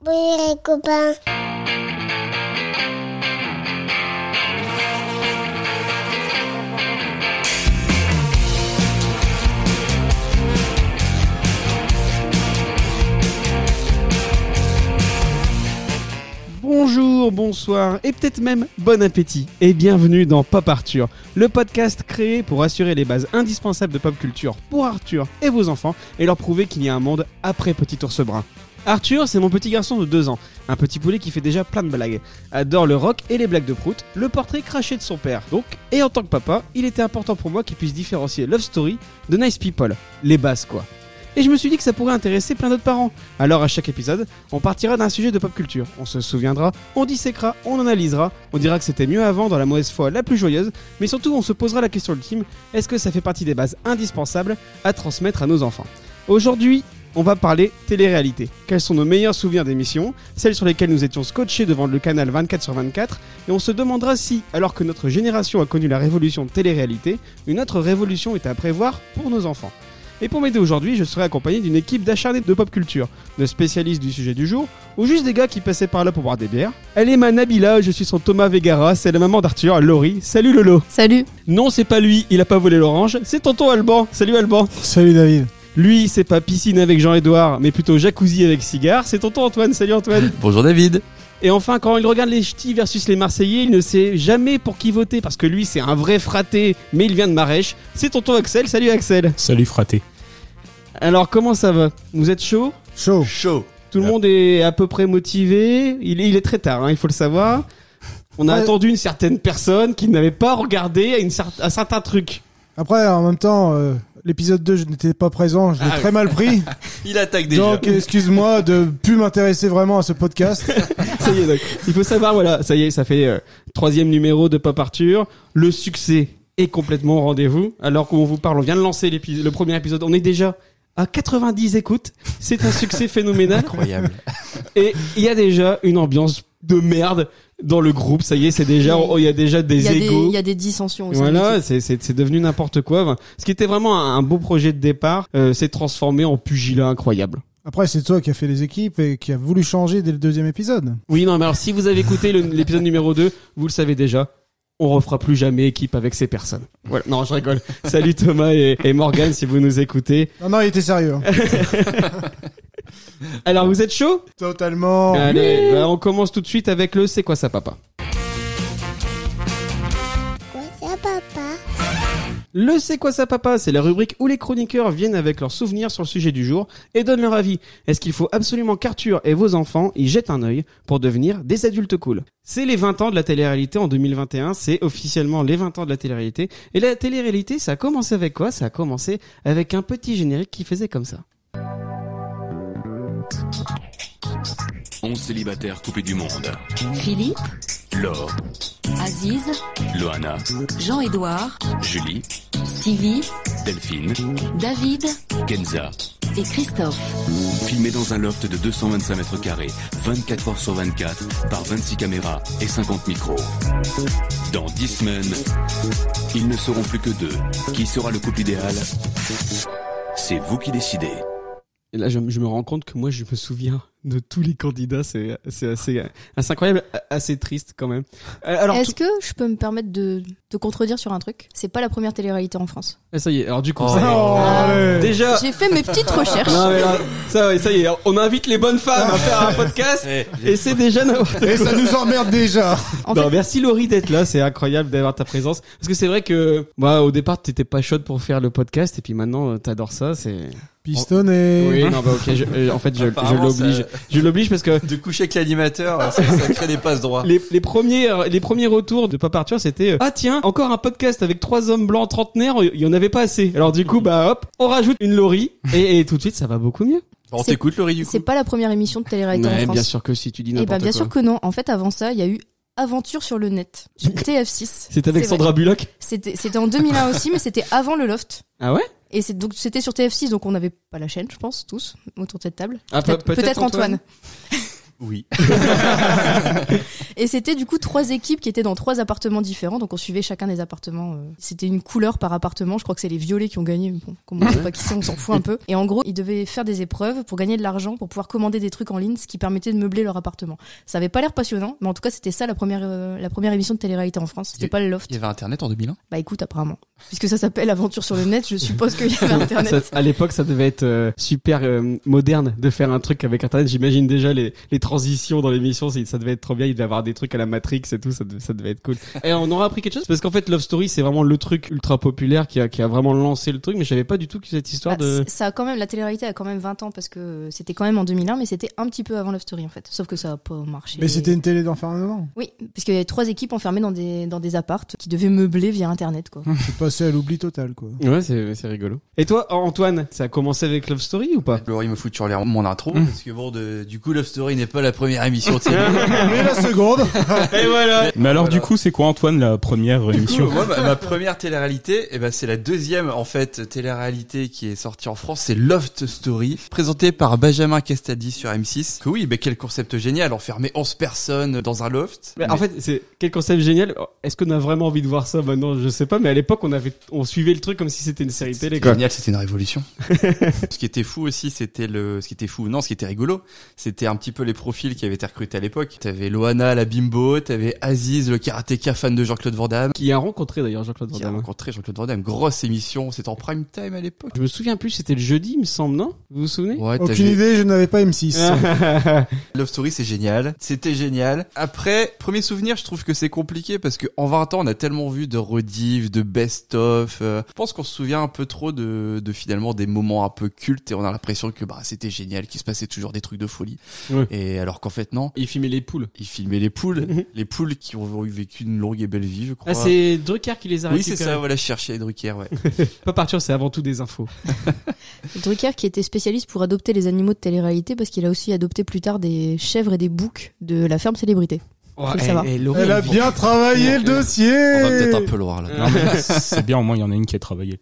Oui, les copains. Bonjour, bonsoir et peut-être même bon appétit et bienvenue dans Pop Arthur, le podcast créé pour assurer les bases indispensables de pop culture pour Arthur et vos enfants et leur prouver qu'il y a un monde après Petit Ours Brun. Arthur, c'est mon petit garçon de 2 ans, un petit poulet qui fait déjà plein de blagues, adore le rock et les blagues de prout, le portrait craché de son père. Donc, et en tant que papa, il était important pour moi qu'il puisse différencier Love Story de Nice People, les bases quoi. Et je me suis dit que ça pourrait intéresser plein d'autres parents. Alors à chaque épisode, on partira d'un sujet de pop culture. On se souviendra, on disséquera, on analysera, on dira que c'était mieux avant dans la mauvaise foi la plus joyeuse, mais surtout on se posera la question ultime, est-ce que ça fait partie des bases indispensables à transmettre à nos enfants ? Aujourd'hui, on va parler télé-réalité. Quels sont nos meilleurs souvenirs d'émissions, celles sur lesquelles nous étions scotchés devant le canal 24/24, et on se demandera si, alors que notre génération a connu la révolution de télé-réalité, une autre révolution est à prévoir pour nos enfants. Et pour m'aider aujourd'hui, je serai accompagné d'une équipe d'acharnés de pop culture, de spécialistes du sujet du jour, ou juste des gars qui passaient par là pour boire des bières. Elle est ma Nabila, je suis son Thomas Vegara, c'est la maman d'Arthur, Laurie. Salut Lolo. Salut. Non, c'est pas lui, il a pas volé l'orange, c'est tonton Alban. Salut Alban. Salut David. Lui, c'est pas piscine avec Jean-Édouard, mais plutôt jacuzzi avec cigare, c'est tonton Antoine. Salut Antoine. Bonjour David. Et enfin, quand il regarde les ch'tis versus les Marseillais, il ne sait jamais pour qui voter, parce que lui, c'est un vrai fraté, mais il vient de Marèche. C'est tonton Axel. Salut Axel. Salut fraté. Alors, comment ça va ? Vous êtes chaud ? Chaud. Tout le monde est à peu près motivé. Il est très tard, il faut le savoir. On a attendu une certaine personne qui n'avait pas regardé un certain truc. Après, en même temps, l'épisode 2, je n'étais pas présent, je l'ai très mal pris. Il attaque déjà. Donc, excuse-moi de plus m'intéresser vraiment à ce podcast. Ça y est, donc. Il faut savoir, voilà, ça y est, ça fait 3e numéro de Pop Arthur. Le succès est complètement au rendez-vous. Alors qu'on vous parle, on vient de lancer le premier épisode. On est déjà à 90 écoutes. C'est un succès phénoménal. Incroyable. Et il y a déjà une ambiance de merde dans le groupe. Ça y est, c'est déjà, il y a déjà des égos. Il y a des dissensions aussi. Voilà, c'est devenu n'importe quoi. Enfin, ce qui était vraiment un beau projet de départ, s'est transformé en pugilat incroyable. Après, c'est toi qui as fait les équipes et qui a voulu changer dès le 2e épisode. Oui, non, mais alors si vous avez écouté l'épisode numéro 2, vous le savez déjà. On refera plus jamais équipe avec ces personnes. Voilà. Non, je rigole. Salut Thomas et Morgane si vous nous écoutez. Non, il était sérieux. Alors, vous êtes chaud ? Totalement. Allez, on commence tout de suite avec le C'est quoi ça papa ? Quoi ça, papa? Le C'est quoi ça papa ? C'est la rubrique où les chroniqueurs viennent avec leurs souvenirs sur le sujet du jour et donnent leur avis. Est-ce qu'il faut absolument qu'Arthur et vos enfants y jettent un œil pour devenir des adultes cool ? C'est les 20 ans de la télé-réalité en 2021, c'est officiellement les 20 ans de la télé-réalité. Et la télé-réalité, ça a commencé avec quoi ? Ça a commencé avec un petit générique qui faisait comme ça. 11 célibataires coupés du monde. Philippe, Laure, Aziz, Loana, Jean-Édouard, Julie, Stevie, Delphine, David Kenza. et Christophe. Filmés dans un loft de 225 mètres carrés, 24 heures sur 24, par 26 caméras et 50 micros. Dans 10 semaines, ils ne seront plus que 2. Qui sera le couple idéal ? C'est vous qui décidez. Et là, je me rends compte que moi, je me souviens de tous les candidats. C'est assez incroyable, assez triste quand même. Alors, Est-ce que je peux me permettre de te contredire sur un truc ? C'est pas la première télé-réalité en France. ça y est. Alors du coup, Oh. ça y est. ouais. Déjà. J'ai fait mes petites recherches. Non, mais là, ça y est. On invite les bonnes femmes à faire un podcast et c'est déjà n'importe Et quoi. ça nous emmerde déjà. En Non, fait, merci Laurie d'être là. C'est incroyable d'avoir ta présence. Parce que c'est vrai que, au départ, t'étais pas chaude pour faire le podcast et puis maintenant, t'adores ça. C'est. Pistonné. Oui, non, ok. En fait, je Apparemment, l'oblige. ça- Je l'oblige parce que De coucher avec l'animateur, ça crée des passes droits. les premiers retours de Pop Arthur, c'était ah tiens, encore un podcast avec 3 hommes blancs trentenaires, il y en avait pas assez. Alors du coup, hop, on rajoute une Laurie et tout de suite ça va beaucoup mieux. On t'écoute Laurie du coup. c'est pas la première émission de télé-réalité en Ouais, France. bien sûr que si tu dis Et n'importe quoi. bien sûr que non. En fait, avant ça, il y a eu Aventure sur le net sur TF6. C'est avec C'est Sandra Bullock. C'était en 2001 aussi, mais c'était avant le Loft. Ah ouais? Et c'était sur TF6, donc on n'avait pas la chaîne, je pense, tous autour de cette table. Ah, peut-être Antoine. Oui. Et c'était du coup 3 équipes qui étaient dans 3 appartements différents, donc on suivait chacun des appartements. C'était une couleur par appartement, je crois que c'est les violets qui ont gagné, bon, comme on sait pas qui c'est, on s'en fout un peu. Et en gros, ils devaient faire des épreuves pour gagner de l'argent, pour pouvoir commander des trucs en ligne, ce qui permettait de meubler leur appartement. Ça avait pas l'air passionnant, mais en tout cas c'était ça la première émission de télé-réalité en France, c'était pas le Loft. Il y avait Internet en 2001 ? Bah écoute, apparemment. Puisque ça s'appelle Aventure sur le net, je suppose qu'il y avait Internet. À l'époque, ça devait être super moderne de faire un truc avec Internet. J'imagine déjà les transitions dans l'émission, ça devait être trop bien. Il devait y avoir des trucs à la Matrix et tout, ça devait être cool. Et on aura appris quelque chose parce qu'en fait, Love Story, c'est vraiment le truc ultra populaire qui a vraiment lancé le truc. Mais je savais pas du tout que cette histoire de... Ça a quand même, la télé-réalité a quand même 20 ans parce que c'était quand même en 2001, mais c'était un petit peu avant Love Story en fait. Sauf que ça a pas marché. Mais c'était une télé d'enfermement. Oui, parce qu'il y avait 3 équipes enfermées dans des appartes qui devaient meubler via Internet, quoi. C'est passé à l'oubli total, quoi. Ouais, c'est rigolo. Et toi, Antoine, ça a commencé avec Love Story ou pas? Laurie me fout sur mon intro, parce que bon, du coup, Love Story n'est pas la première émission télé. Mais la seconde. Et voilà. Mais alors, du coup, c'est quoi, Antoine, la première émission? Moi, ma première télé-réalité, c'est la deuxième, en fait, télé-réalité qui est sortie en France, c'est Loft Story, présentée par Benjamin Castaldi sur M6. Que oui, quel concept génial, enfermer 11 personnes dans un loft. En fait, c'est quel concept génial. Est-ce qu'on a vraiment envie de voir ça maintenant? Je sais pas, mais à l'époque, on suivait le truc comme si c'était une série télé, quoi. Génial, c'était une révolution. Ce qui était fou aussi, ce qui était rigolo, c'était un petit peu les profils qui avaient été recrutés à l'époque. T'avais Loana, la bimbo, t'avais Aziz, le karatéka fan de Jean-Claude Van Damme. Qui a rencontré d'ailleurs Jean-Claude Van Qui a Damme. rencontré Jean-Claude Van Damme. Grosse émission, c'était en prime time à l'époque. Je me souviens plus, c'était le jeudi, il me semble, non? Vous vous souvenez? Ouais, Aucune idée, je n'avais pas M6. Love Story, c'est génial. C'était génial. Après, premier souvenir, je trouve que c'est compliqué parce que en 20 ans, on a tellement vu de rediff, de best-of. Je pense qu'on se souvient un peu trop de finalement des moments un peu cultes et on a l'impression que c'était génial, qu'il se passait toujours des trucs de folie. Ouais. Et alors qu'en fait, non. Il filmait les poules. Il filmait les poules. Les poules qui ont vécu une longue et belle vie, je crois. Ah, c'est Drucker qui les a Oui, récupérés. c'est ça, voilà, je cherchais Drucker, ouais. Pas partir, c'est avant tout des infos. Drucker qui était spécialiste pour adopter les animaux de télé-réalité parce qu'il a aussi adopté plus tard des chèvres et des boucs de la ferme Célébrité. Faut le savoir. Elle a bien travaillé le dossier. On va peut-être un peu loin, là. Non, mais c'est bien, au moins, il y en a une qui a travaillé.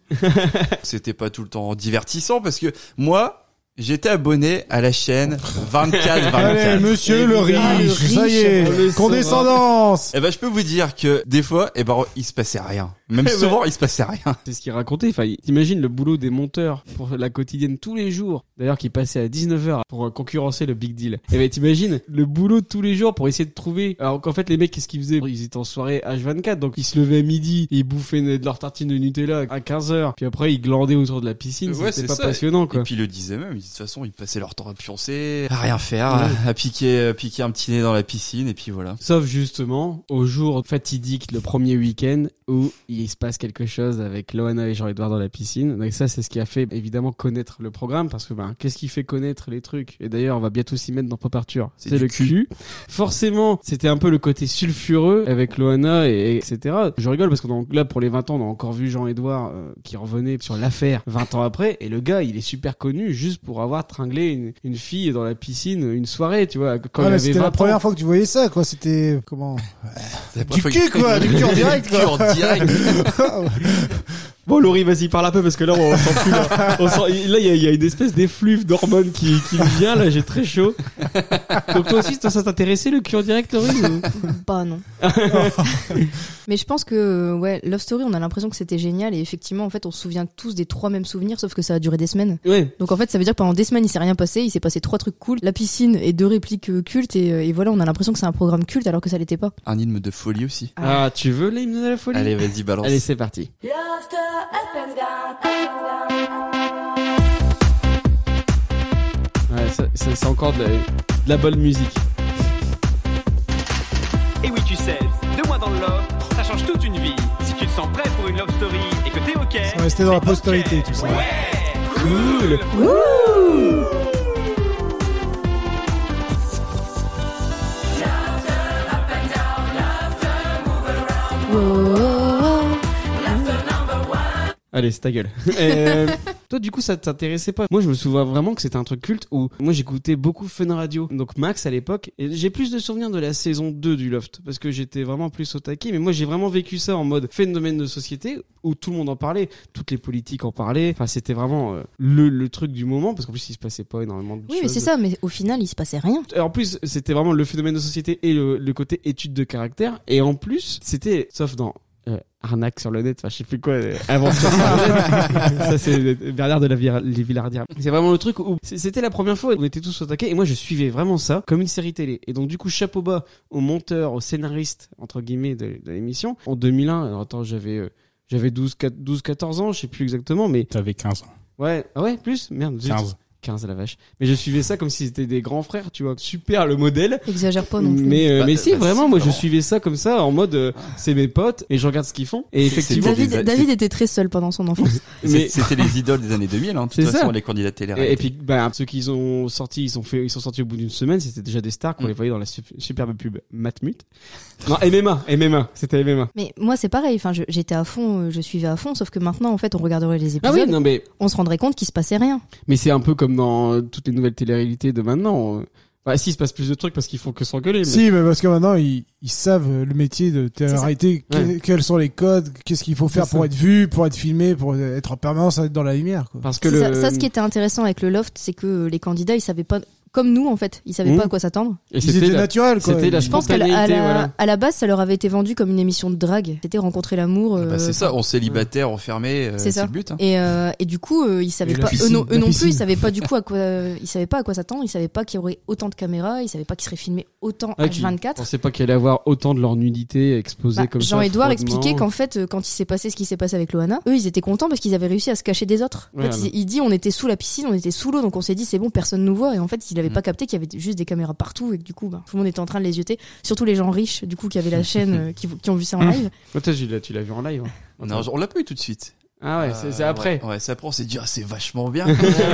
C'était pas tout le temps divertissant parce que moi, j'étais abonné à la chaîne 24/24. Allez, monsieur le riche, ça y est, condescendance. Je peux vous dire que des fois, il se passait rien. Même souvent, il se passait rien. C'est ce qu'il racontait. Enfin, t'imagines le boulot des monteurs pour la quotidienne tous les jours. D'ailleurs, qui passait à 19h pour concurrencer le Big Deal. Et t'imagines le boulot de tous les jours pour essayer de trouver. Alors qu'en fait, les mecs, qu'est-ce qu'ils faisaient? Ils étaient en soirée H24. Donc, ils se levaient à midi, ils bouffaient de leur tartine de Nutella à 15h. Puis après, ils glandaient autour de la piscine. Ouais, c'était c'est pas ça. passionnant, quoi. Et puis, ils le disaient même. De toute façon, ils passaient leur temps à pioncer, à rien faire, à piquer un petit nez dans la piscine. Et puis voilà. Sauf justement au jour fatidique, le premier week-end où il se passe quelque chose avec Loana et Jean-Edouard dans la piscine. Donc ça, c'est ce qui a fait évidemment connaître le programme parce que qu'est-ce qui fait connaître les trucs? Et d'ailleurs, on va bientôt s'y mettre dans Pop Arthur. C'est le cul. Forcément, c'était un peu le côté sulfureux avec Loana et etc. Je rigole parce que là, pour les 20 ans, on a encore vu Jean-Edouard qui revenait sur l'affaire 20 ans après. Et le gars, il est super connu juste pour avoir tringlé une fille dans la piscine une soirée, tu vois. Quand il avait 20 c'était la première fois que tu voyais ça, quoi. C'était comment? Du cul, quoi. Du cul en direct, quoi. Bon, Laurie, vas-y, parle un peu parce que là, on sent plus. Là, il y a une espèce d'effluve d'hormones qui vient. Là, j'ai très chaud. Donc toi aussi, ça t'intéressait le cul en direct, Laurie ou... Pas non. Mais je pense que Love Story, on a l'impression que c'était génial et effectivement, en fait, on se souvient tous des 3 mêmes souvenirs, sauf que ça a duré des semaines. Ouais. Donc en fait, ça veut dire que pendant des semaines, il s'est rien passé. Il s'est passé 3 trucs cool, la piscine et 2 répliques cultes et voilà, on a l'impression que c'est un programme culte alors que ça l'était pas. Un hymne de folie aussi. Ah, tu veux l'hymne de la folie? Allez, vas-y, balance. Allez, c'est parti. Ouais, ça, c'est encore de la bonne musique. Et oui, tu sais, 2 mois dans le love, ça change toute une vie. Si tu te sens prêt pour une love story et que t'es ok, Ça va rester dans la postérité, tout ça. Ouais, Cool. Wouh! Allez, c'est ta gueule. Toi, du coup, ça t'intéressait pas. Moi, je me souviens vraiment que c'était un truc culte où moi, j'écoutais beaucoup Fun Radio. Donc, Max à l'époque. Et j'ai plus de souvenirs de la saison 2 du Loft parce que j'étais vraiment plus au taquet. Mais moi, j'ai vraiment vécu ça en mode phénomène de société où tout le monde en parlait. Toutes les politiques en parlaient. Enfin, c'était vraiment le truc du moment parce qu'en plus, il se passait pas énormément de choses. Oui, mais c'est ça, mais au final, il se passait rien. Et en plus, c'était vraiment le phénomène de société et le côté étude de caractère. Et en plus, c'était, sauf dans Arnaque sur le net, enfin je sais plus quoi, Aventure sur le net. Ça c'est Bernard de les Villardières. C'est vraiment le truc où c'était la première fois où on était tous au taquet et moi je suivais vraiment ça comme une série télé. Et donc du coup chapeau bas au monteur, au scénariste entre guillemets de l'émission. En 2001, alors attends, j'avais 12-14 ans, je sais plus exactement, mais T'avais 15 ans. Ouais, ah ouais, plus merde, 15 la vache. Mais je suivais ça comme si c'était des grands frères, tu vois. Super le modèle. Exagère pas non plus. Mais si, vraiment, moi je suivais ça comme ça en mode c'est mes potes et je regarde ce qu'ils font. Et effectivement, David était très seul pendant son enfance. Mais c'était les idoles des années 2000, hein. De toute façon, les candidats télé. Et puis, ceux qu'ils ont sortis, ils sont sortis au bout d'une semaine, c'était déjà des stars qu'on les voyait dans la superbe pub Matmut. Non, MMA, c'était MMA. Mais moi c'est pareil, enfin j'étais à fond, je suivais à fond, sauf que maintenant en fait on regarderait les épisodes, ah oui, non, mais on se rendrait compte qu'il se passait rien. Mais c'est un peu comme dans toutes les nouvelles télé-réalités de maintenant. Bah si, il se passe plus de trucs parce qu'ils font que s'engueuler. Si, mais parce que maintenant ils savent le métier de télé-réalité, quels sont les codes, qu'est-ce qu'il faut faire pour être vu, pour être filmé, pour être en permanence dans la lumière, quoi. Parce que ça, ce qui était intéressant avec le Loft, c'est que les candidats ils savaient pas, comme nous en fait, ils savaient pas à quoi s'attendre. Et c'était naturel, quoi. C'était la Je pense qu'à la base ça leur avait été vendu comme une émission de drague. C'était rencontrer l'amour. C'est ça, on célibataire, enfermé, c'est le but. Hein. Et du coup ils savaient pas, eux non plus, ils savaient pas du coup à quoi s'attendre. Ils savaient pas qu'il y aurait autant de caméras, ils savaient pas qu'ils seraient filmés autant H24. On sait pas qu'il allait avoir autant de leur nudité exposée comme ça. Jean-Édouard expliquait qu'en fait quand il s'est passé ce qui s'est passé avec Loana, eux ils étaient contents parce qu'ils avaient réussi à se cacher des autres. En fait, il dit on était sous la piscine, on était sous l'eau, donc on s'est dit c'est bon, personne nous voit. Et en fait il avait pas capté qu'il y avait juste des caméras partout et que du coup tout le monde était en train de les jeter, surtout les gens riches du coup qui avaient la chaîne qui ont vu ça en live. Toi tu l'as vu en live, hein. Non, on l'a pas eu tout de suite. Ah ouais, c'est après. Ouais, c'est après on s'est dit c'est vachement bien.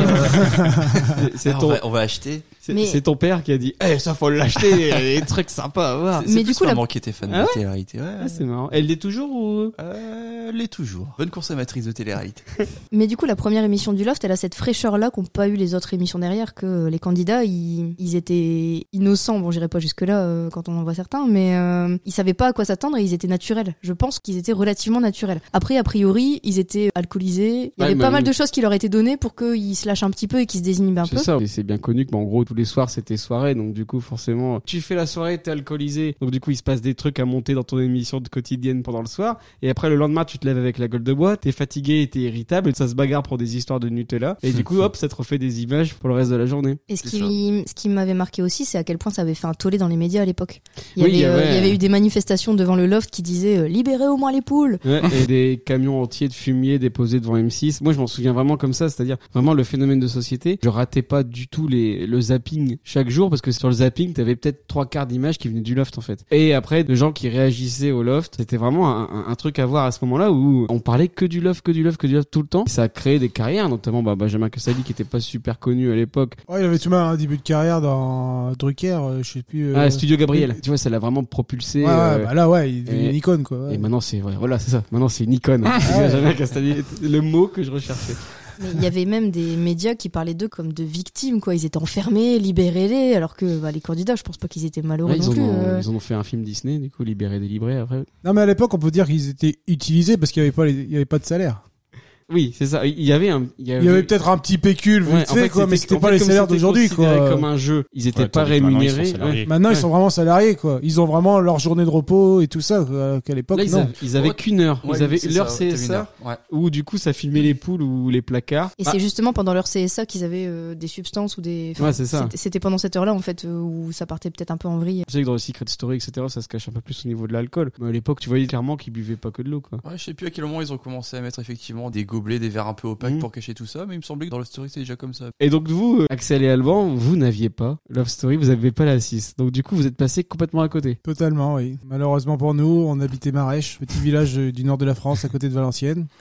On va acheter. C'est ton père qui a dit ça faut l'acheter, des trucs sympas à voir. Mais du coup maman qui était fan de télé-réalité. Ouais, c'est marrant. Elle l'est toujours ou elle l'est toujours. Bonne consommatrice de télé-réalité. Mais du coup la première émission du Loft, elle a cette fraîcheur là qu'ont pas eu les autres émissions derrière, que les candidats ils étaient innocents. Bon, j'irai pas jusque là quand on en voit certains, mais ils savaient pas à quoi s'attendre et ils étaient naturels. Je pense qu'ils étaient relativement naturels. Après a priori, ils étaient alcoolisés. Il y avait pas mal de choses qui leur étaient données pour qu'ils se lâchent un petit peu et qu'ils se désinhibent un peu. C'est ça. Et c'est bien connu que en gros tous les soirs c'était soirée, donc du coup forcément tu fais la soirée, t'es alcoolisé, donc du coup il se passe des trucs à monter dans ton émission de quotidienne pendant le soir, et après le lendemain tu te lèves avec la gueule de bois, t'es fatigué, t'es irritable, et ça se bagarre pour des histoires de Nutella, et du coup hop ça te refait des images pour le reste de la journée. Et ce qui m'avait marqué aussi, c'est à quel point ça avait fait un tollé dans les médias à l'époque. Il y avait eu des manifestations devant le Loft qui disaient libérez au moins les poules. Ouais, et des camions entiers de fumier déposés devant M6. Moi je m'en souviens vraiment comme ça, c'est-à-dire vraiment le phénomène de société. Je ratais pas du tout le zapping chaque jour, parce que sur le zapping t'avais peut-être 3/4 d'images qui venaient du Loft en fait. Et après de gens qui réagissaient au Loft, c'était vraiment un truc à voir à ce moment-là où on parlait que du Loft tout le temps. Ça a créé des carrières, notamment Benjamin Castaldi qui était pas super connu à l'époque. Ouais, il avait tout de même un début de carrière dans Drucker, je sais plus. Studio Gabriel. Tu vois, ça l'a vraiment propulsé. Là il est une icône quoi. Ouais. Et maintenant c'est c'est ça. Maintenant c'est une icône. Benjamin Castaldi, le mot que je recherchais. Mais il y avait même des médias qui parlaient d'eux comme de victimes, quoi. Ils étaient enfermés, libérez-les, alors que les candidats, je pense pas qu'ils étaient malheureux non plus. Ils en ont fait un film Disney, du coup, libéré, délivré après. Non, mais à l'époque, on peut dire qu'ils étaient utilisés parce qu'il y avait pas de salaire. Oui, c'est ça. Il y avait peut-être un petit pécule, vite fait, quoi, mais c'était pas les salaires d'aujourd'hui, quoi. Comme un jeu. Ils étaient pas rémunérés. Maintenant, ils sont vraiment salariés, quoi. Ils ont vraiment leur journée de repos et tout ça, qu'à l'époque, non. Ils avaient qu'une heure. Ils avaient leur CSA, où du coup, ça filmait les poules ou les placards. Et c'est justement pendant leur CSA qu'ils avaient des substances ou des... Ouais, c'est ça. C'était pendant cette heure-là, en fait, où ça partait peut-être un peu en vrille. Je sais que dans le Secret Story, etc., ça se cache un peu plus au niveau de l'alcool. Mais à l'époque, tu voyais clairement qu'ils buvaient pas que de l'eau, quoi. Ouais, je sais plus à quel moment ils ont commencé à mettre effectivement des gobelets, des verres un peu opaque pour cacher tout ça, mais il me semblait que dans Love Story c'est déjà comme ça. Et donc vous, Axel et Alban, vous n'aviez pas Love Story, vous n'avez pas la 6. Donc du coup vous êtes passé complètement à côté. Totalement, oui. Malheureusement pour nous, on habitait Marèche, petit village du nord de la France à côté de Valenciennes.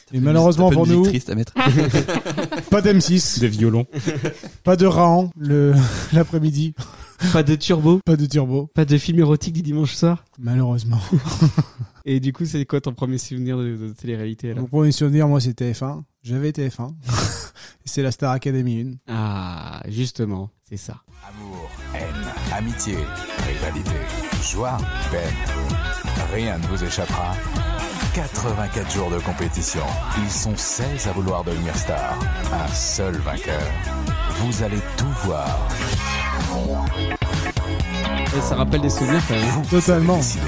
Et malheureusement T'as pas pour de musique nous, triste à mettre. pas d'M6, Des violons. pas de Raon l'après-midi, Pas de turbo, pas de turbo, pas de film érotique du dimanche soir. malheureusement. Et du coup, c'est quoi ton premier souvenir de télé-réalité alors? Mon premier souvenir, moi, c'est TF1. J'avais TF1. C'est la Star Academy 1. Ah, justement, c'est ça. Amour, haine, amitié, rivalité, joie, peine. Rien ne vous échappera. 84 jours de compétition. Ils sont 16 à vouloir devenir stars. Un seul vainqueur. Vous allez tout voir. Et ça rappelle des souvenirs quand même. Vous Totalement. allez décider.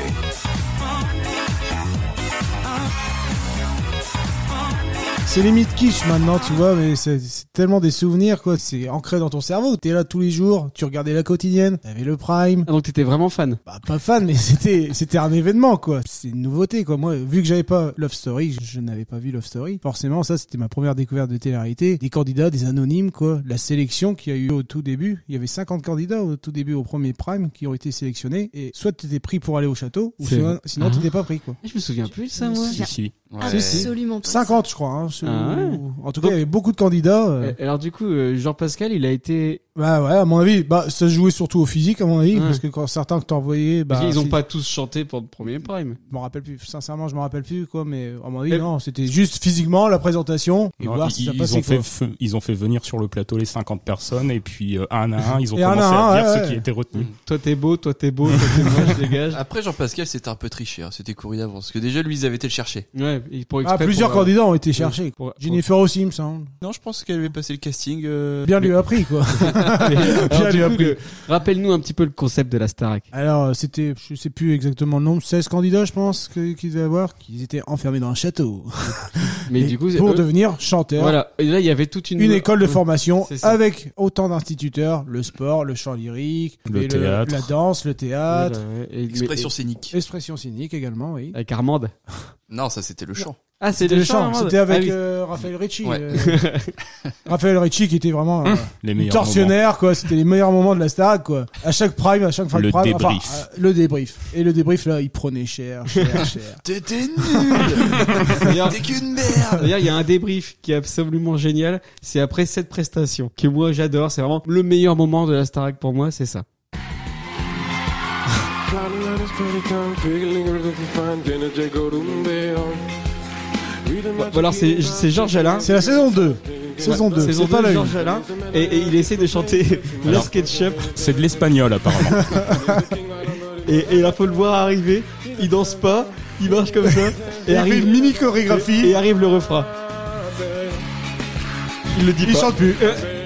C'est limite kitsch maintenant, tu vois, mais c'est tellement des souvenirs, quoi. C'est ancré dans ton cerveau. T'es là tous les jours, tu regardais la quotidienne, t'avais le prime. Ah, donc t'étais vraiment fan. Bah, pas fan, mais c'était un événement, quoi. C'est une nouveauté, quoi. Moi, vu que j'avais pas Love Story, je n'avais pas vu Love Story. Forcément, ça, c'était ma première découverte de télé-réalité. Des candidats, des anonymes, quoi. La sélection qu'il y a eu au tout début. Il y avait 50 candidats au tout début, au premier prime, qui ont été sélectionnés. Et soit t'étais pris pour aller au château, ou sinon t'étais pas pris, quoi. Je me souviens plus de ça, moi. Si, si. Ouais. Absolument pas. 50, je crois, hein. Ah ouais. En tout cas, il y avait beaucoup de candidats. Et alors du coup, Jean-Pascal, il a été... Bah ouais, à mon avis, bah ça se jouait surtout au physique, à mon avis, Ouais. parce que quand certains que t'envoyais, bah... Ils ont pas tous chanté pour le premier prime. Je m'en rappelle plus, sincèrement, je m'en rappelle plus, quoi, mais à mon avis, Et- non, c'était juste physiquement, la présentation, et Non, voir si ça ils passait, ont quoi. ils ont fait venir sur le plateau les 50 personnes et puis un à un, ils ont Et un commencé à un, à dire ouais, ce ouais. qui était retenu. Toi t'es beau, toi t'es moche, je dégage. Après, Jean-Pascal, c'était un peu triché, hein. C'était couru d'avance. Parce que déjà, lui, ils avaient été le chercher. Ouais, et pour Ah, exprès, plusieurs pour, candidats ont été cherchés, quoi. pour- Jennifer Sims, hein. Non, je pense qu'elle avait passé le casting. Bien lui a pris, quoi. Alors, Bien du lui a coup, pris. rappelle-nous un petit peu le concept de la Starac. Alors, c'était, je sais plus exactement le nombre, 16 candidats, je pense, qu'ils devaient avoir, qui étaient enfermés dans un château. Mais Et du coup, pour devenir chanteur. voilà. Et là, il y avait toute Une école de formation C'est ça. avec autant d'instituteurs, le sport, le chant lyrique, Le et théâtre. la danse, le théâtre, Expression scénique. expression scénique également, oui. avec Armande. Non, ça, c'était le chant. Ah, C'était le chant, Armande. c'était avec Ah oui. Raphaël Ricci. Ouais. Raphaël Ricci qui était vraiment Les meilleurs tortionnaire, quoi. C'était les meilleurs moments de la Starac, quoi. À chaque prime, à chaque fin de Le prime. débrief. Le débrief. Et le débrief, là, il prenait cher. T'étais nul. D'ailleurs, T'es qu'une merde. D'ailleurs, il y a un débrief qui est absolument génial. C'est après cette prestation que moi j'adore. C'est vraiment le meilleur moment de la Starac pour moi. C'est ça. Bon, alors c'est Georges Alain. C'est la saison 2. Saison 2. Saison C'est pas 2, la Georges Alain. Et il essaie de chanter le Alors. SketchUp. C'est de l'espagnol apparemment. Et là, faut le voir arriver. Il danse pas. Il marche comme ça. Et Il fait arrive une mini chorégraphie. Et arrive le refrain. Il le dit Il pas. chante plus.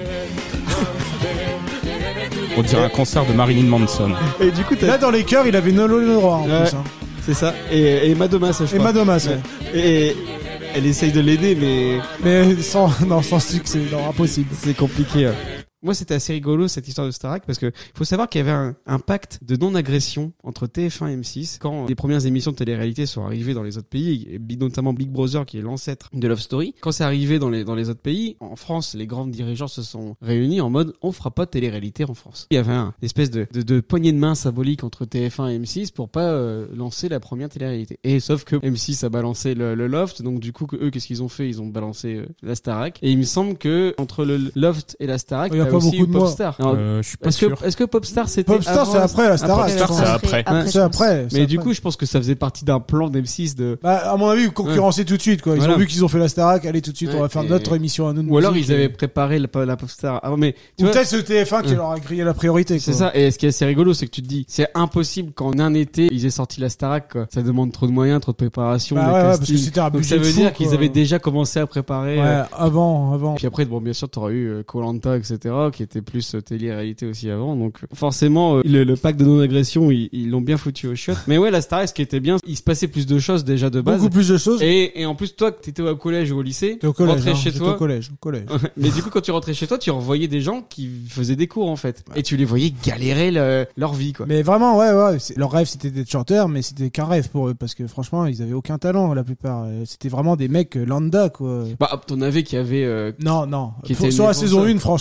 On dirait un concert de Marilyn Manson. Et du coup, Là, dans les chœurs, il avait Nolo Leroy en Ouais. plus. Hein. c'est ça. Et Madonna, ça je Et crois. Madomas, ouais. Et elle essaye de l'aider, mais Mais sans succès, non, impossible. c'est compliqué. Moi, c'était assez rigolo cette histoire de Starac parce que faut savoir qu'il y avait un pacte de non-agression entre TF1 et M6 quand les premières émissions de télé-réalité sont arrivées dans les autres pays, et notamment Big Brother qui est l'ancêtre de Love Story. Quand c'est arrivé dans les autres pays, en France, les grands dirigeants se sont réunis en mode on fera pas de télé-réalité en France. Il y avait une espèce de poignée de main symbolique entre TF1 et M6 pour pas lancer la première télé-réalité. Et sauf que M6 a balancé le Loft, donc du coup eux qu'est-ce qu'ils ont fait? Ils ont balancé la Starac. Et il me semble que entre le Loft et la Starac, Il y a t'as pas aussi beaucoup eu de mois. Popstar. Alors, Je suis pas est-ce sûr. que Popstar c'était Popstar, avant c'est après la Starac. Popstar, je c'est pense. après. C'est après. Mais du coup, je pense que ça faisait partie d'un plan d'M6 de. Bah, à mon avis, concurrencer tout de suite, quoi. Ils Voilà. ont vu qu'ils ont fait la Starac, allez tout de suite, Ouais, on va faire et- notre émission à nous. de Ou alors musique, ils avaient et- préparé la Popstar avant, mais tu Ou vois. peut-être c'est le TF1 qui Ouais. leur a grillé la priorité, C'est quoi. ça, et ce qui est assez rigolo, c'est que tu te dis, c'est impossible qu'en un été, ils aient sorti la Starac, quoi. Ça demande trop de moyens, trop de préparation, Bah de ouais, ouais, parce casting. que c'était un Donc budget ça de veut fou, dire quoi. qu'ils avaient déjà commencé à préparer. Ouais, avant. Puis après, bon, bien sûr, t'auras eu Koh-Lanta, etc., qui était plus télé-réalité aussi avant. Donc, forcément, le pacte de non-agression, ils l'ont bien foutu au shot. Mais ouais, la Starac, ce qui était bien, il se passait plus de choses déjà de base. Beaucoup plus de choses. Et en plus, toi, que t'étais au collège ou au lycée, T'es au collège, rentrais hein, chez j'étais toi. au collège. Mais du coup, quand tu rentrais chez toi, tu revoyais des gens qui faisaient des cours, en fait. Et tu les voyais galérer leur vie, quoi. Mais vraiment, ouais. Leur rêve, c'était d'être chanteur, mais c'était qu'un rêve pour eux, parce que franchement, ils avaient aucun talent, la plupart. C'était vraiment des mecs lambda, quoi. Bah, t'en avais qui avaient, Non. Qui était Sur la né pour saison ça. 1, franchement,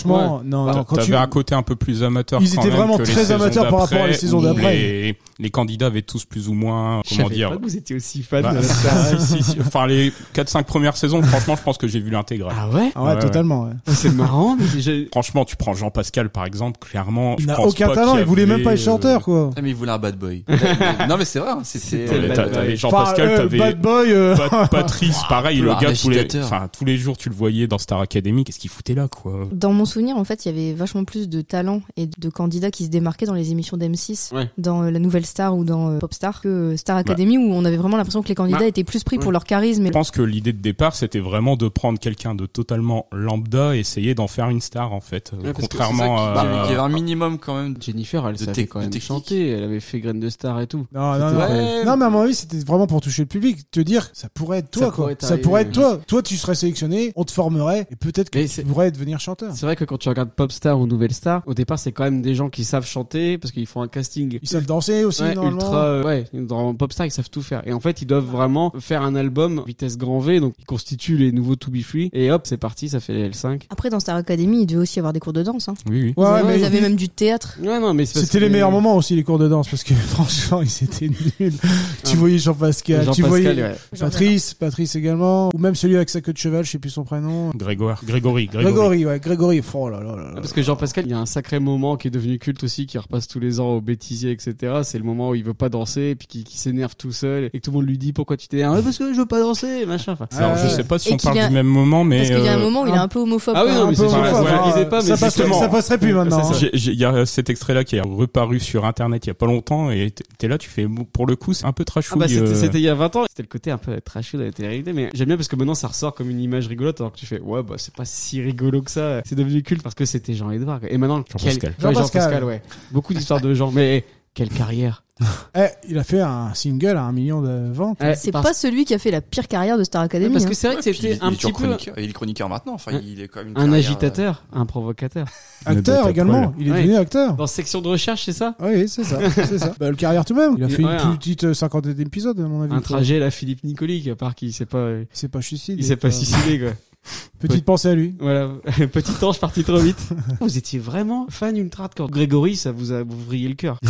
Non, non, quand T'avais un côté un peu plus amateur. Ils quand étaient même vraiment que les très saisons amateurs par rapport à les d'après, saisons où d'après. Les candidats avaient tous plus ou moins, Je comment savais dire. pas que vous étiez aussi fan Bah, de ça. si. Enfin, les 4-5 premières saisons, franchement, je pense que j'ai vu l'intégrale. Ah ouais? Ah ouais, Ouais, totalement, ouais. C'est marrant, mais Franchement, tu prends Jean-Pascal, par exemple, clairement. Il je n'a pense aucun pas talent, qu'il il voulait avait, même pas être chanteur, quoi. Ah, mais il voulait un bad boy. Non, mais c'est vrai, hein, c'était... C'était le bad boy. T'avais Jean-Pascal, t'avais Bad Boy, Patrice, pareil, un le gars, agitateur. tous les jours, tu le voyais dans Star Academy, qu'est-ce qu'il foutait là, quoi. Dans mon souvenir, en fait, il y avait vachement plus de talents et de candidats qui se démarquaient dans les émissions d'M6, Ouais. dans La Nouvelle Star ou dans Popstar, que Star Academy, où on avait vraiment l'impression que les candidats étaient plus pris pour leur charisme. Je Et... pense que l'idée de départ, c'était vraiment de prendre quelqu'un de totalement lambda et essayer d'en faire une star, en fait. Ouais, parce que Contrairement c'est ça à... Il y avait un minimum quand même. Jennifer, elle De savait quand même technique. chanter. Elle avait fait Graines de Star et tout. Non, non, non. Ouais. Non, mais à mon avis, c'était vraiment pour toucher le public. Te dire, ça pourrait être toi, Ça quoi. pourrait Ça t'arriver, pourrait être ouais. toi. Toi, tu serais sélectionné, on te formerait, et peut-être que Mais tu c'est- pourrais devenir chanteur. C'est vrai que quand tu regardes Popstar ou Nouvelle Star, au départ, c'est quand même des gens qui savent chanter parce qu'ils font un casting. Ils savent danser aussi, Ouais, normalement. ultra, ouais, dans Popstar, ils savent tout faire. Et en fait, ils doivent vraiment faire un album vitesse grand V, donc ils constituent les nouveaux To Be Free. Et hop, c'est parti, ça fait les L5. Après, dans Star Academy, il devait aussi avoir des cours de danse. Hein. Oui. Ouais, Ils mais avaient même du théâtre. Ouais, non, mais c'est parce c'était que- les meilleurs moments aussi, les cours de danse, parce que franchement, ils étaient nuls. Tu voyais Jean-Pascal, tu Jean-Pascal, voyais ouais. Patrice également, ou même celui avec sa queue de cheval, je sais plus son prénom. Grégory. Grégory. Oh là là là là. Ah, parce que Jean-Pascal, il y a un sacré moment qui est devenu culte aussi, qui repasse tous les ans au bêtisier, etc. C'est le moment où il veut pas danser, et puis qui s'énerve tout seul, et que tout le monde lui dit pourquoi tu t'énerves. Ah, parce que je veux pas danser, machin. Enfin, Alors, je sais pas si Et on qu'il parle y a- du même moment, mais... Parce qu'il y a un moment où il est un peu homophobe. Ah oui, quand non, même. mais c'est peu sûr, homophobe, ouais, hein. je disais pas, mais ça passerait plus maintenant. C'est ça. hein. Il y a cet extrait-là qui est reparu sur Internet il y a pas longtemps et t'es là, tu fais, pour le coup, c'est un peu Ah trashouille. bah c'était il y a 20 ans, c'était le côté un peu trashou de la télé-réalité, mais j'aime bien parce que maintenant ça ressort comme une image rigolote alors que tu fais ouais bah c'est pas si rigolo que ça, c'est devenu culte parce que c'était Jean-Edouard quoi. Et maintenant Jean-Pascal. Jean-Pascal, ouais. Beaucoup d'histoires de gens, mais quelle carrière. Il a fait un single à 1 million de ventes. C'est pas celui qui a fait la pire carrière de Star Academy. parce hein. que c'est vrai que Puis c'était un petit peu il est chroniqueur maintenant. Enfin, Ouais. il est quand même une un carrière, agitateur, un provocateur. Acteur Le également, bêta-poil. il est Ouais. devenu acteur. Dans section de recherche, c'est ça? Oui, c'est ça, c'est ça. Bah, le carrière tout de même. Il a fait Ouais, une petite cinquantaine d'épisodes, à mon avis. Un trajet là, Philippe Nicoli, à part qu'il s'est pas, C'est pas suicide. il s'est pas suicidé quoi. Petite pensée à lui. Voilà, petit ange parti trop vite. Vous étiez vraiment fan ultra hardcore. Grégory, ça vous vrillé le cœur.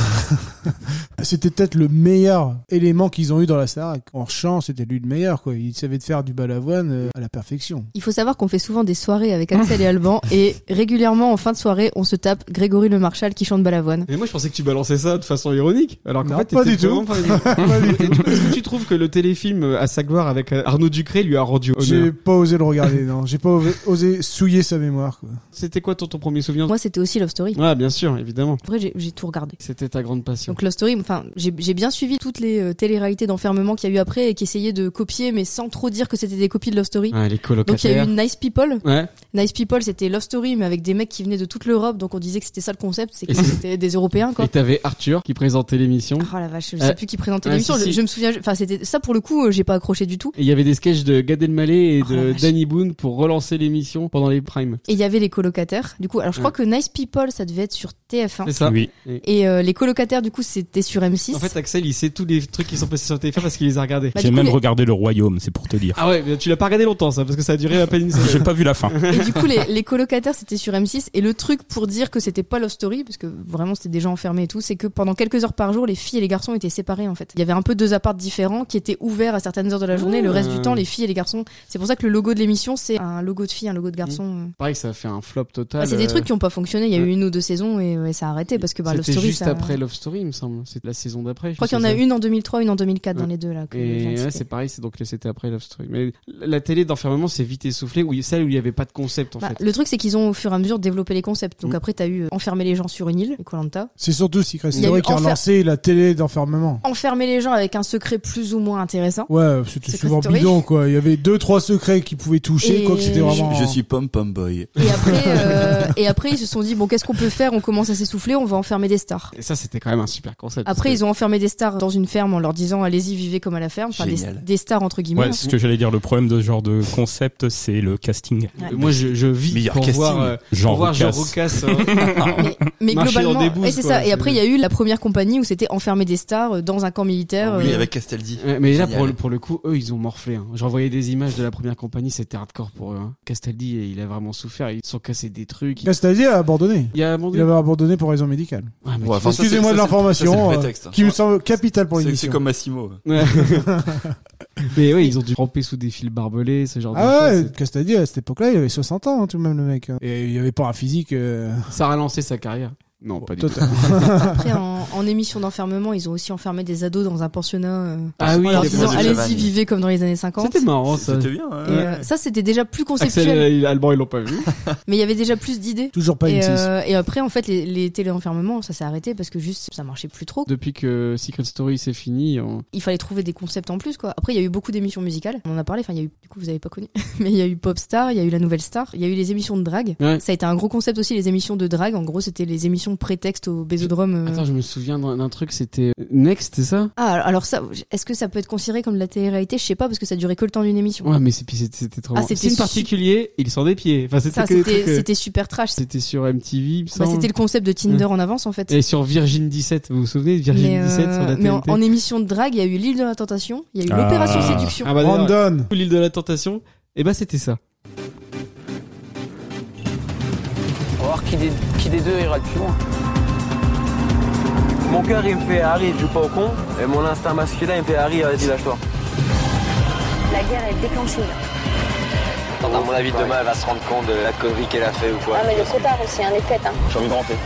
C'était peut-être le meilleur élément qu'ils ont eu dans la Starac. En chant, c'était lui le meilleur, quoi. Il savait de faire du balavoine à la perfection. Il faut savoir qu'on fait souvent des soirées avec Axel et Alban et régulièrement en fin de soirée, on se tape Grégory Le Marchal qui chante balavoine. Mais moi, je pensais que tu balançais ça de façon ironique. Alors qu'en Non, fait, pas t'étais du tout. vraiment pas Et du coup, est-ce que tu trouves que le téléfilm à sa gloire avec Arnaud Ducré lui a rendu honneur? J'ai pas osé le regarder, non. J'ai pas osé souiller sa mémoire, quoi. C'était quoi ton premier souvenir? Moi, c'était aussi Love Story. Ouais, bien sûr, évidemment. En vrai, j'ai tout regardé. C'était ta grande passion. Donc Love Story, enfin, j'ai bien suivi toutes les téléréalités d'enfermement qu'il y a eu après et qui essayaient de copier, mais sans trop dire que c'était des copies de Love Story. Ouais, les colocataires. Donc il y a eu Nice People. Ouais. Nice People, c'était Love Story, mais avec des mecs qui venaient de toute l'Europe, donc on disait que c'était ça le concept, c'est que Et c'est- c'était des Européens, quoi. Et t'avais Arthur qui présentait l'émission. Oh la vache, je sais plus qui présentait l'émission. si, si. Je me souviens, enfin c'était ça pour le coup, j'ai pas accroché du tout. Et il y avait des sketchs de Gad Elmaleh et Oh la de vache. Danny Boone pour relancer l'émission pendant les primes. Et il y avait les colocataires. Du coup, alors je crois que Nice People, ça devait être sur TF1. C'est ça? Oui. Et les colocataires, du coup, c'était sur M6. En fait, Axel, il sait tous les trucs qui sont passés sur TF1 parce qu'il les a regardés. Bah, J'ai du coup, même les- regardé Le Royaume, c'est pour te dire. Ah ouais, mais tu l'as pas regardé longtemps, ça, parce que ça a duré à peine une J'ai semaine. pas vu la fin. Et du coup, les colocataires, c'était sur M6. Et le truc pour dire que c'était pas Love Story, parce que vraiment c'était des gens enfermés et tout, c'est que pendant quelques heures par jour, les filles et les garçons étaient séparés en fait. Il y avait un peu deux apparts différents qui étaient ouverts à certaines heures de la journée. Le reste du temps, les filles et les garçons. C'est pour ça que le logo de l'émission, c'est un logo de fille, un logo de garçon. Pareil, ça a fait un flop total. Bah, c'est des trucs qui ont pas fonctionné. Il y a eu une ou deux saisons et ça a arrêté parce que bah, Love C'était Story, juste ça... après Love Story, il me semble. C'est la saison d'après. Je crois qu'il y en a une en 2003, une en 2004 dans Ouais. les deux là. Que je Et viens de ouais, citer. c'est pareil, c'est donc c'était après Love Story. Mais la télé d'enfermement s'est vite essoufflée, celle où il y avait pas de concept en Bah, fait. le truc, c'est qu'ils ont au fur et à mesure développé les concepts. Donc après, t'as eu enfermer les gens sur une île, Koh-Lanta. C'est surtout Secret Il y a Story eu qui a enfer- relancé la télé d'enfermement. Enfermer les gens avec un secret plus ou moins intéressant. Ouais, c'était Secret souvent Story. bidon, quoi. Il y avait 2-3 secrets qui pouvaient toucher, Et- quoi que c'était vraiment... Je suis Pom Pom Boy. Et après, ils se sont dit, bon, qu'est-ce qu'on peut faire? On commence à s'essouffler, on va enfermer des stars. Et ça, c'était quand même un super concept. Après, ils ont enfermé des stars dans une ferme en leur disant, allez-y, vivez comme à la ferme. Enfin, Génial. des stars entre guillemets. Ouais, c'est ce que j'allais dire. Le problème de ce genre de concept, c'est le casting. Ouais. Moi, je vis Meilleur pour casting. voir Jean pour voir Jean Roucas. Roucas. Mais Marcher globalement, dans des bouses, ouais, c'est quoi, ça. Et c'est- après, il y a eu la première compagnie où c'était enfermer des stars dans un camp militaire. Oui, avec Castaldi. Ouais, mais là, Génial. pour le coup, eux, ils ont morflé. Hein. J'envoyais des images de la première compagnie, c'était hardcore. hardcore pour eux. Hein. Castaldi, il a vraiment souffert. Ils se sont cassés des trucs. Castaldi a abandonné. Il a abandonné. Il avait abandonné pour raison médicale. Ouais, mais Ouais, enfin, ça, excusez-moi c'est- de ça, c'est- l'information, ça, c'est le prétexte, hein. qui me semble capitale pour C'est l'émission. comme Massimo. Ouais. Mais oui, ils ont dû ramper sous des fils barbelés, ce genre de Ah ouais, choses. Castaldi à cette époque-là, il avait 60 ans, hein, tout de même, le mec. Hein. Et il avait pas un physique. Ça a relancé sa carrière. Non, pas du tout. Total. Après, en émission d'enfermement, ils ont aussi enfermé des ados dans un pensionnat. Ah oui, en leur les disant, points de allez-y, Chavannes. vivez comme dans les années 50. C'était marrant, ça. C'était bien. Hein. Et ça, c'était déjà plus Axel conceptuel. et Alban, ils l'ont pas vu. Mais il y avait déjà plus d'idées. Toujours pas une Et, 6. et après, en fait, les télé-enfermements, ça s'est arrêté parce que juste, ça marchait plus trop. Depuis que Secret Story c'est fini, Il fallait trouver des concepts en plus, quoi. Après, il y a eu beaucoup d'émissions musicales. On en a parlé. Enfin, il y a eu, du coup, vous avez pas connu. Mais il y a eu Popstar, il y a eu la Nouvelle Star, il y a eu les émissions de drague. Ouais. Ça a été un gros concept aussi, les émissions de drague. En gros, c'était les émissions prétexte au Bésodrome. Attends, je me souviens d'un truc, c'était Next, c'est ça? Ah, alors ça, est-ce que ça peut être considéré comme de la télé-réalité? Je sais pas, parce que ça durait que le temps d'une émission. Ouais, mais c'était trop Ah, marrant. c'était Signe su- particulier, il sort des pieds. Enfin, Ça, que des trucs, c'était super trash. c'était sur MTV, il me Bah, semble. c'était le concept de Tinder en avance, en fait. Et sur Virgin 17, vous vous souvenez de Virgin Mais, 17 sur la mais TNT? en émission de drague, il y a eu l'île de la tentation, il y a eu Ah. l'opération séduction. Ah bah d'ailleurs, Brandon. l'île de la tentation, et bah c'était ça. On va voir qui des deux ira le plus loin. Mon cœur il me fait Harry, joue pas au con, et mon instinct masculin il me fait Harry, vas-y lâche-toi. La guerre est déclenchée là. À mon avis demain elle va se rendre compte de la connerie qu'elle a fait ou quoi. Ah mais le cotard aussi, hein, les têtes. Hein. J'ai envie de rentrer,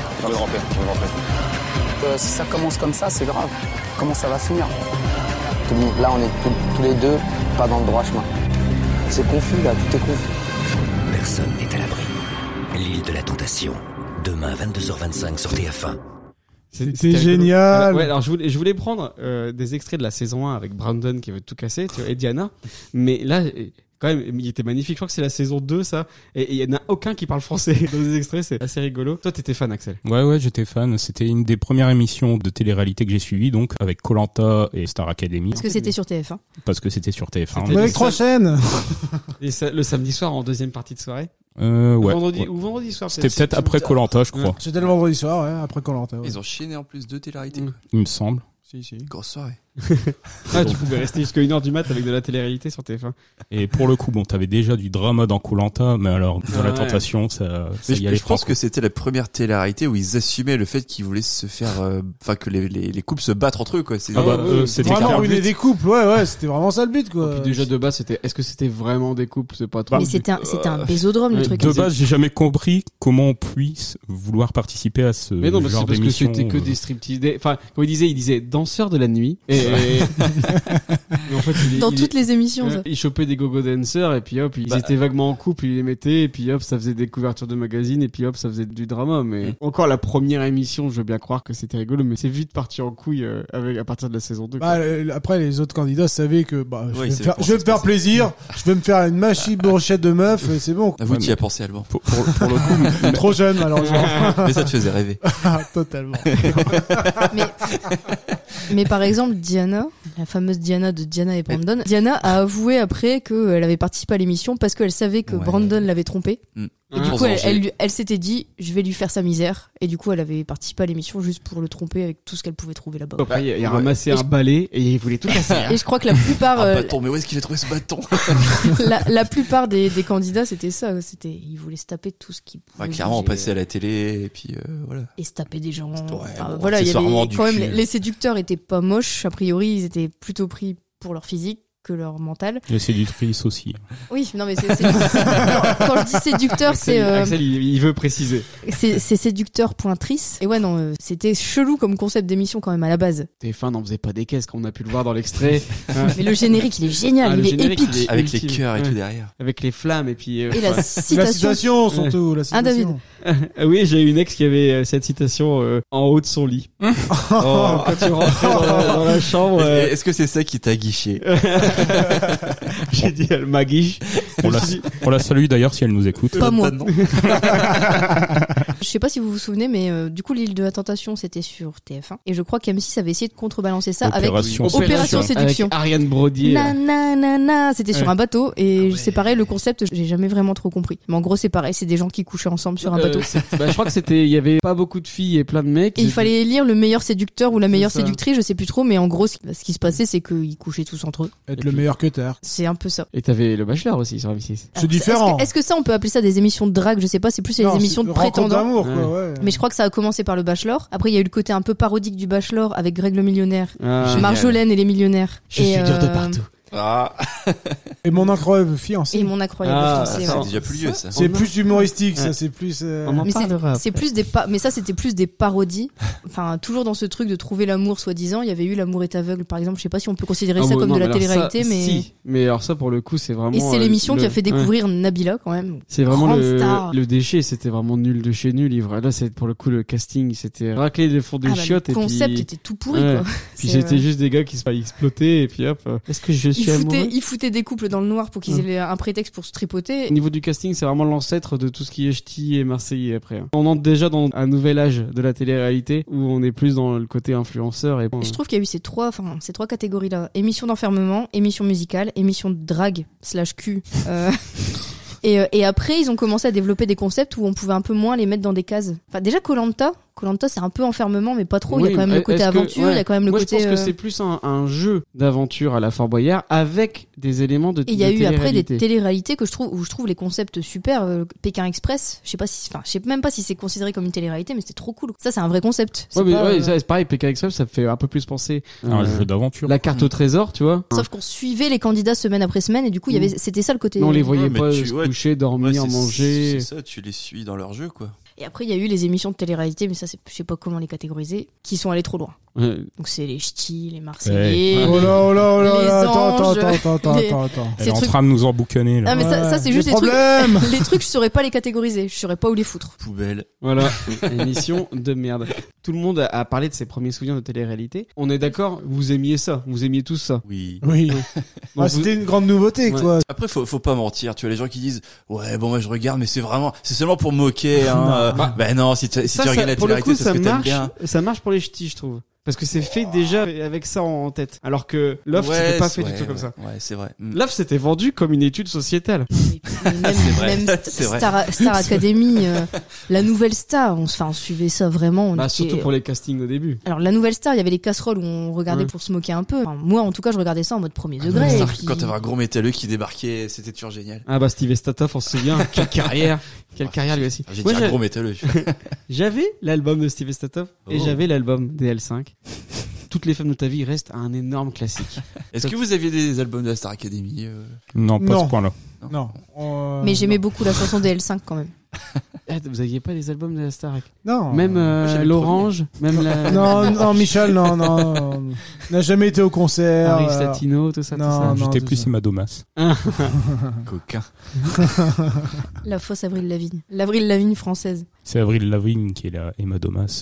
Si ça commence comme ça, c'est grave. Comment ça va finir? Là, on est tous les deux pas dans le droit chemin. C'est confus, là, tout est confus. Personne n'est à l'abri. L'île de la tentation. Demain, 22h25 sur TF1. C'était rigolo. génial. Ouais, alors je voulais prendre des extraits de la saison 1 avec Brandon qui veut tout casser, tu vois, et Diana. Mais là, quand même, il était magnifique. Je crois que c'est la saison 2, ça. Et il y en a aucun qui parle français dans les extraits. C'est assez rigolo. Toi, t'étais fan, Axel. Ouais, j'étais fan. C'était une des premières émissions de télé-réalité que j'ai suivies, donc, avec Koh-Lanta et Star Academy. Parce que c'était sur TF1. Parce que c'était sur TF1. C'était Avec 3 chaînes. Et le samedi soir en deuxième partie de soirée. Ouais. Ou vendredi soir. C'était peut-être après Koh-Lanta, je crois. C'était le vendredi soir, ouais, après Koh-Lanta. Ouais. Ils ont chiné en plus de télé-réalité. quoi. Il me semble. Si. Grosse soirée. Ah, tu pouvais rester jusqu'à 1h du mat avec de la télé-réalité sur TF1. Et pour le coup, bon, t'avais déjà du drama dans Koh-Lanta, mais alors, dans la Ouais. tentation, ça Mais y allait je pense franco. que c'était la première télé-réalité où ils assumaient le fait qu'ils voulaient se faire, enfin que les couples se battent entre eux quoi. C'est Ah bah, c'était Vraiment clair. ruiner des couples, ouais, c'était vraiment ça le but, quoi. Puis déjà de base, est-ce que c'était vraiment des couples? C'est pas trop. Mais c'était un bésodrome, le truc. De base, j'ai jamais compris comment on puisse vouloir participer à ce Mais non, mais c'est genre parce que d'émission. c'était que des striptease. Enfin, comme il disait danseurs de la nuit. Et mais en fait, Dans toutes les émissions, ça. il chopait des gogo dancers et puis hop, ils étaient vaguement en couple, il les mettait et puis hop, ça faisait des couvertures de magazines et puis hop, ça faisait du drama. Mais encore la première émission, je veux bien croire que c'était rigolo, mais c'est vite parti en couille à partir de la saison 2. Bah, après, les autres candidats savaient que je Ouais, vais, c'est me faire, pour je vais ça me faire plaisir, je vais me faire une machine brochette de meuf, et c'est bon. Avoue, tu y as pensé Alban. Pour le coup, Trop jeune, malheureusement. Mais ça te faisait rêver. Totalement. Mais par exemple, Diana, la fameuse Diana de Diana et Brandon, Diana a avoué après qu'elle avait participé à l'émission parce qu'elle savait que Brandon l'avait trompée. Et du coup, elle s'était dit, je vais lui faire sa misère. Et du coup, elle avait participé à l'émission juste pour le tromper avec tout ce qu'elle pouvait trouver là-bas. Après, il a ramassé un balai et il voulait tout casser. Et je crois que la plupart, Un bâton, mais où est-ce qu'il a trouvé ce bâton? la plupart des candidats, c'était ça. Ils voulaient se taper tout ce qu'ils pouvaient. Clairement, on passait à la télé et puis voilà. Et se taper des gens. bon, Voilà, il y avait accessoirement du quand même cul. les séducteurs étaient pas moches. A priori, ils étaient plutôt pris pour leur physique que leur mental. les séductrices aussi. Oui, non mais c'est quand je dis séducteur, c'est Axel, il veut préciser. c'est séducteur pointrice. Et ouais non, c'était chelou comme concept d'émission quand même à la base. TF1 n'en faisait pas des caisses, comme on a pu le voir dans l'extrait. Mais le générique, il est génial, il est épique. Avec les cœurs et tout derrière. Avec les flammes et puis. Et la La citation, surtout. La citation. David. Oui, j'ai une ex qui avait cette citation en haut de son lit. Quand tu rentrais dans la chambre. Est-ce que c'est ça qui t'a guiché? J'ai dit, elle m'a guiche. On la salue d'ailleurs si elle nous écoute. Pas moi. Je sais pas si vous vous souvenez, mais du coup, l'île de la Tentation, c'était sur TF1. Et je crois qu'M6 avait essayé de contrebalancer ça Opération avec Opération Séduction. Avec Ariane Brodier. Nanana, c'était sur un bateau. Et c'est pareil, le concept, j'ai jamais vraiment trop compris. Mais en gros, c'est pareil, c'est des gens qui couchaient ensemble sur un bateau. Je crois que il y avait pas beaucoup de filles et plein de mecs. Et il fallait élire le meilleur séducteur ou la meilleure séductrice, je sais plus trop, mais en gros, ce qui se passait, c'est qu'ils couchaient tous entre eux. Être le meilleur cutter. C'est un peu ça. Et t'avais le Bachelor aussi sur M6. C'est différent. Est-ce que ça, on peut appeler ça des émissions de drague? Je sais pas, c'est plus les émissions de prétendants. D'amour, quoi, ouais. Mais je crois que ça a commencé par le Bachelor. Après, il y a eu le côté un peu parodique du Bachelor avec Greg le millionnaire, Marjolaine et les millionnaires. Je suis dur de partout. Et mon incroyable fiancé. Et mon incroyable fiancé. C'est déjà plus vieux, ça. C'est plus humoristique, ça, c'est plus. On en parlera. C'est plus mais ça, c'était plus des parodies. Enfin, toujours dans ce truc de trouver l'amour, soi-disant. Il y avait eu L'amour est aveugle, par exemple. Je sais pas si on peut considérer ça comme de la télé-réalité, mais. Si. Mais alors ça, pour le coup, c'est vraiment. Et c'est l'émission qui a fait découvrir Nabila, quand même. C'est vraiment le déchet. C'était vraiment nul de chez nul. Là, c'est pour le coup le casting, c'était racler des fonds de chiottes. Le concept était tout pourri, quoi. Puis c'était juste des gars qui se faisaient exploter et puis hop. Est-ce que je suis amoureux? Ils foutaient des couples dans le noir pour qu'ils aient un prétexte pour se tripoter. Au niveau du casting, c'est vraiment l'ancêtre de tout ce qui est ch'ti et marseillais après. On entre déjà dans un nouvel âge de la télé-réalité où on est plus dans le côté influenceur. Et je trouve qu'il y a eu ces trois catégories-là. Émission d'enfermement, émission musicale, émission de drague /cul. Et après, ils ont commencé à développer des concepts où on pouvait un peu moins les mettre dans des cases. Enfin, déjà, Koh-Lanta, c'est un peu enfermement, mais pas trop. Il y a quand même le côté aventure, il y a quand même le côté... Moi, je pense que c'est plus un jeu d'aventure à la Fort Boyard avec des éléments de télé-réalité. Et il y a eu après des télé-réalités où je trouve les concepts super. Pékin Express, je sais même pas si c'est considéré comme une télé-réalité, mais c'était trop cool. Ça, c'est un vrai concept. C'est pareil, Pékin Express, ça me fait un peu plus penser un jeu d'aventure. La carte au trésor, tu vois. Sauf qu'on suivait les candidats semaine après semaine, et du coup, c'était ça le côté. On les voyait pas se coucher, dormir, manger. C'est ça, tu les suis dans leur jeu, quoi. Et après, il y a eu les émissions de télé-réalité, mais ça, je sais pas comment les catégoriser, qui sont allés trop loin. Donc c'est les ch'tis, les Marseillais, Oh là, les anges. Attends. Elle est en train de nous emboucaner, là. Ah, mais ça c'est juste les trucs, je saurais pas les catégoriser, je saurais pas où les foutre. Poubelle. Voilà, émission de merde. Tout le monde a parlé de ses premiers souvenirs de télé-réalité. On est d'accord, vous aimiez ça, vous aimiez tous ça. Oui. C'était une grande nouveauté, quoi. Après, faut pas mentir, tu vois, les gens qui disent, ouais, bon, moi je regarde, mais c'est seulement pour me moquer, hein. Non, si tu regardes la télé-réalité, c'est ce que t'aimes bien. Ça marche pour les ch'tis, je trouve. Parce que c'est fait déjà avec ça en tête. Alors que Love, c'était pas fait du tout comme ça. Ouais, c'est vrai. Love, c'était vendu comme une étude sociétale. Même Star Academy, la nouvelle star, on suivait ça vraiment. Surtout pour les castings au début. Alors, la nouvelle star, il y avait les casseroles où on regardait pour se moquer un peu. Enfin, moi, en tout cas, je regardais ça en mode premier degré. Quand t'avais un gros métalleux qui débarquait, c'était toujours génial. Steve Estatoff, on se souvient. Quelle carrière lui aussi. J'ai dit un gros métalleux. J'avais l'album de Steve Estatoff et j'avais l'album des L5. Toutes les femmes de ta vie restent un énorme classique. Est-ce que vous aviez des albums de la Star Academy Non, pas à ce point-là. Non. Mais j'aimais beaucoup la chanson des L5 quand même. Vous aviez pas des albums de la Star Academy? Non. Même l'Orange, même la... Non, Michel, non. N'a jamais été au concert. Paris Latino, tout ça. J'étais plus Emma Domas. Coquin. La fausse Avril Lavigne. L'Avril Lavigne française. C'est Avril Lavigne qui est la Emma Domas.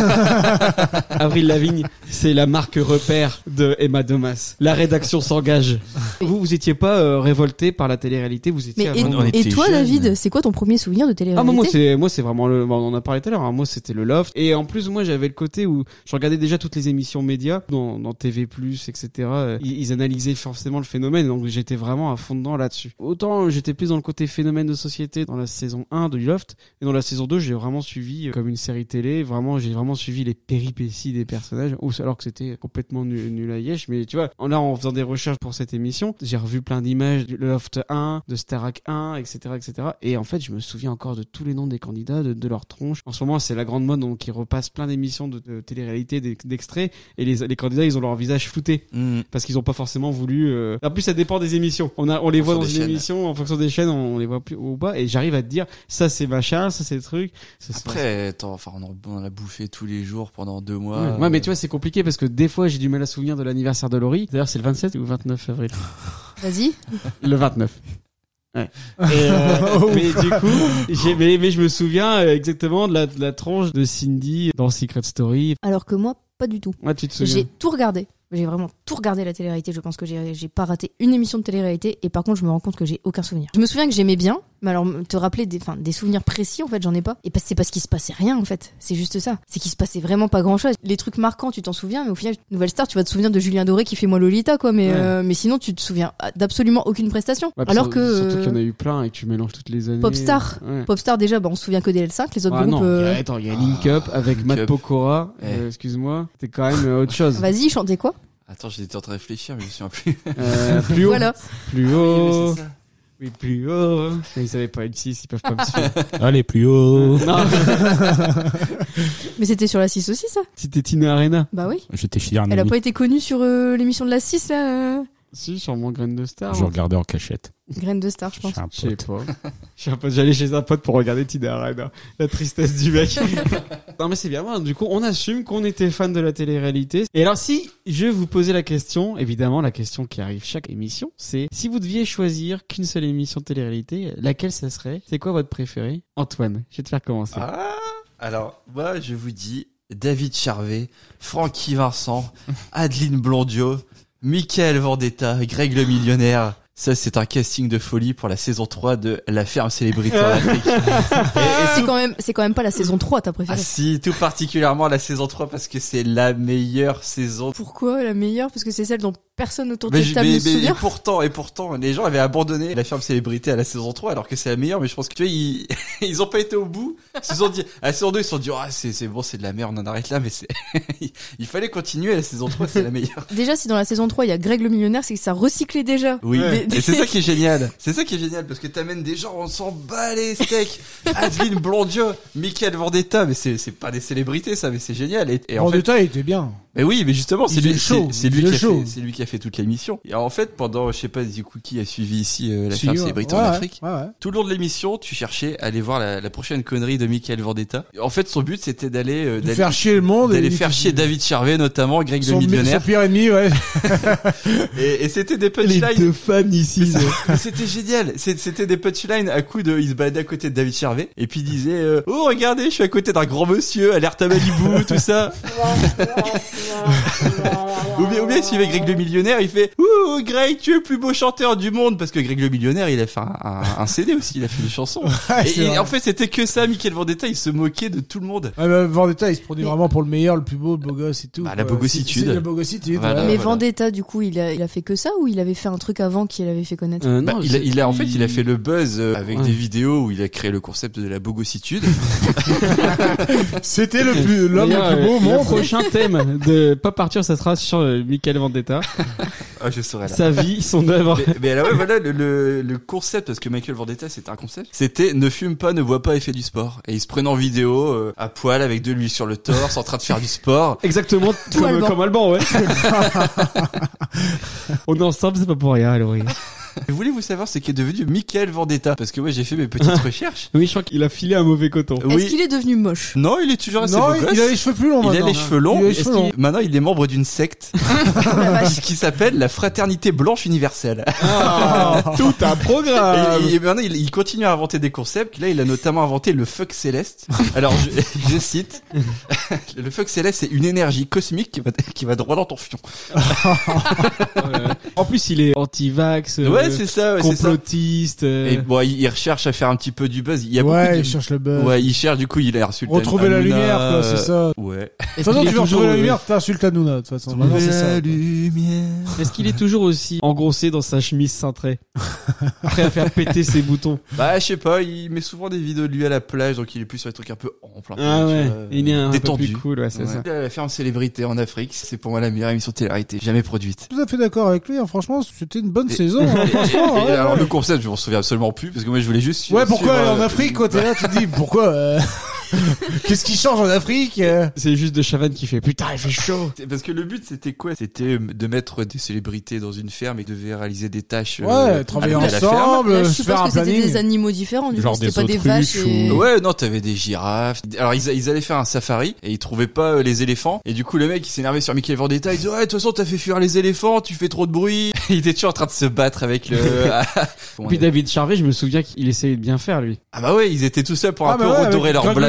Avril Lavigne, c'est la marque repère de Emma Domas. La rédaction s'engage. Vous étiez pas révolté par la télé-réalité, vous étiez... Et toi, David, c'est quoi ton premier souvenir de télé-réalité? Moi c'est vraiment on en a parlé tout à l'heure, hein. Moi c'était le Loft. Et en plus, moi j'avais le côté où je regardais déjà toutes les émissions médias, dans TV+, etc. Ils analysaient forcément le phénomène, donc j'étais vraiment à fond dedans là-dessus. Autant j'étais plus dans le côté phénomène de société dans la saison 1 du Loft, et dans la saison 2, j'ai vraiment suivi comme une série télé, j'ai vraiment suivi les péripéties des personnages, alors que c'était complètement nul à Yesh. Mais tu vois, en faisant des recherches pour cette émission, j'ai revu plein d'images du Loft 1, de Starac 1, etc. Et en fait, je me souviens encore de tous les noms des candidats, de leur tronche. En ce moment, c'est la grande mode, donc ils repassent plein d'émissions de télé-réalité, d'extraits, et les candidats, ils ont leur visage flouté, parce qu'ils ont pas forcément voulu... En plus, ça dépend des émissions. On les voit dans une émission, en fonction des chaînes, on les voit plus ou pas, et j'arrive à te dire, ça c'est machin, ça c'est le truc. Après, on en a bouffé tous les jours pendant 2 mois. Ouais, mais tu vois, c'est compliqué, parce que des fois, j'ai du mal à souvenir de l'anniversaire de Laurie. D'ailleurs, c'est le 27 ou 29 avril? Vas-y. Le 29. Ouais. Mais du coup, mais je me souviens exactement de la tronche de Cindy dans Secret Story. Alors que moi, pas du tout. Ouais, tu te souviens. J'ai tout regardé. J'ai vraiment tout regardé la télé-réalité. Je pense que j'ai pas raté une émission de télé-réalité. Et par contre, je me rends compte que j'ai aucun souvenir. Je me souviens que j'aimais bien, Mais alors, te rappeler des souvenirs précis, en fait, j'en ai pas. Et c'est parce qu'il se passait rien, en fait. C'est juste ça. C'est qu'il se passait vraiment pas grand-chose. Les trucs marquants, tu t'en souviens, mais au final, Nouvelle Star, tu vas te souvenir de Julien Doré qui fait Moi Lolita, quoi. Mais sinon, tu te souviens d'absolument aucune prestation. Ouais, alors que surtout qu'il y en a eu plein et que tu mélanges toutes les années. Popstar. Ouais. Popstar, déjà, on se souvient que des L5. Les autres groupes. Non, il y a Link Up avec Matt Pokora. Excuse-moi, c'était quand même autre chose. Vas-y, chantez quoi? Attends, j'étais en train de réfléchir, mais je me souviens plus. Plus haut. Voilà. Plus haut. Oui, plus haut. Ils savaient pas M6, ils peuvent pas me suivre. Allez, plus haut. Non. Mais c'était sur la 6 aussi, ça? C'était Tina Arena. Bah oui. J'étais chez Elle a pas été connue sur l'émission de la 6, là Si, sur mon Graine de Star. Je regardais en cachette. Graine de Star, je pense. Je sais pas. J'allais chez un pote pour regarder Tina Arena. La tristesse du mec. Non mais c'est bien. Du coup, on assume qu'on était fan de la télé-réalité. Et alors, si je vous posais la question, évidemment, la question qui arrive chaque émission, c'est si vous deviez choisir qu'une seule émission de télé-réalité, laquelle ça serait? C'est quoi votre préféré? Antoine, je vais te faire commencer. Alors, moi, je vous dis David Charvet, Francky Vincent, Adeline Blondio, Michael Vendetta, Greg le Millionnaire. Ça, c'est un casting de folie pour la saison 3 de La Ferme Célébrité en Afrique. C'est quand même pas la saison 3, ta préférée. Ah si, tout particulièrement la saison 3 parce que c'est la meilleure saison. Pourquoi la meilleure? Parce que c'est celle dont personne autour de cette table ne se souvient. Et pourtant, les gens avaient abandonné La Ferme Célébrité à la saison 3 alors que c'est la meilleure, mais je pense que tu vois, ils ont pas été au bout. Ils se sont dit, à la saison 2, ils se sont dit, c'est bon, c'est de la merde, on en arrête là, mais il fallait continuer à la saison 3, c'est la meilleure. Déjà, si dans la saison 3, il y a Greg le Millionnaire, c'est que ça recyclait déjà. Oui. Et c'est ça qui est génial. C'est ça qui est génial parce que t'amènes des gens, on s'en bat les steaks. Adeline Blondio, Michael Vendetta, mais c'est pas des célébrités ça, mais c'est génial. Et Vendetta, il était bien. Mais oui, mais justement, c'est lui qui a fait toute l'émission. Et en fait, pendant, je sais pas, Zikou qui a suivi ici La Ferme Célébrité en Afrique. Ouais. Tout le long de l'émission, tu cherchais à aller voir la prochaine connerie de Michael Vendetta. En fait, son but, c'était d'aller faire chier le monde, d'aller faire chier David Charvet, notamment Greg le Millionnaire. Son pire ennemi, ouais. et c'était des punchlines. Les deux fans ici. C'était génial. C'était des punchlines à coup de, il se baladait à côté de David Charvet et puis il disait, oh regardez, je suis à côté d'un grand monsieur, alerte à Malibu, tout ça. ou bien il suivait Greg le Millionnaire, il fait, ouh Greg, tu es le plus beau chanteur du monde, parce que Greg le Millionnaire, il a fait un CD aussi, il a fait des chansons. et en fait, c'était que ça, Michael Vendetta, il se moquait de tout le monde. Vendetta, il se prenait vraiment pour le meilleur, le plus beau, le beau gosse et tout. La bogossitude. C'est la bogossitude. Voilà, mais Vendetta, du coup, il a fait que ça ou il avait fait un truc avant qu'il avait fait connaître? Non, il a fait le buzz avec des vidéos où il a créé le concept de la bogossitude. C'était l'homme le plus beau au monde. Le prochain thème de Pop Arthur, ça sera sur Michael Vendetta. Je saurais là. Sa vie, son œuvre. Mais alors voilà, le concept, parce que Michael Vendetta, c'était un concept. C'était ne fume pas, ne bois pas et fais du sport. Et il se prenait en vidéo, à poil, avec de l'huile sur le torse, en train de faire du sport. Exactement, comme Alban, ouais. On est ensemble, c'est pas pour rien, alors. Voulez-vous savoir ce qui est devenu Michael Vendetta? Parce que j'ai fait mes petites recherches. Oui, je crois qu'il a filé un mauvais coton. Est-ce qu'il est devenu moche? Non, il est toujours assez beau gosse. Il a les cheveux plus longs maintenant. Il a les cheveux longs. Maintenant, il est membre d'une secte qui s'appelle la Fraternité Blanche Universelle. Tout un programme. Et maintenant, il continue à inventer des concepts. Là, il a notamment inventé le fuck céleste. Alors, je cite. Le fuck céleste, c'est une énergie cosmique qui va droit dans ton fion. En plus, il est anti-vax. Ouais, c'est ça, complotiste. Et bon, il recherche à faire un petit peu du buzz. Il y a il cherche le buzz. Ouais, il cherche, du coup, il a reçu retrouver la lumière, quoi, c'est ça. Ouais. De toute façon, tu veux retrouver la lumière, t'insultes Hanouna, de toute façon. C'est ça. Lumière. Est-ce qu'il est toujours aussi engrossé dans sa chemise cintrée? Prêt à faire péter ses boutons? Je sais pas, il met souvent des vidéos de lui à la plage, donc il est plus sur des trucs un peu amples. Il est un détendu. peu plus cool, ouais, c'est ça. La Ferme Célébrité en Afrique, c'est pour moi la meilleure émission de télé-réalité jamais produite. Tout à fait d'accord avec lui, franchement, c'était une bonne saison, franchement. Alors le concept, je m'en souviens absolument plus parce que moi je voulais juste. Pourquoi en Afrique quoi? T'es là, tu te dis pourquoi qu'est-ce qui change en Afrique? C'est juste de Chavannes qui fait putain, il fait chaud. Parce que le but c'était quoi? C'était de mettre des célébrités dans une ferme et de devaient réaliser des tâches. Travailler ensemble, je suppose que c'était des animaux différents, du coup c'était pas des vaches. Ouais, non, t'avais des girafes. Alors ils allaient faire un safari et ils trouvaient pas les éléphants et du coup le mec il s'énervait sur Michael Vendetta, il dit ouais de toute façon t'as fait fuir les éléphants, tu fais trop de bruit. Il était toujours en train de se battre avec le. Puis David Charvet, je me souviens qu'il essayait de bien faire lui. Ah bah ouais, ils étaient tout seuls pour un peu redorer leur blason.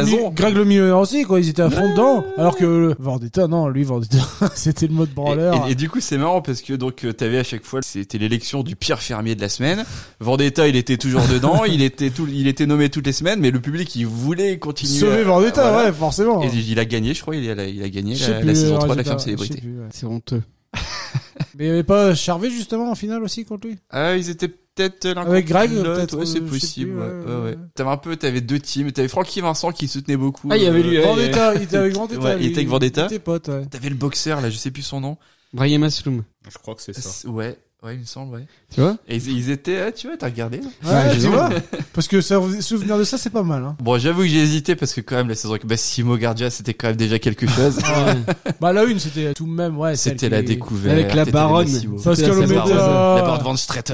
raison. Greg le millionnaire aussi, quoi. Ils étaient à fond dedans. Alors que Vendetta, c'était le mode branleur. Et du coup, c'est marrant parce que donc t'avais à chaque fois, c'était l'élection du pire fermier de la semaine. Vendetta, il était toujours dedans. il était nommé toutes les semaines, mais le public, il voulait continuer. Sauver Vendetta, ouais, forcément. Et il a gagné, je crois. Il a gagné la saison 3 de la ferme célébrité. C'est honteux. Mais il y avait pas Charvet justement en finale aussi contre lui. Ah, ils étaient peut-être l'un avec Greg, peut-être. Ouais, c'est possible. Ouais. T'avais deux teams. T'avais Francky Vincent qui soutenait beaucoup. Ah, il y avait lui. Vendetta, il était avec Vendetta. Ouais, il était avec Vendetta. Tes potes, ouais. T'avais le boxeur là, je sais plus son nom. Brahim Asloum. Je crois que c'est ça. Ouais, il me semble, ouais. Tu vois? Et ils étaient, tu vois, t'as regardé là? Ouais, tu vois. Parce que souvenir de ça, c'est pas mal, hein. Bon, j'avoue que j'ai hésité parce que quand même la saison avec Massimo Gardia, c'était quand même déjà quelque chose. Bah la une, c'était tout de même, ouais. C'était la découverte. Avec la baronne. Pascal Omeda. La baronne Van Straten.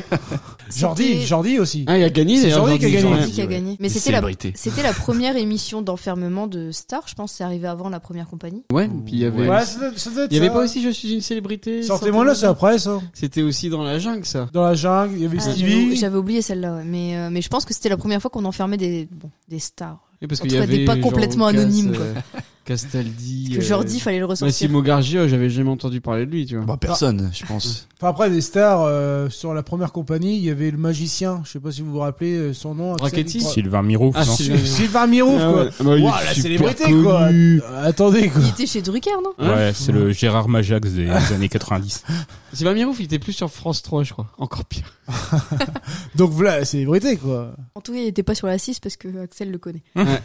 Jordi aussi. Ah, il a gagné. C'est Jordi qui a gagné. Mais c'était la première émission d'enfermement de Star, je pense, c'est arrivé avant la première compagnie. Ouais, puis il y avait. Ouais, ça doit être il y avait ça. pas aussi Je suis une célébrité. Sortez-moi là, c'est après ça. C'était aussi dans la jungle, ça. Dans la jungle, il y avait Stevie. J'avais oublié celle-là, ouais. Mais je pense que c'était la première fois qu'on enfermait des stars. Oui, parce en qu'il tout y cas, avait des pas complètement anonymes, quoi. Castaldi. Parce que Jordi, fallait le ressortir. Massimo Gargia, j'avais jamais entendu parler de lui, tu vois. Bah, personne, je pense. Enfin, après, des stars, sur la première compagnie, il y avait le magicien. Je sais pas si vous vous rappelez son nom. Rachetti. Sylvain Mirouf, non? Sylvain Mirouf, quoi. Wow, la célébrité, quoi. Attendez, quoi. Il était chez Drucker, non? Ouais, c'est le Gérard Majax des années 90. Sylvain Mirouf, il était plus sur France 3, je crois. Encore pire. Donc voilà, la célébrité, quoi. En tout cas, il était pas sur la 6 parce que Axel le connaît.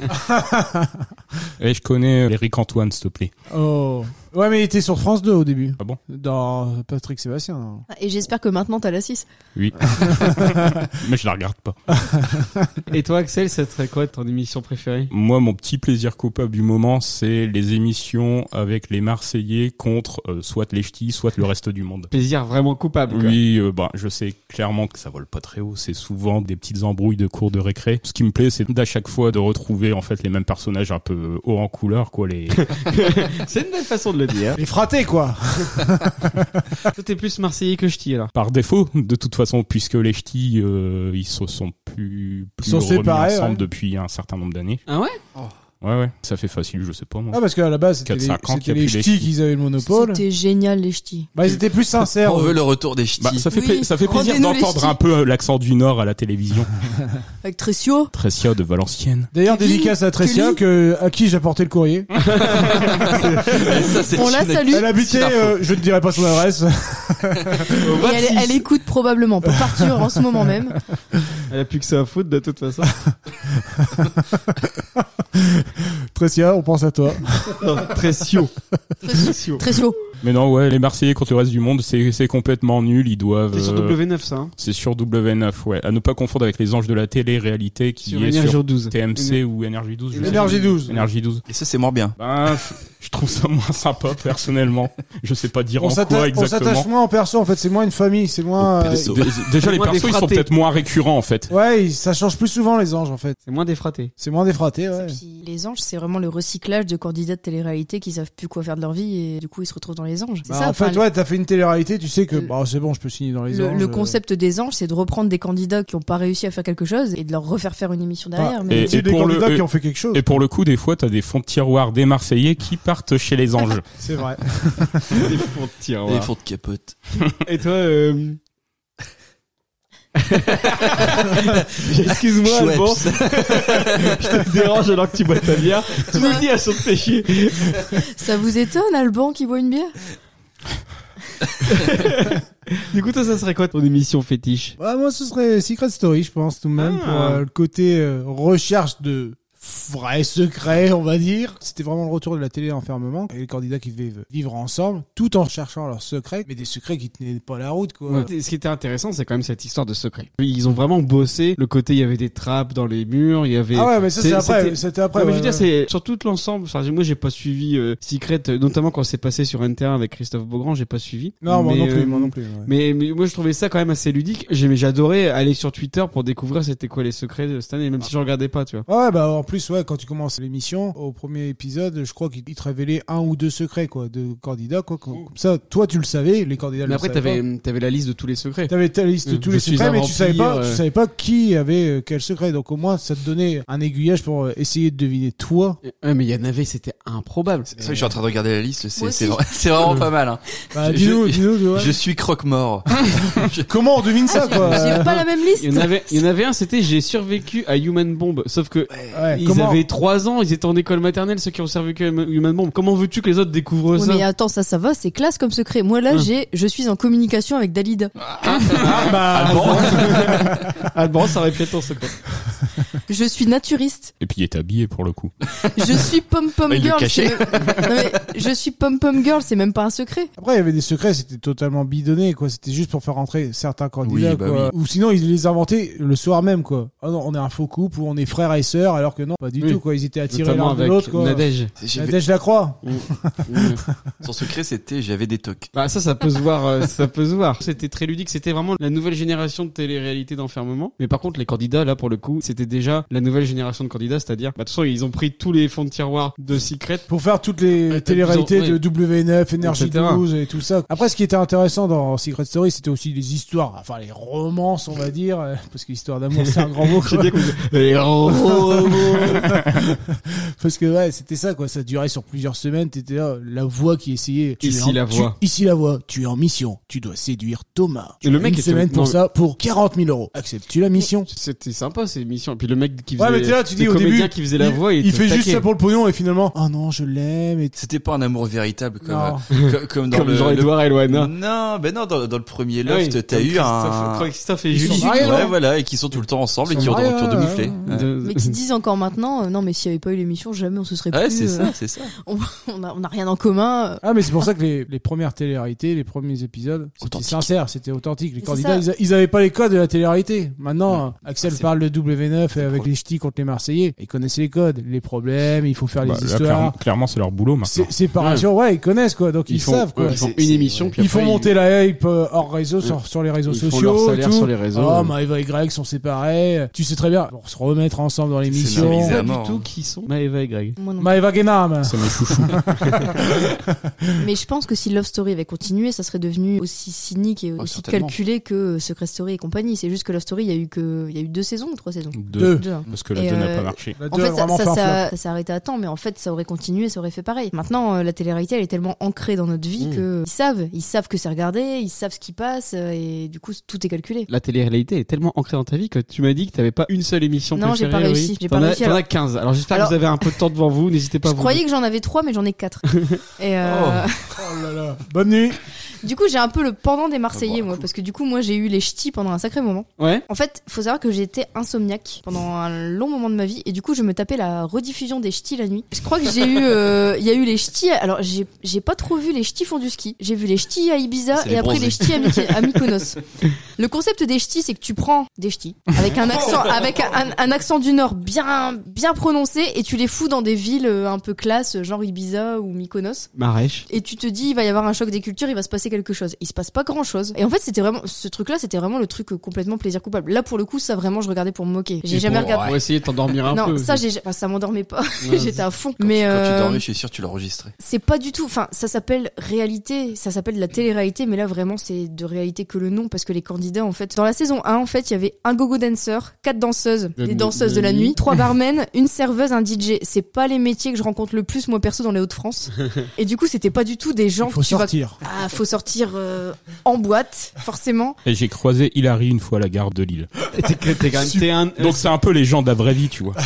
Et je connais Eric Antoine, s'il te plaît. Oh. Ouais, mais il était sur France 2 au début. Ah bon? Dans Patrick Sébastien. Non. Et j'espère que maintenant t'as la 6. Oui. Mais je la regarde pas. Et toi, Axel, ça serait quoi ton émission préférée? Moi, mon petit plaisir coupable du moment, c'est les émissions avec les Marseillais contre soit les ch'tis, soit le reste du monde. Plaisir vraiment coupable, quoi. Oui, je sais clairement que ça vole pas très haut. C'est souvent des petites embrouilles de cours de récré. Ce qui me plaît, c'est d'à chaque fois de retrouver en fait les mêmes personnages un peu haut en couleur, quoi. C'est une belle façon de le dire. Les fratés, quoi. Toi, t'es plus Marseillais que ch'ti, alors. Par défaut, de toute façon, puisque les ch'tis, ils se sont plus sont remis séparés, ensemble ouais. depuis un certain nombre d'années. Ah ouais? Ouais, ça fait facile, je sais pas moi. Ah, parce qu'à la base, c'était les ch'tis qui avaient le monopole. C'était génial, les ch'tis. Bah, ils étaient plus sincères. On veut le retour des ch'tis. Bah, ça fait plaisir d'entendre un peu l'accent du Nord à la télévision. Avec Trescio De Valenciennes. D'ailleurs, dédicace à Tressia, à qui j'ai apporté le courrier. On la salue. Elle habitait, je ne dirai pas son adresse. Et elle écoute probablement pour partir en ce moment même. Elle a plus que ça à foutre, de toute façon. Tressia, on pense à toi. Non, Trescio. Mais non, ouais, les Marseillais contre le reste du monde, c'est complètement nul. Ils doivent. C'est sur W9, ça. Hein. C'est sur W9, ouais. À ne pas confondre avec les anges de la télé-réalité qui sur est sur 12. TMC ou Énergie 12. Énergie 12. Énergie 12. Et ça, c'est moins bien. Ben, je trouve ça moins sympa, personnellement. Je sais pas dire en quoi exactement. On s'attache moins en perso, en fait. C'est moins une famille, c'est moins. Déjà, les persos, ils sont peut-être moins récurrents, en fait. Ouais, ça change plus souvent, les anges, en fait. C'est moins défraté. Ouais. Puis, les anges, c'est vraiment le recyclage de candidats de télé-réalité qui savent plus quoi faire de leur vie et du coup, ils se retrouvent dans les anges. C'est ça, en fait, ouais, t'as fait une télé-réalité, tu sais que, c'est bon, je peux signer dans les anges. Le concept des anges, c'est de reprendre des candidats qui ont pas réussi à faire quelque chose et de leur refaire faire une émission derrière. Mais c'est des candidats qui ont fait quelque chose. Et pour le coup, des fois, t'as des fonds de tiroir des Marseillais qui partent chez les anges. C'est vrai. Des fonds de tiroir. Des fonds de capote. Et toi, excuse-moi, Alban. Je te dérange alors que tu bois ta bière. Tu me dis à son péché. Ça vous étonne, Alban, qui boit une bière? Du coup, toi, ça serait quoi ton émission fétiche? Moi, ce serait Secret Story, je pense, tout de même, pour le côté recherche de vrai secret, on va dire. C'était vraiment le retour de la télé enfermement et les candidats qui devaient vivre ensemble tout en cherchant leurs secrets, mais des secrets qui tenaient pas la route, quoi. Ouais. Ce qui était intéressant, c'est quand même cette histoire de secret. Ils ont vraiment bossé le côté, il y avait des trappes dans les murs, il y avait... Ah ouais, mais ça c'était après. Non, mais je veux dire, c'est sur tout l'ensemble. Enfin, moi, j'ai pas suivi Secret, notamment quand c'est passé sur NT1 avec Christophe Beaugrand, j'ai pas suivi. Non, moi non plus. Ouais. Mais moi, je trouvais ça quand même assez ludique. J'adorais aller sur Twitter pour découvrir c'était quoi les secrets de cette année, même si je regardais pas, tu vois. Ouais, en plus plus, ouais, quand tu commences l'émission, au premier épisode, je crois qu'il te révélait 1 ou 2 secrets, quoi, de candidats, quoi. Comme ça, toi, tu le savais, les candidats Mais le après, savaient pas. t'avais la liste de tous les secrets. T'avais ta liste de tous les secrets, mais tu savais pas qui avait quel secret. Donc au moins, ça te donnait un aiguillage pour essayer de deviner toi. Ouais, mais il y en avait, c'était improbable. C'est vrai que je suis en train de regarder la liste, c'est vraiment pas mal, hein. Bah, dis-nous, ouais. Je suis croque-mort. Comment on devine ça, quoi? J'ai pas la même liste. Il y en avait un, c'était j'ai survécu à Human Bomb. Sauf que ils avaient 3 ans, ils étaient en école maternelle, ceux qui ont survécu à Human Bomb. Comment veux-tu que les autres découvrent ça? Mais attends, ça va, c'est classe comme secret. Moi là, je suis en communication avec Dalida. Alban, ça aurait pu être ton secret. Je suis naturiste. Et puis il est habillé pour le coup. Je suis pom-pom il le girl. cachait. Non, mais je suis pom-pom girl, c'est même pas un secret. Après, il y avait des secrets, c'était totalement bidonné, quoi. C'était juste pour faire rentrer certains candidats, Oui, bah quoi. oui. Ou sinon, ils les inventaient le soir même, quoi. Oh non, on est un faux couple, ou on est frères et sœurs, alors que non, pas du tout, quoi. Ils étaient attirés Notamment l'un de avec l'autre, quoi. Nadège. Nadège Lacroix. Son secret, c'était j'avais des tocs. Bah ça peut se voir, ça peut se voir. C'était très ludique, c'était vraiment la nouvelle génération de télé-réalité d'enfermement. Mais par contre, les candidats, là, pour le coup, c'était déjà la nouvelle génération de candidats, c'est-à-dire, de toute façon, ils ont pris tous les fonds de tiroir de Secret. Pour faire toutes les télé-réalités ouais. de W9, Energy Etc. 12 et tout ça. Après, ce qui était intéressant dans Secret Story, c'était aussi les histoires, enfin les romances, on va dire, parce que l'histoire d'amour, c'est un grand mot, quoi. Les romans. Parce que ouais, c'était ça, quoi. Ça durait sur plusieurs semaines. T'étais là, la voix qui essayait. Ici la voix. Ici la voix. Tu es en mission. Tu dois séduire Thomas. Et le mec une était- semaine pour non, ça, pour 40 000 euros. Acceptes-tu la mission? C'était sympa ces émissions. Et puis le mec qui faisait, Ouais, mais t'es là, tu dis le au comédien début, qui faisait la voix, il était fait au juste taquet. ça pour le pognon et finalement, oh non, je l'aime. Et C'était pas un amour véritable comme Non. comme dans Comme le Jean-Edouard et Loana. Non, ben non, dans le premier Ah oui, Loft, t'as comme eu un Christophe et Ils sont Julie. mariés, ouais, non voilà, et qui sont tout le temps ensemble et Ils qui sont ont mariés, de mufler. ouais. Ouais. Mais qui disent encore maintenant, non mais s'il y avait pas eu l'émission, jamais on se serait Ouais, plus. c'est ça, c'est ça. On a rien en commun. Ah, mais c'est pour ça que les premières téléréalités, les premiers épisodes, c'était Authentique. sincère, c'était authentique. Les C'est candidats, ça. ils avaient pas les codes de la téléréalité. Maintenant, Axel c'est- parle de W9 et avec cool. les ch'tis contre les Marseillais. Ils connaissent les codes, les problèmes, il faut faire Bah, les là, histoires. clairement, c'est leur boulot maintenant. Séparation, ouais, ils connaissent, quoi. Donc ils font, savent, quoi. Ils font C'est- une émission, puis Ils après, font monter la hype hors réseau sur les réseaux Ils font sociaux leur et salaire tout. sur les réseaux, Oh, ouais. Maëva et Greg sont séparés. Tu sais très bien, pour se remettre ensemble dans l'émission. scénarisé à Pas mort, du tout hein. qui sont Maëva et Greg. Moi non. Maëva Guénam. C'est mes chouchous. Mais je pense que si Love Story avait continué, ça serait devenu aussi cynique et aussi certainement. calculé que Secret Story et compagnie. C'est juste que Love Story, il y a eu 2 saisons ou 3 saisons. Deux. Deux, hein. Parce que la Et 2 n'a pas marché. La En deux a fait, vraiment fait un flop. ça s'est arrêté à temps, mais en fait, ça aurait continué, ça aurait fait pareil. Maintenant, la télé-réalité, elle est tellement ancrée dans notre vie que ils savent que c'est regardé, ils savent ce qui passe, et du coup, tout est calculé. La télé-réalité est tellement ancrée dans ta vie que tu m'as dit que t'avais pas une seule émission Non, j'ai préférée. pas réussi, oui. j'ai pas réussi, T'en as alors. 15. Alors j'espère Alors- que vous avez un peu de temps devant vous, n'hésitez pas à Je vous. croyais que j'en avais 3, mais j'en ai 4. Et Oh là là. Bonne nuit. du coup, j'ai un peu le pendant des Marseillais, moi, parce que du coup, moi, j'ai eu les ch'tis pendant un sacré moment. Ouais. En fait, faut savoir que j'ai été insomniaque pendant un long moment de ma vie, et du coup, je me tapais la rediffusion des ch'tis la nuit. Je crois que j'ai eu, il y a eu les ch'tis. Alors, j'ai pas trop vu les ch'tis font du ski. J'ai vu les ch'tis à Ibiza C'est et les après bronzés. les ch'tis à Mykonos. Le concept des ch'tis, c'est que tu prends des ch'tis avec un accent, avec un accent du Nord bien prononcé, et tu les fous dans des villes un peu classe, genre Ibiza ou Mykonos. Marèche. Et tu te dis, il va y avoir un choc des cultures, il va se passer quelque chose. Il se passe pas grand chose. Et en fait, ce truc-là, c'était vraiment le truc complètement plaisir coupable. Là, pour le coup, ça vraiment, je regardais pour me moquer. J'ai jamais regardé. Pour essayer de t'endormir un Non, peu. ça, ça m'endormait pas. Ouais. J'étais à fond. Quand Mais tu dormais, je suis sûr que tu l'enregistrais. c'est pas du tout. Enfin, ça s'appelle réalité, ça s'appelle de la télé-réalité, mais là vraiment, c'est de réalité que le nom, parce que les candidats, en fait, dans la saison 1, en fait, il y avait un gogo dancer, 4 danseuses, les danseuses de la nuit, 3 barmen, une serveuse, un DJ. C'est pas les métiers que je rencontre le plus, moi perso, dans les Hauts-de-France. Et du coup, c'était pas du tout des gens Il faut que tu vas sortir. ah, faut sortir en boîte, forcément. Et j'ai croisé Hilary une fois à la gare de Lille. T'es un. Donc c'est un peu les gens de la vraie vie, tu vois.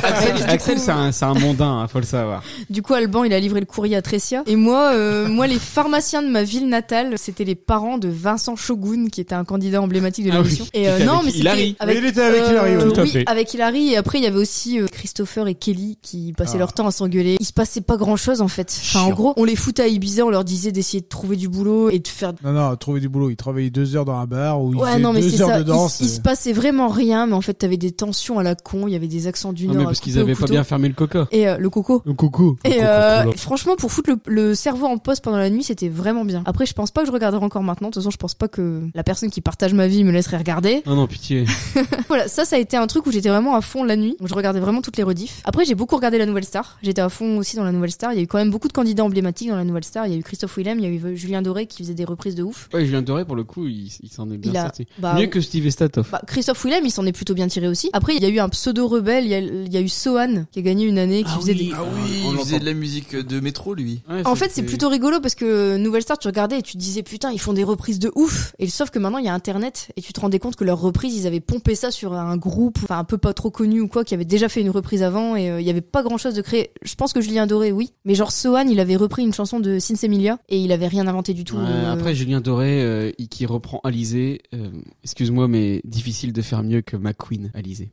Axel, c'est un mondain, hein, faut le savoir. Du coup, Alban, il a livré le courrier à Tressia. Et moi, les pharmaciens de ma ville natale, c'était les parents de Vincent Shogun, qui était un candidat emblématique de Ah l'émission. oui. Et Qui était non, avec mais Hilary. c'était Il était avec Hilary, oui. Tout à oui, fait. avec Hilary. Et après, il y avait aussi Christopher et Kelly qui passaient leur temps à s'engueuler. Il se passait pas grand chose, en fait. Enfin, en Chiant. gros, on les foutait à Ibiza, on leur disait d'essayer de trouver du boulot et de faire. Non, trouver du boulot. Il travaillait 2 heures dans un bar où il Ouais, faisait non, mais 2 c'est heures ça. de danse. Il se passait vraiment rien, mais en fait t'avais des tensions à la con, il y avait des accents du Nord. Mais parce qu'ils avaient pas bien fermé le coca. Et le coco. Le coco. Et franchement, pour foutre le cerveau en pause pendant la nuit, c'était vraiment bien. Après, je pense pas que je regarderai encore maintenant. De toute façon, je pense pas que la personne qui partage ma vie me laisserait regarder. Oh non, pitié. Voilà, ça a été un truc où j'étais vraiment à fond la nuit. Donc je regardais vraiment toutes les rediffs. Après, j'ai beaucoup regardé la Nouvelle Star. J'étais à fond aussi dans la Nouvelle Star. Il y a eu quand même beaucoup de candidats emblématiques dans la Nouvelle Star. Il y a eu Christophe Willem, il y a eu Julien Doré qui faisait des reprises de ouf. Ouais, Julien Doré, pour le coup, il s'en est bien sorti. Bah, mieux que Steve Estatoff. Bah, Christophe Willem, il s'en est plutôt bien tiré aussi. Après, il y a eu un pseudo rebelle. Il y a eu Sohan qui a gagné une année, qui faisait des... Ah oui, il faisait de la musique de métro, lui. Ouais, en fait, c'est plutôt rigolo parce que Nouvelle Star, tu regardais et tu te disais putain, ils font des reprises de ouf. Et sauf que maintenant, il y a Internet et tu te rendais compte que leurs reprises, ils avaient pompé ça sur un groupe, enfin un peu pas trop connu ou quoi, qui avait déjà fait une reprise avant et il y avait pas grand chose de créé. Je pense que Julien Doré, oui, mais genre Sohan, il avait repris une chanson de Sinsemilia et il avait rien inventé du tout. Après, Julien Doré, qui reprend Alizé, excuse-moi, mais difficile de faire mieux que McQueen Alizé.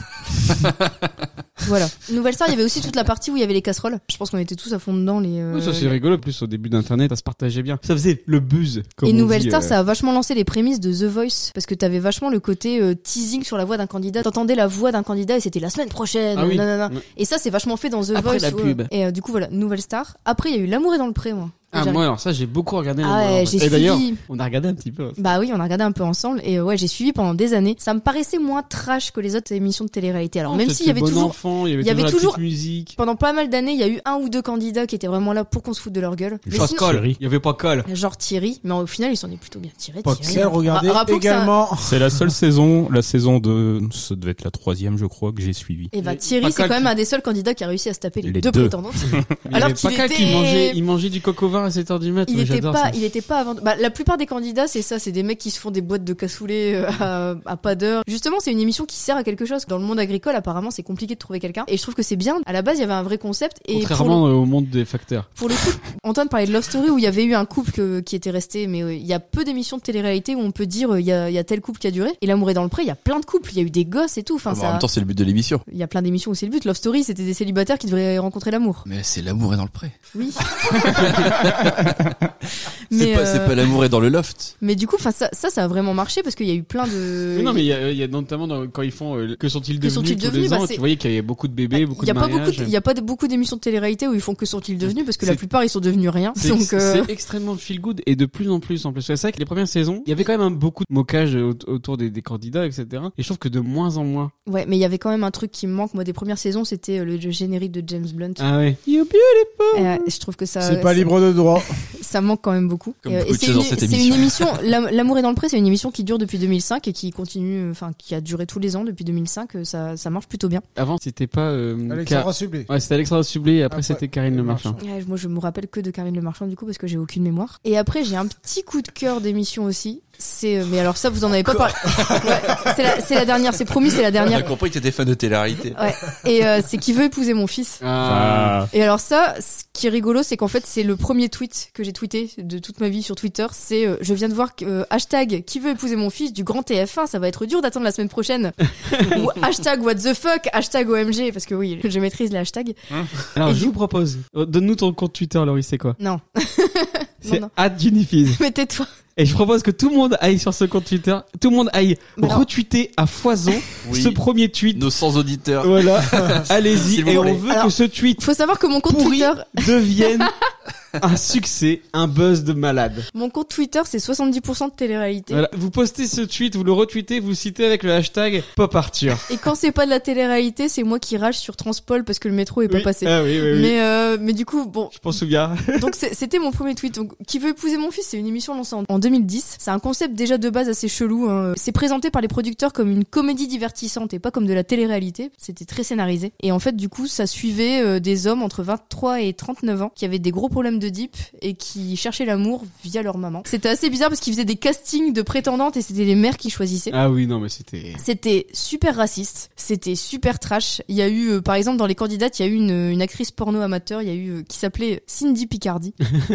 Voilà. Nouvelle Star, il y avait aussi toute la partie où il y avait les casseroles. Je pense qu'on était tous à fond dedans. Oui, ça c'est rigolo. Plus au début d'Internet, ça se partageait bien. Ça faisait le buzz. Comme et on Nouvelle dit, Star, ça a vachement lancé les prémices de The Voice parce que t'avais vachement le côté teasing sur la voix d'un candidat. T'entendais la voix d'un candidat et c'était la semaine prochaine. Ah oui. Nanana. Et ça, c'est vachement fait dans The Après Voice. la pub. Et du coup, voilà, Nouvelle Star. Après, il y a eu L'amour est dans le pré, moi. Ah, moi, alors ça, j'ai beaucoup regardé. Ouais, j'ai et d'ailleurs, suivi. on a regardé un petit peu. Bah oui, on a regardé un peu ensemble et ouais, j'ai suivi pendant des années. Ça me paraissait moins trash que les autres émissions de télé-réalité. Alors même s'il y avait toujours, enfant, il y avait toujours la musique. Pendant pas mal d'années, il y a eu un ou deux candidats qui étaient vraiment là pour qu'on se foute de leur gueule. Genre Thierry. Il y avait pas Cole. Genre Thierry, mais au final, ils s'en est plutôt bien tirés. Pixel, regardez également. C'est la seule saison, la saison de, ça devait être la 3e, je crois, que j'ai suivi. Et bah Thierry, c'est quand même un des seuls candidats qui a réussi à se taper les deux prétendantes. Alors qu'il il mangeait du coq au vin à 7h du matin. Il était pas avant. Bah, la plupart des candidats, c'est ça, c'est des mecs qui se font des boîtes de cassoulet à pas d'heure. Justement, c'est une émission qui sert à quelque chose. Dans le monde agricole, apparemment, c'est compliqué de trouver quelqu'un. Et je trouve que c'est bien. À la base, il y avait un vrai concept. Et contrairement au monde des facteurs. Pour le coup, Antoine parlait de Love Story où il y avait eu un couple qui était resté, mais il y a peu d'émissions de télé-réalité où on peut dire il y a tel couple qui a duré. Et L'amour est dans le pré, il y a plein de couples, il y a eu des gosses et tout. Enfin, en même temps, c'est le but de l'émission. Il y a plein d'émissions où c'est le but. Love Story, c'était des célibataires qui devraient rencontrer l'amour. Mais c'est L'amour est dans le pré. Oui. C'est pas L'amour est dans le loft. Mais du coup, enfin ça a vraiment marché parce qu'il y a eu plein de. Mais non, mais il y a notamment quand ils font que sont-ils devenus tous les ans, tu voyais qu'il y avait beaucoup de bébés, beaucoup de mariages. Il y a pas beaucoup d'émissions de télé-réalité où ils font que sont-ils devenus parce que la plupart ils sont devenus rien. C'est extrêmement feel good et de plus en plus en plus. C'est vrai que les premières saisons, il y avait quand même beaucoup de moquage autour des candidats, etc. Et je trouve que de moins en moins. Ouais, mais il y avait quand même un truc qui me manque moi des premières saisons, c'était le générique de James Blunt. Ah ouais. You're beautiful. Je trouve que ça. C'est pas libre de droit. Ça manque quand même beaucoup. Et c'est une émission. L'amour est dans le pré, c'est une émission qui dure depuis 2005 et qui continue, enfin qui a duré tous les ans depuis 2005. Ça marche plutôt bien. Avant c'était pas Alexandra Sublet. Ouais, c'était Alexandra Sublet et après c'était Karine Le Marchand. Ouais, moi je me rappelle que de Karine Le Marchand du coup parce que j'ai aucune mémoire. Et après j'ai un petit coup de cœur d'émission aussi. Mais alors ça vous en avez pas parlé. Ouais, c'est la dernière, c'est promis, c'est la dernière. On a compris que t'étais fan de télé-réalité. Ouais. Et c'est Qui veut épouser mon fils. Et alors ça, ce qui est rigolo, c'est qu'en fait c'est le premier tweet que j'ai tweeté de toute ma vie sur Twitter. C'est je viens de voir hashtag Qui veut épouser mon fils du grand TF1. Ça va être dur d'attendre la semaine prochaine. Ou hashtag what the fuck, hashtag OMG parce que oui, je maîtrise les hashtags. Alors je vous propose, donne-nous ton compte Twitter, Laurie, c'est quoi? Non. C'est @Junifiz. Mais tais-toi. Et je propose que tout le monde aille sur ce compte Twitter, tout le monde aille retweeter à foison ce premier tweet. Nos 100 auditeurs. Voilà. Allez-y. Et on veut que ce tweet faut savoir que mon compte Twitter devienne un succès, un buzz de malade. Mon compte Twitter, c'est 70% de télé-réalité. Voilà. Vous postez ce tweet, vous le retweetez, vous citez avec le hashtag Pop Arthur. Et quand c'est pas de la télé-réalité, c'est moi qui rage sur Transpol parce que le métro est pas passé. Ah oui. Mais du coup, bon. Je m'en souviens. Donc c'était mon premier tweet. Donc, Qui veut épouser mon fils, c'est une émission lancée en 2010. C'est un concept déjà de base assez chelou. Hein. C'est présenté par les producteurs comme une comédie divertissante et pas comme de la télé-réalité. C'était très scénarisé. Et en fait, du coup, ça suivait des hommes entre 23 et 39 ans qui avaient des gros problèmes de deep et qui cherchaient l'amour via leur maman. C'était assez bizarre parce qu'ils faisaient des castings de prétendantes et c'était les mères qui choisissaient. Ah oui, non mais C'était super raciste, c'était super trash. Il y a eu, par exemple, dans les candidates, il y a eu une actrice porno amateur, il y a eu qui s'appelait Cindy Picardi.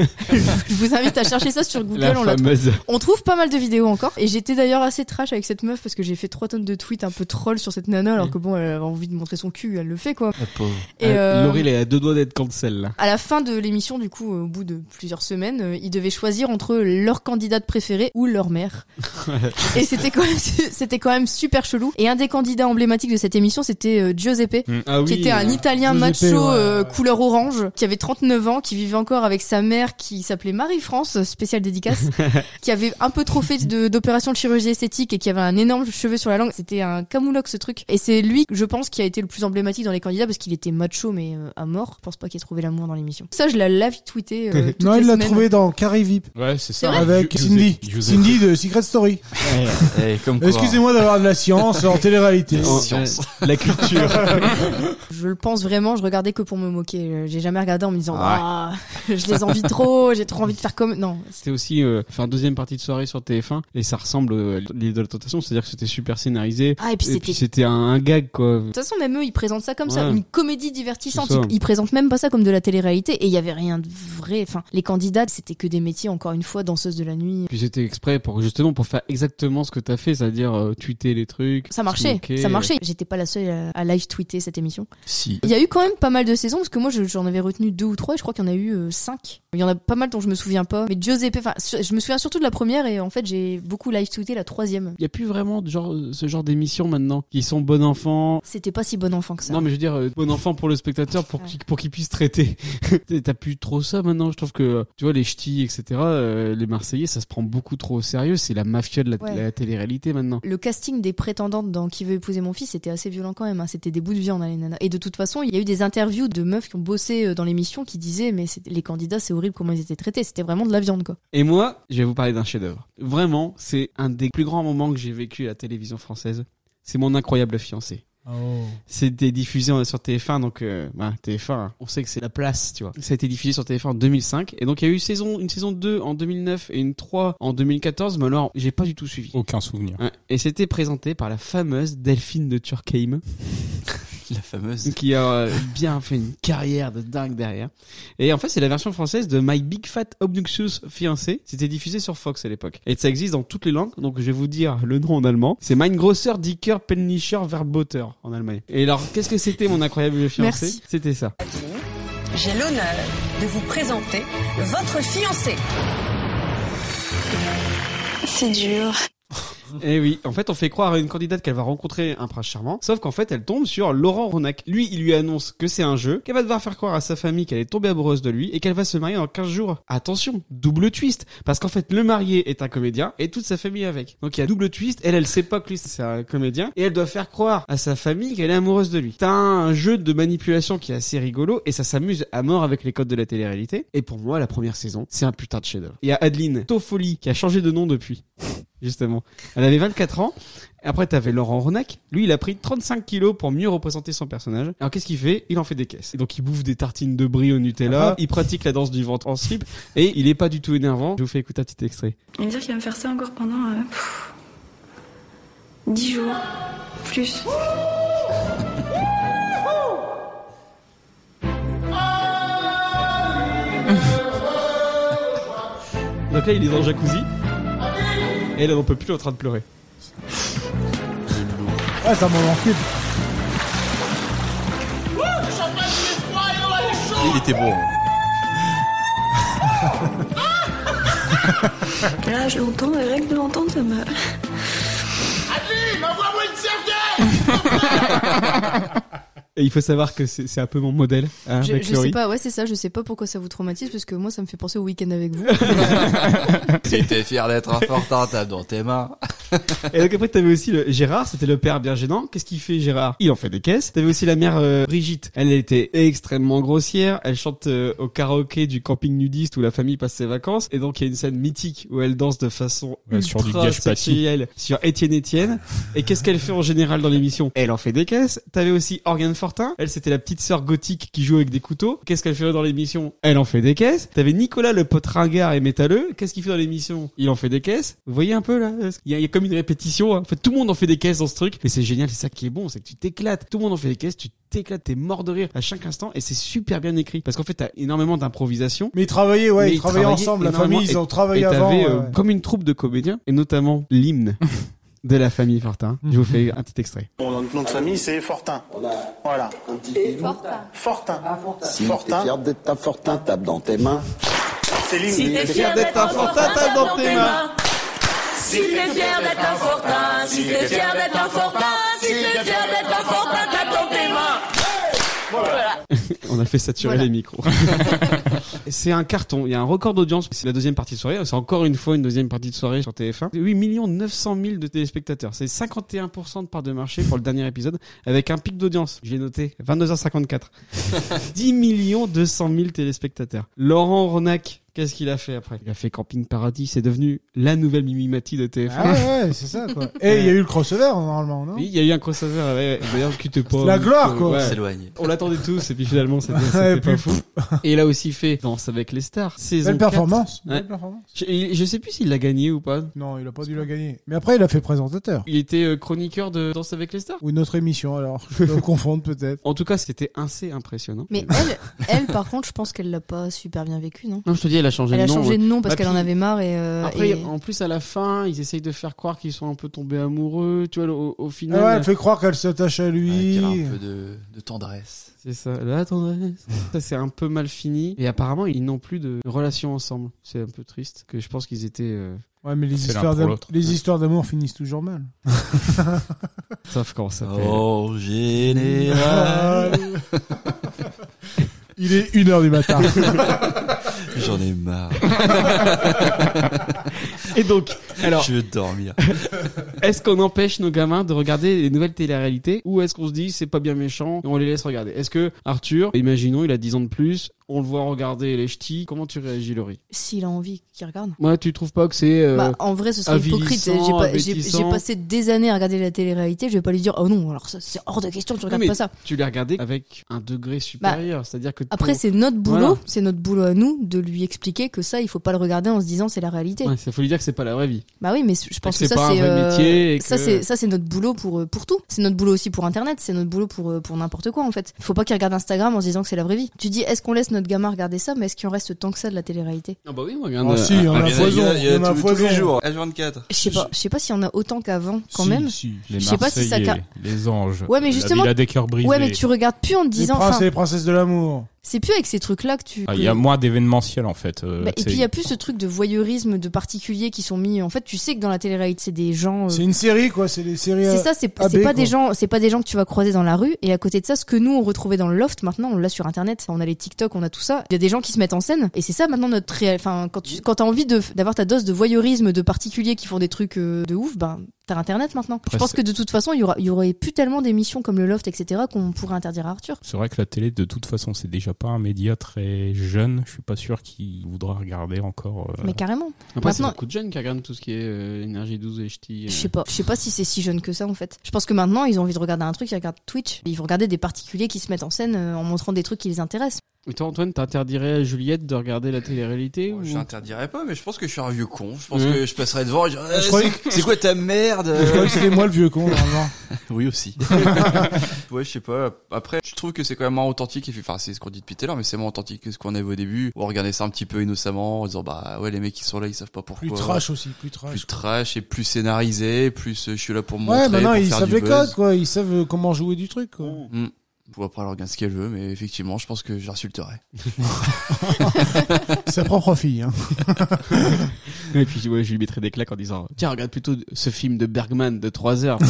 Je vous invite à chercher ça sur Google. On trouve pas mal de vidéos encore. Et j'étais d'ailleurs assez trash avec cette meuf parce que j'ai fait 3 tonnes de tweets un peu troll sur cette nana alors que bon, elle avait envie de montrer son cul, elle le fait quoi. Et Laurie, elle est à 2 doigts d'être cancel là. À la fin de l'émission, du coup, au bout de plusieurs semaines, ils devaient choisir entre leur candidate préférée ou leur mère. Et c'était quand même super chelou. Et un des candidats emblématiques de cette émission, c'était Giuseppe, qui était un Italien macho couleur orange, qui avait 39 ans, qui vivait encore avec sa mère qui s'appelait Marie-France, spéciale dédicace, qui avait un peu trop fait d'opérations de chirurgie esthétique et qui avait un énorme cheveu sur la langue. C'était un camoulox ce truc. Et c'est lui, je pense, qui a été le plus emblématique dans les candidats parce qu'il était macho mais à mort. Je pense pas qu'il ait trouvé l'amour dans l'émission. Ça, je l'ai tweeté toutes non, les il l'a semaines. trouvé dans Carré VIP. Ouais, c'est ça. Avec Cindy de Secret Story. Comme quoi. Excusez-moi d'avoir de la science en télé-réalité. La culture. Je le pense vraiment, je regardais que pour me moquer. J'ai jamais regardé en me disant je les envie trop, j'ai trop envie de faire comme... Non. C'était aussi faire deuxième partie de soirée sur TF1 et ça ressemble à l'île de la tentation, c'est-à-dire que c'était super scénarisé. Ah, et puis c'était un gag quoi. De toute façon, même eux, ils présentent ça comme ça, Ouais. une comédie divertissante. C'est ça. Ils présentent même pas ça comme de la télé-réalité et il y avait rien de vrai. Enfin, les candidats, c'était que des métiers, encore une fois, danseuses de la nuit. Puis c'était exprès pour faire exactement ce que t'as fait, c'est-à-dire tweeter les trucs. Ça marchait, J'étais pas la seule à live tweeter cette émission. Si. Il y a eu quand même pas mal de saisons parce que moi j'en avais retenu 2 ou 3 et je crois qu'il y en a eu 5. Il y en a pas mal dont je me souviens pas. Mais Giuseppe, je me souviens surtout de la première et en fait j'ai beaucoup live tweeté la 3e. Il y a plus vraiment ce genre d'émissions maintenant qui sont bon enfant. C'était pas si bon enfant que ça. Non mais je veux dire bon enfant pour le spectateur pour qu'il puisse traiter. T'as plus trop ça maintenant. Je trouve que tu vois les ch'tis etc. Les Marseillais ça se prend beaucoup trop au sérieux. C'est la mafia de la télé-réalité maintenant. Le casting des prétendantes dans Qui veut épouser mon fils c'était assez violent quand même. Hein. C'était des bouts de viande les nanas. Et de toute façon il y a eu des interviews de meufs qui ont bossé dans l'émission qui disaient mais les candidats c'est horrible comment ils étaient traités. C'était vraiment de la viande quoi. Et moi je vais vous parler d'un chef-d'œuvre. Vraiment c'est un des plus grands moments que j'ai vécu à la télévision française. C'est Mon incroyable fiancé. Oh. C'était diffusé sur TF1 donc TF1 on sait que c'est la place tu vois. Ça a été diffusé sur TF1 en 2005 et donc il y a eu une saison 2 en 2009 et une 3 en 2014 mais alors j'ai pas du tout suivi. Aucun souvenir. Ouais. Et c'était présenté par la fameuse Delphine de Turckheim. La fameuse. Qui a bien fait une carrière de dingue derrière. Et en fait, c'est la version française de My Big Fat Obnoxious Fiancé. C'était diffusé sur Fox à l'époque. Et ça existe dans toutes les langues. Donc, je vais vous dire le nom en allemand. C'est Mein grosser Dicker Pelnischer Verboter en allemand. Et alors, qu'est-ce que c'était Mon incroyable fiancé? Merci. C'était ça. J'ai l'honneur de vous présenter votre fiancé. C'est dur. Et oui, en fait, on fait croire à une candidate qu'elle va rencontrer un prince charmant, sauf qu'en fait, elle tombe sur Laurent Ronac. Lui, il lui annonce que c'est un jeu, qu'elle va devoir faire croire à sa famille qu'elle est tombée amoureuse de lui et qu'elle va se marier dans 15 jours. Attention, double twist, parce qu'en fait, le marié est un comédien et toute sa famille avec. Donc il y a double twist, elle sait pas que lui c'est un comédien et elle doit faire croire à sa famille qu'elle est amoureuse de lui. T'as un jeu de manipulation qui est assez rigolo et ça s'amuse à mort avec les codes de la télé-réalité. Et pour moi, la première saison, c'est un putain de chef-d'œuvre. Il y a Adeline Toffoli qui a changé de nom depuis. Justement. Elle avait 24 ans. Et après, t'avais Laurent Ronac. Lui, il a pris 35 kilos pour mieux représenter son personnage. Alors, qu'est-ce qu'il fait? Il en fait des caisses. Et donc, il bouffe des tartines de brie au Nutella. Il pratique la danse du ventre en slip. Et il est pas du tout énervant. Je vous fais écouter un petit extrait. Il va dire qu'il va me faire ça encore pendant 10 jours. Plus. Donc là, il est dans le jacuzzi. Et elle n'en peut plus, en train de pleurer. Ah, ça m'en manquait. Il était bon. Là, je l'entends, et rien que de l'entendre, ça me... Adeline, envoie-moi une serviette. Et il faut savoir que c'est un peu mon modèle. Hein, Je avec sais pas, ouais, c'est ça, je sais pas pourquoi ça vous traumatise, parce que moi, ça me fait penser au week-end avec vous. Si t'es fier d'être inconfortable dans tes mains. Et donc après, t'avais aussi Gérard, c'était le père bien gênant. Qu'est-ce qu'il fait, Gérard? Il en fait des caisses. T'avais aussi la mère Brigitte. Elle était extrêmement grossière. Elle chante au karaoké du camping nudiste où la famille passe ses vacances. Et donc, il y a une scène mythique où elle danse de façon sur du ultra gâche-pâtis. sexuelle sur Étienne. Et qu'est-ce qu'elle fait en général dans l'émission? Elle en fait des caisses. T'avais aussi Oriane Fortin. Elle, c'était la petite sœur gothique qui joue avec des couteaux. Qu'est-ce qu'elle fait dans l'émission? Elle en fait des caisses. T'avais Nicolas, le pote ringard et métalleux. Qu'est-ce qu'il fait dans l'émission? Il en fait des caisses. Vous voyez un peu là? Il y a comme une répétition. Hein. En fait, tout le monde en fait des caisses dans ce truc. Mais c'est génial, c'est ça qui est bon, c'est que tu t'éclates. Tout le monde en fait des caisses, tu t'éclates, t'es mort de rire à chaque instant et c'est super bien écrit. Parce qu'en fait, t'as énormément d'improvisation. Mais ils travaillaient, ils travaillaient ensemble. La famille, ils ont travaillé et avant. t'avais comme une troupe de comédiens et notamment l'hymne. de la famille Fortin. Je vous fais un petit extrait. Mon nom de famille, c'est Fortin. Voilà. Fortin. Si t'es fier d'être un Fortin, tape dans tes mains. Céline. Si t'es fier d'être un Fortin, tape dans tes mains. Si t'es fier d'être un Fortin, si t'es fier d'être un Fortin, si t'es fier d'être un Fortin, tape dans tes mains. Voilà. On a fait saturer les micros. C'est un carton. Il y a un record d'audience. C'est la deuxième partie de soirée. C'est encore une fois une deuxième partie de soirée sur TF1. 8 900 000 de téléspectateurs. C'est 51% de part de marché pour le dernier épisode avec un pic d'audience. J'ai noté 22h54. 10 200 000 téléspectateurs. Laurent Ronac, qu'est-ce qu'il a fait après? Il a fait Camping Paradis. C'est devenu la nouvelle Mimi Mati de TF1. Ah ouais, c'est ça, quoi. Et il y a eu le crossover, normalement, non? Oui, il y a eu un crossover. Ouais. D'ailleurs, quitte pas. C'est la gloire, quoi. On s'éloigne. On l'attendait tous, et puis finalement, c'était pas fou. Et il a aussi fait Danse avec les stars. Belle performance. Ouais. Belle performance. Je sais plus s'il l'a gagné ou pas. Non, il a pas dû la gagner. Mais après, il a fait présentateur. Il était chroniqueur de Danse avec les stars. Ou une autre émission, alors. Je vais le confondre, peut-être. En tout cas, c'était assez impressionnant. Mais elle, par contre, je pense qu'elle l'a pas super bien vécu, non? Non, je te dis, elle a changé de nom. Elle a changé de nom parce Bah, qu'elle en avait marre et après, en plus, à la fin, ils essayent de faire croire qu'ils sont un peu tombés amoureux. Tu vois, au final. Ah ouais, elle fait croire qu'elle s'attache à lui. Qu'elle a un peu de tendresse. C'est ça, la tendresse. Ça, c'est un peu mal fini. Et apparemment, ils n'ont plus de relation ensemble. C'est un peu triste. Que je pense qu'ils étaient. Ouais, mais les histoires d'amour finissent toujours mal. Sauf comment ça s'appelle. Oh, général. Il est 1h du matin. J'en ai marre. Et donc, alors. Je veux dormir. Est-ce qu'on empêche nos gamins de regarder les nouvelles téléréalités ou est-ce qu'on se dit c'est pas bien méchant et on les laisse regarder? Est-ce que Arthur, imaginons, il a 10 ans de plus, on le voit regarder les ch'tis, comment tu réagis, Laurie? S'il a envie qu'il regarde. Ouais, tu trouves pas que c'est en vrai, ce serait hypocrite. J'ai passé des années à regarder la télé-réalité, je vais pas lui dire oh non, alors ça, c'est hors de question, tu regardes pas ça. Tu l'as regardé avec un degré supérieur, c'est-à-dire que après c'est notre boulot, c'est notre boulot à nous de lui expliquer que ça, il faut pas le regarder en se disant c'est la réalité. Ouais, ça faut lui dire que c'est pas la vraie vie. Bah oui, mais je pense que ça pas c'est un vrai métier et ça c'est notre boulot pour tout. C'est notre boulot aussi pour internet, c'est notre boulot pour n'importe quoi en fait. Il faut pas qu'il regarde Instagram en se disant que c'est la vraie vie. Tu dis est-ce qu'on laisse notre gamin regarder ça, mais est-ce qu'il en reste tant que ça de la télé-réalité? Ah bah oui, moi regarde. Ah si, on a foison, il y a tous les jours. H24. Je sais pas s'il y en a autant qu'avant quand Si, même. si. Les Je sais pas si ça les anges. Ouais, mais justement. La Villa des cœurs brisés. Ouais, mais tu regardes plus en te disant. Les princes et les princesses de l'amour. C'est plus avec ces trucs-là que tu. Il y a moins d'événementiel en fait. Et puis il y a plus ce truc de voyeurisme de particuliers qui sont mis. En fait, tu sais que dans la télé-réalité, c'est des gens. C'est une série quoi, c'est des séries. C'est ça, c'est pas des gens, c'est pas des gens que tu vas croiser dans la rue. Et à côté de ça, ce que nous on retrouvait dans le loft, maintenant on l'a sur internet. On a les TikTok, on a tout ça. Il y a des gens qui se mettent en scène. Et c'est ça maintenant notre réel. Enfin, quand t'as envie d'avoir ta dose de voyeurisme de particuliers qui font des trucs de ouf, ben t'as internet maintenant. Après, je pense que de toute façon, il y aurait plus tellement d'émissions comme le loft, etc. qu'on pourrait interdire à Arthur. C'est vrai que la télé, de toute façon, c'est déjà pas un média très jeune. Je suis pas sûr qu'il voudra regarder encore. Mais carrément. Après, c'est beaucoup de jeunes qui regardent tout ce qui est énergie 12 et ch'ti. Je sais pas si c'est si jeune que ça en fait. Je pense que maintenant, ils ont envie de regarder un truc, ils regardent Twitch. Ils vont regarder des particuliers qui se mettent en scène en montrant des trucs qui les intéressent. Et toi, Antoine, t'interdirais à Juliette de regarder la télé-réalité ou... Je l'interdirais pas, mais je pense que je suis un vieux con. Je pense que je passerais devant et je dirais, c'est quoi ta merde? Je crois que c'était moi le vieux con, normalement. Oui, aussi. Ouais, je sais pas. Après, je trouve que c'est quand même moins authentique. Enfin, c'est ce qu'on dit depuis tout à l'heure, mais c'est moins authentique que ce qu'on avait au début. On regardait ça un petit peu innocemment, en disant, bah, ouais, les mecs qui sont là, ils savent pas pourquoi. Plus trash aussi, plus trash. Plus trash et plus scénarisé, plus je suis là pour me montrer. Ouais, maintenant, pour ils faire savent du les buzz. codes, quoi. Ils savent comment jouer du truc, quoi. Bon, après, elle regarde ce qu'elle veut, mais effectivement, je pense que je l'insulterai. Sa propre fille, hein. Et puis, ouais, je lui mettrais des claques en disant, tiens, regarde plutôt ce film de Bergman de 3 heures.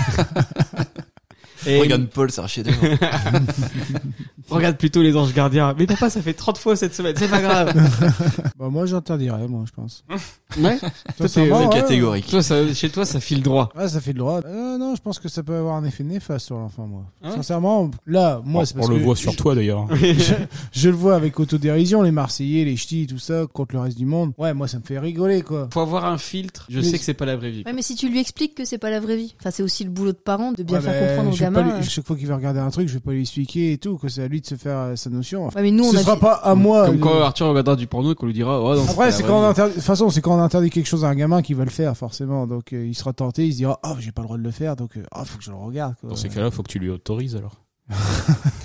Et regarde Paul, c'est un chef-d'œuvre. Regarde plutôt Les Anges Gardiens. Mais papa, ça fait 30 fois cette semaine, c'est pas grave. Bah, moi, j'interdirais, moi, je pense. Ouais. Toi, c'est catégorique. Toi, chez toi, ça file droit. Ouais, ça file droit. Non, je pense que ça peut avoir un effet néfaste sur l'enfant, moi. Sincèrement, là, moi, c'est parce on le que voit sur toi, d'ailleurs. je le vois avec autodérision, les Marseillais, les ch'tis, tout ça, contre le reste du monde. Ouais, moi, ça me fait rigoler, quoi. Faut avoir un filtre. Je sais que c'est pas la vraie vie. Ouais, mais si tu lui expliques que c'est pas la vraie vie. Enfin, c'est aussi le boulot de parents de bien faire comprendre aux gamins. Chaque fois qu'il va regarder un truc, je vais pas lui expliquer et tout, que c'est à lui de se faire sa notion. Ouais, mais nous, ce sera pas à moi. Comme quand Arthur regardera du porno et qu'on lui dira, oh non. Après, c'est quand on interdit, de toute façon, c'est quand on interdit quelque chose à un gamin qui va le faire, forcément. Donc, il sera tenté, il se dira, j'ai pas le droit de le faire, donc, faut que je le regarde, quoi. Dans ces cas-là, faut que tu lui autorises, alors.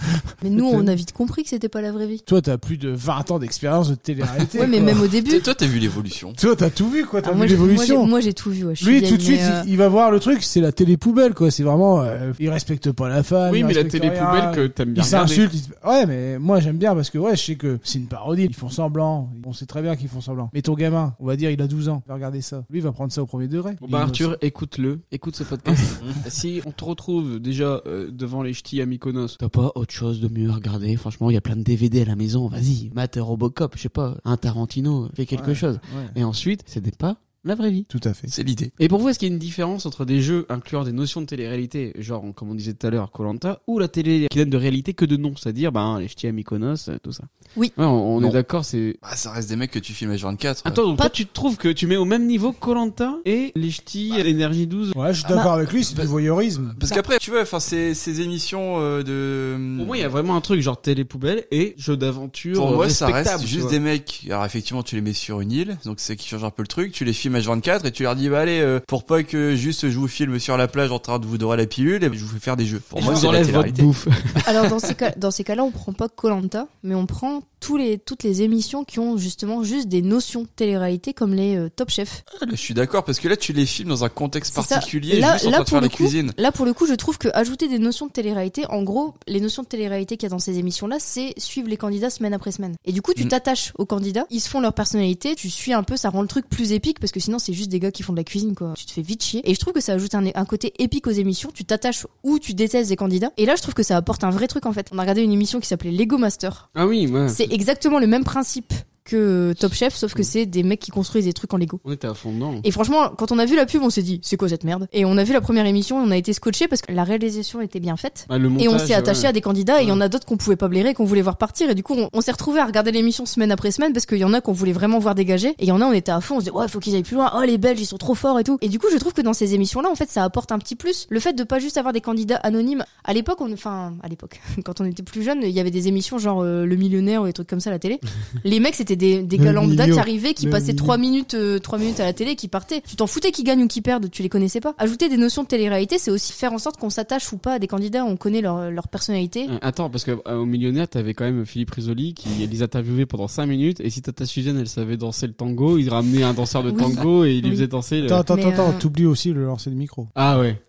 Mais nous, on a vite compris que c'était pas la vraie vie. Toi, t'as plus de 20 ans d'expérience de télé-réalité. Ouais, mais même au début. Toi, t'as vu l'évolution. Toi, t'as tout vu, quoi. T'as vu Moi, l'évolution. j'ai tout vu. Ouais. Lui, tout de suite, il va voir le truc, c'est la télé poubelle, quoi. C'est vraiment, il respecte pas la femme. Oui, il mais la respecte télé rien. poubelle que t'aimes bien Il s'insulte. Ouais, mais moi, j'aime bien parce que, ouais, je sais que c'est une parodie. Ils font semblant. On sait très bien qu'ils font semblant. Mais ton gamin, on va dire, il a 12 ans. Il va regarder ça. Lui, il va prendre ça au premier degré. Bon, bah, Arthur, écoute-le. Écoute ce podcast. Si on te retrouve déjà devant les ch'tis à Mykonos, t'as pas autre chose de mieux à regarder. Franchement, il y a plein de DVD à la maison. Vas-y, mate Robocop, je sais pas, un Tarantino, fais quelque chose. Ouais. Et ensuite, c'était pas la vraie vie. Tout à fait. C'est l'idée. Et pour vous, est-ce qu'il y a une différence entre des jeux incluant des notions de télé-réalité, genre, comme on disait tout à l'heure, Koh-Lanta, ou la télé qui donne de réalité que de nom, c'est-à-dire, les ch'tis à Mykonos, tout ça? Oui. Ouais, on est d'accord, c'est... Ah, ça reste des mecs que tu filmes à 24. Attends, donc toi, tu trouves que tu mets au même niveau Koh-Lanta et les ch'tis à l'énergie 12? Ouais, je suis d'accord avec lui, c'est du voyeurisme. Parce qu'après, tu vois, enfin, ces émissions de... Pour moi, il y a vraiment un truc genre télé-poubelle et jeu d'aventure. Pour moi, ça respectable, reste juste des mecs. Alors, effectivement, tu les mets sur une île, donc c'est qui change un peu le truc. Tu les filmes à 24 et tu leur dis, bah allez, pour pas que juste je vous filme sur la plage en train de vous dorer la pilule, je vous fais faire des jeux. Pour moi, c'est la télé-réalité. Alors dans ces cas-là, on prend pas Koh-Lanta, mais on prend toutes les émissions qui ont justement juste des notions de télé-réalité comme les Top Chef. Ah, là, je suis d'accord parce que là tu les filmes dans un contexte C'est particulier, ça. juste en train de faire la cuisine. Là pour le coup, je trouve que ajouter des notions de télé-réalité, en gros, les notions de télé-réalité qu'il y a dans ces émissions-là, c'est suivre les candidats semaine après semaine. Et du coup, tu t'attaches aux candidats, ils se font leur personnalité, tu suis un peu, ça rend le truc plus épique parce que sinon c'est juste des gars qui font de la cuisine, quoi. Tu te fais vite chier. Et je trouve que ça ajoute un côté épique aux émissions. Tu t'attaches ou tu détestes des candidats. Et là, je trouve que ça apporte un vrai truc en fait. On a regardé une émission qui s'appelait Lego Master. Ah oui, ouais. C'est exactement le même principe que Top Chef, sauf que c'est des mecs qui construisent des trucs en Lego. On était à fond dedans. Et franchement, quand on a vu la pub, on s'est dit, c'est quoi cette merde? Et on a vu la première émission, on a été scotché parce que la réalisation était bien faite. Le montage, et on s'est attaché à des candidats, et il y en a d'autres qu'on pouvait pas blairer, qu'on voulait voir partir. Et du coup, on s'est retrouvé à regarder l'émission semaine après semaine parce qu'il y en a qu'on voulait vraiment voir dégager. Et il y en a, on était à fond, on se dit, ouais, faut qu'ils aillent plus loin. Oh, les Belges, ils sont trop forts et tout. Et du coup, je trouve que dans ces émissions-là, en fait, ça apporte un petit plus. Le fait de pas juste avoir des candidats anonymes. À l'époque, quand on était plus jeune, il y avait des émissions genre Le Millionnaire ou des trucs comme ça à la télé. Les mecs, c'était des gars lambda qui arrivaient, qui passaient 3 minutes à la télé, qui partaient. Tu t'en foutais qu'ils gagnent ou qu'ils perdent, tu les connaissais pas. Ajouter des notions de télé-réalité, c'est aussi faire en sorte qu'on s'attache ou pas à des candidats, on connaît leur personnalité. Attends, parce que au Millionnaire, t'avais quand même Philippe Risoli qui les interviewait pendant 5 minutes, et si Tata Suzanne, elle savait danser le tango, il ramenait un danseur de tango et il lui faisait danser. Attends, t'oublies aussi le lancer de micro. Ah ouais.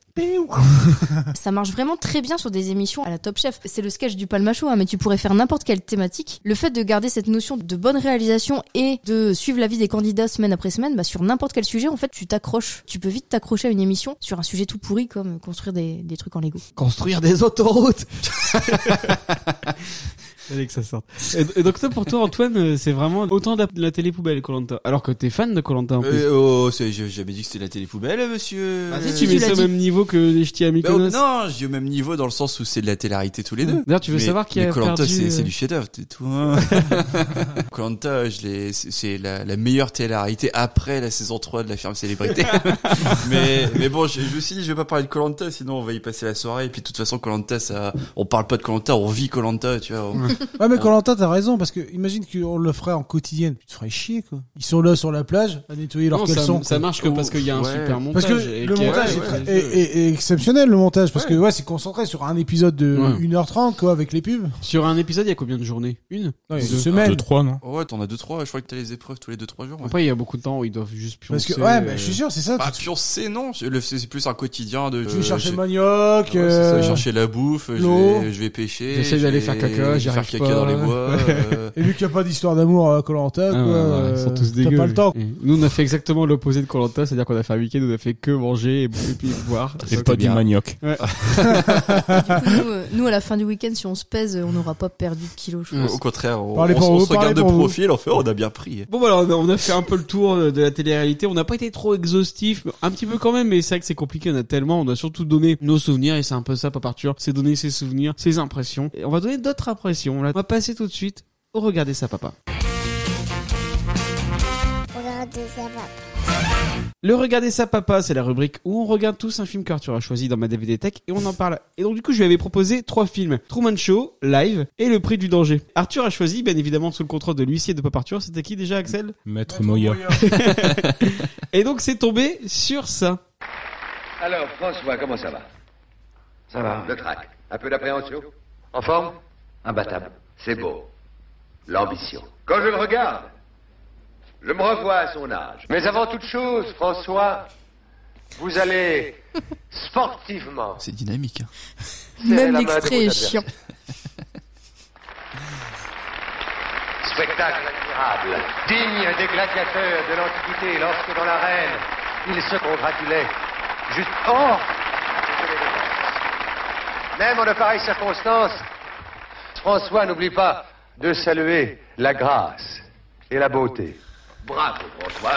Ça marche vraiment très bien sur des émissions à la Top Chef. C'est le sketch du Palmacho, mais tu pourrais faire n'importe quelle thématique. Le fait de garder cette notion de bonne réalisation et de suivre la vie des candidats semaine après semaine, sur n'importe quel sujet, en fait, tu t'accroches. Tu peux vite t'accrocher à une émission sur un sujet tout pourri comme construire des trucs en Lego. Construire des autoroutes. Fallait que ça sorte. Et donc pour toi Antoine, c'est vraiment autant de la télé poubelle Koh-Lanta. Alors que t'es fan de Koh-Lanta en plus. J'ai jamais dit que c'était la télé poubelle, monsieur. Si tu mets ça au même niveau que les ch'tis à Mykonos. Non, je dis au même niveau dans le sens où c'est de la télé-réalité tous les deux. D'ailleurs, tu veux savoir qui a Koh-Lanta, perdu... c'est du chef-d'œuvre, c'est tout. Koh-Lanta, c'est la meilleure télé-réalité après la saison 3 de la ferme célébrité. mais bon, je me suis dit, je vais pas parler de Koh-Lanta, sinon on va y passer la soirée. Et puis de toute façon, Koh-Lanta, on parle pas de Koh-Lanta, on vit Koh-Lanta, tu vois. Ouais, mais Koh-Lanta, t'as raison, parce que imagine qu'on le ferait en quotidienne. Tu te ferais chier, quoi. Ils sont là sur la plage, à nettoyer leurs caleçons. Ça marche que parce qu'il y a un super montage. Parce que le montage est exceptionnel, le montage, parce que c'est concentré sur un épisode de 1h30, quoi, avec les pubs. Sur un épisode, il y a combien de journées? Une semaine. 2-3, non? Ouais, t'en as 2-3, je crois que t'as les épreuves tous les 2-3 jours. Après, il y a beaucoup de temps où ils doivent juste pioncer. Parce que, je suis sûr, c'est ça. Pioncer, non. C'est plus un quotidien de... Je vais chercher le manioc, je vais chercher la bouffe, je vais pêcher. J'essaie d'aller faire caca, j'y arrive pas. Dans les bois. Et vu qu'il n'y a pas d'histoire d'amour à Koh-Lanta, quoi, ils sont tous dégueux. T'as pas le temps. Nous, on a fait exactement l'opposé de Koh-Lanta, c'est-à-dire qu'on a fait un week-end où on a fait que manger et bouffer puis boire. Et pas du manioc. Ouais. Du coup, nous, à la fin du week-end, si on se pèse, on n'aura pas perdu de kilos, je pense. Au contraire, on se regarde de profil, on a bien pris. Bon, voilà, on a fait un peu le tour de la télé-réalité. On n'a pas été trop exhaustif, un petit peu quand même, mais c'est vrai que c'est compliqué, on a surtout donné nos souvenirs, et c'est un peu ça, Pop Arthur, c'est donner ses souvenirs, ses impressions. Et on va donner d'autres impressions. Là, on va passer tout de suite au Regardez ça, papa. Regardez ça, papa. Le Regardez ça, papa, c'est la rubrique où on regarde tous un film qu'Arthur a choisi dans ma DVD Tech et on en parle. Et donc du coup, je lui avais proposé 3 films. Truman Show, Live et Le Prix du Danger. Arthur a choisi, bien évidemment, sous le contrôle de l'huissier de Pop Arthur. C'était qui déjà, Axel? Maître Moya. Et donc c'est tombé sur ça. Alors, François, comment ça va? Ça va. Le trac. Un peu d'appréhension? En forme? Imbattable. C'est beau. L'ambition. Quand je le regarde, je me revois à son âge. Mais avant toute chose, François, vous allez sportivement. C'est dynamique. Même l'extrait est chiant. Spectacle admirable, digne des gladiateurs de l'Antiquité, lorsque dans l'arène, ils se congratulaient. Juste... Oh! Même en de pareilles circonstances, François n'oublie pas de saluer la grâce et la beauté. Bravo, François,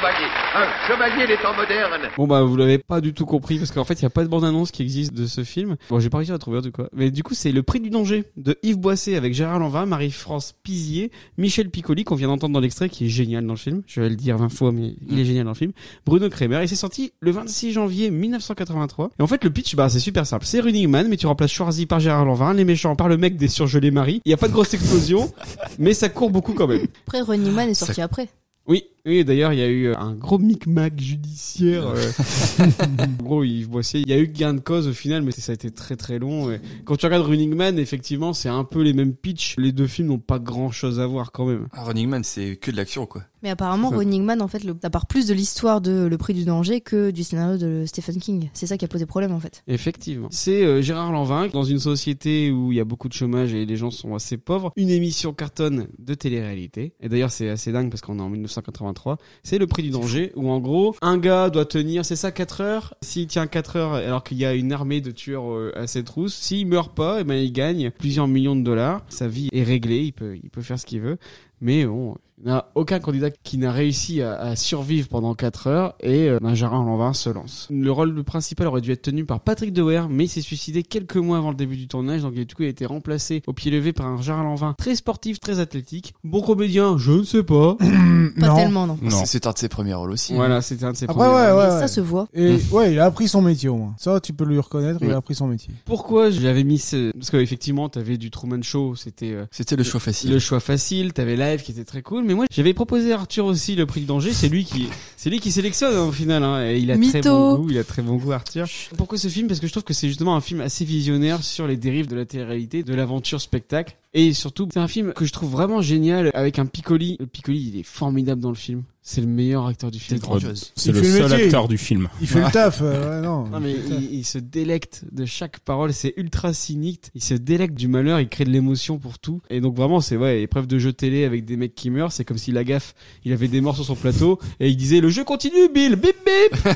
un chevalier des temps modernes. Bon bah vous l'avez pas du tout compris parce qu'en fait il y a pas de bande-annonce qui existe de ce film. Bon j'ai pas réussi à trouver en tout cas. Mais du coup c'est Le Prix du danger de Yves Boisset avec Gérard Lanvin, Marie-France Pizier, Michel Piccoli qu'on vient d'entendre dans l'extrait qui est génial dans le film. Je vais le dire 20 fois mais il est génial dans le film. Bruno Kremer et c'est sorti le 26 janvier 1983. Et en fait le pitch bah c'est super simple. C'est Running Man mais tu remplaces Schwarzy par Gérard Lanvin, les méchants par le mec des surgelés Marie. Il y a pas de grosse explosion mais ça court beaucoup quand même. Après Running Man est sorti après. Oui, d'ailleurs, il y a eu un gros micmac judiciaire. En gros, Yves Boisset, il y a eu gain de cause au final, mais ça a été très très long. Et quand tu regardes Running Man, effectivement, c'est un peu les mêmes pitchs. Les deux films n'ont pas grand chose à voir quand même. Running Man, c'est que de l'action, quoi. Mais apparemment, Running Man, en fait, ça part plus de l'histoire de Le Prix du danger que du scénario de Stephen King. C'est ça qui a posé problème, en fait. Effectivement. C'est Gérard Lanvin, dans une société où il y a beaucoup de chômage et les gens sont assez pauvres. Une émission cartonne de télé-réalité. Et d'ailleurs, c'est assez dingue parce qu'on est en 1983. C'est Le Prix du danger où, en gros, un gars doit tenir, c'est ça, 4 heures. S'il tient 4 heures alors qu'il y a une armée de tueurs à ses trousses, s'il meurt pas, et ben, il gagne plusieurs millions de dollars. Sa vie est réglée, il peut faire ce qu'il veut. Mais bon, il n'y a aucun candidat qui n'a réussi à survivre pendant 4 heures et Gérard Lanvin se lance. Le rôle principal aurait dû être tenu par Patrick Dewaere, mais il s'est suicidé quelques mois avant le début du tournage, donc du coup il a été remplacé au pied levé par un Gérard Lanvin très sportif, très athlétique. Bon comédien, je ne sais pas. Pas tellement, non. C'est un de ses premiers rôles aussi. Voilà, c'était un de ses Après, premiers rôles. ouais. Ça se voit. Et ouais, il a appris son métier au moins. Ça, tu peux lui reconnaître, il a appris son métier. Pourquoi j'avais mis parce qu'effectivement, t'avais du Truman Show, c'était le choix facile. Le choix facile, t'avais Live qui était très cool, mais moi j'avais proposé à Arthur aussi Le Prix du danger, c'est lui qui sélectionne au final et il a très bon goût Arthur. Pourquoi ce film? Parce que je trouve que c'est justement un film assez visionnaire sur les dérives de la télé-réalité, de l'aventure spectacle. Et surtout, c'est un film que je trouve vraiment génial avec un Piccoli. Le Piccoli, il est formidable dans le film. C'est le meilleur acteur du film. C'est le seul acteur du film. Il fait le taf. Non mais il se délecte de chaque parole. C'est ultra cynique. Il se délecte du malheur. Il crée de l'émotion pour tout. Et donc vraiment, c'est épreuve de jeu télé avec des mecs qui meurent. C'est comme si la gaffe, il avait des morts sur son plateau et il disait le jeu continue, Bill, bip bip.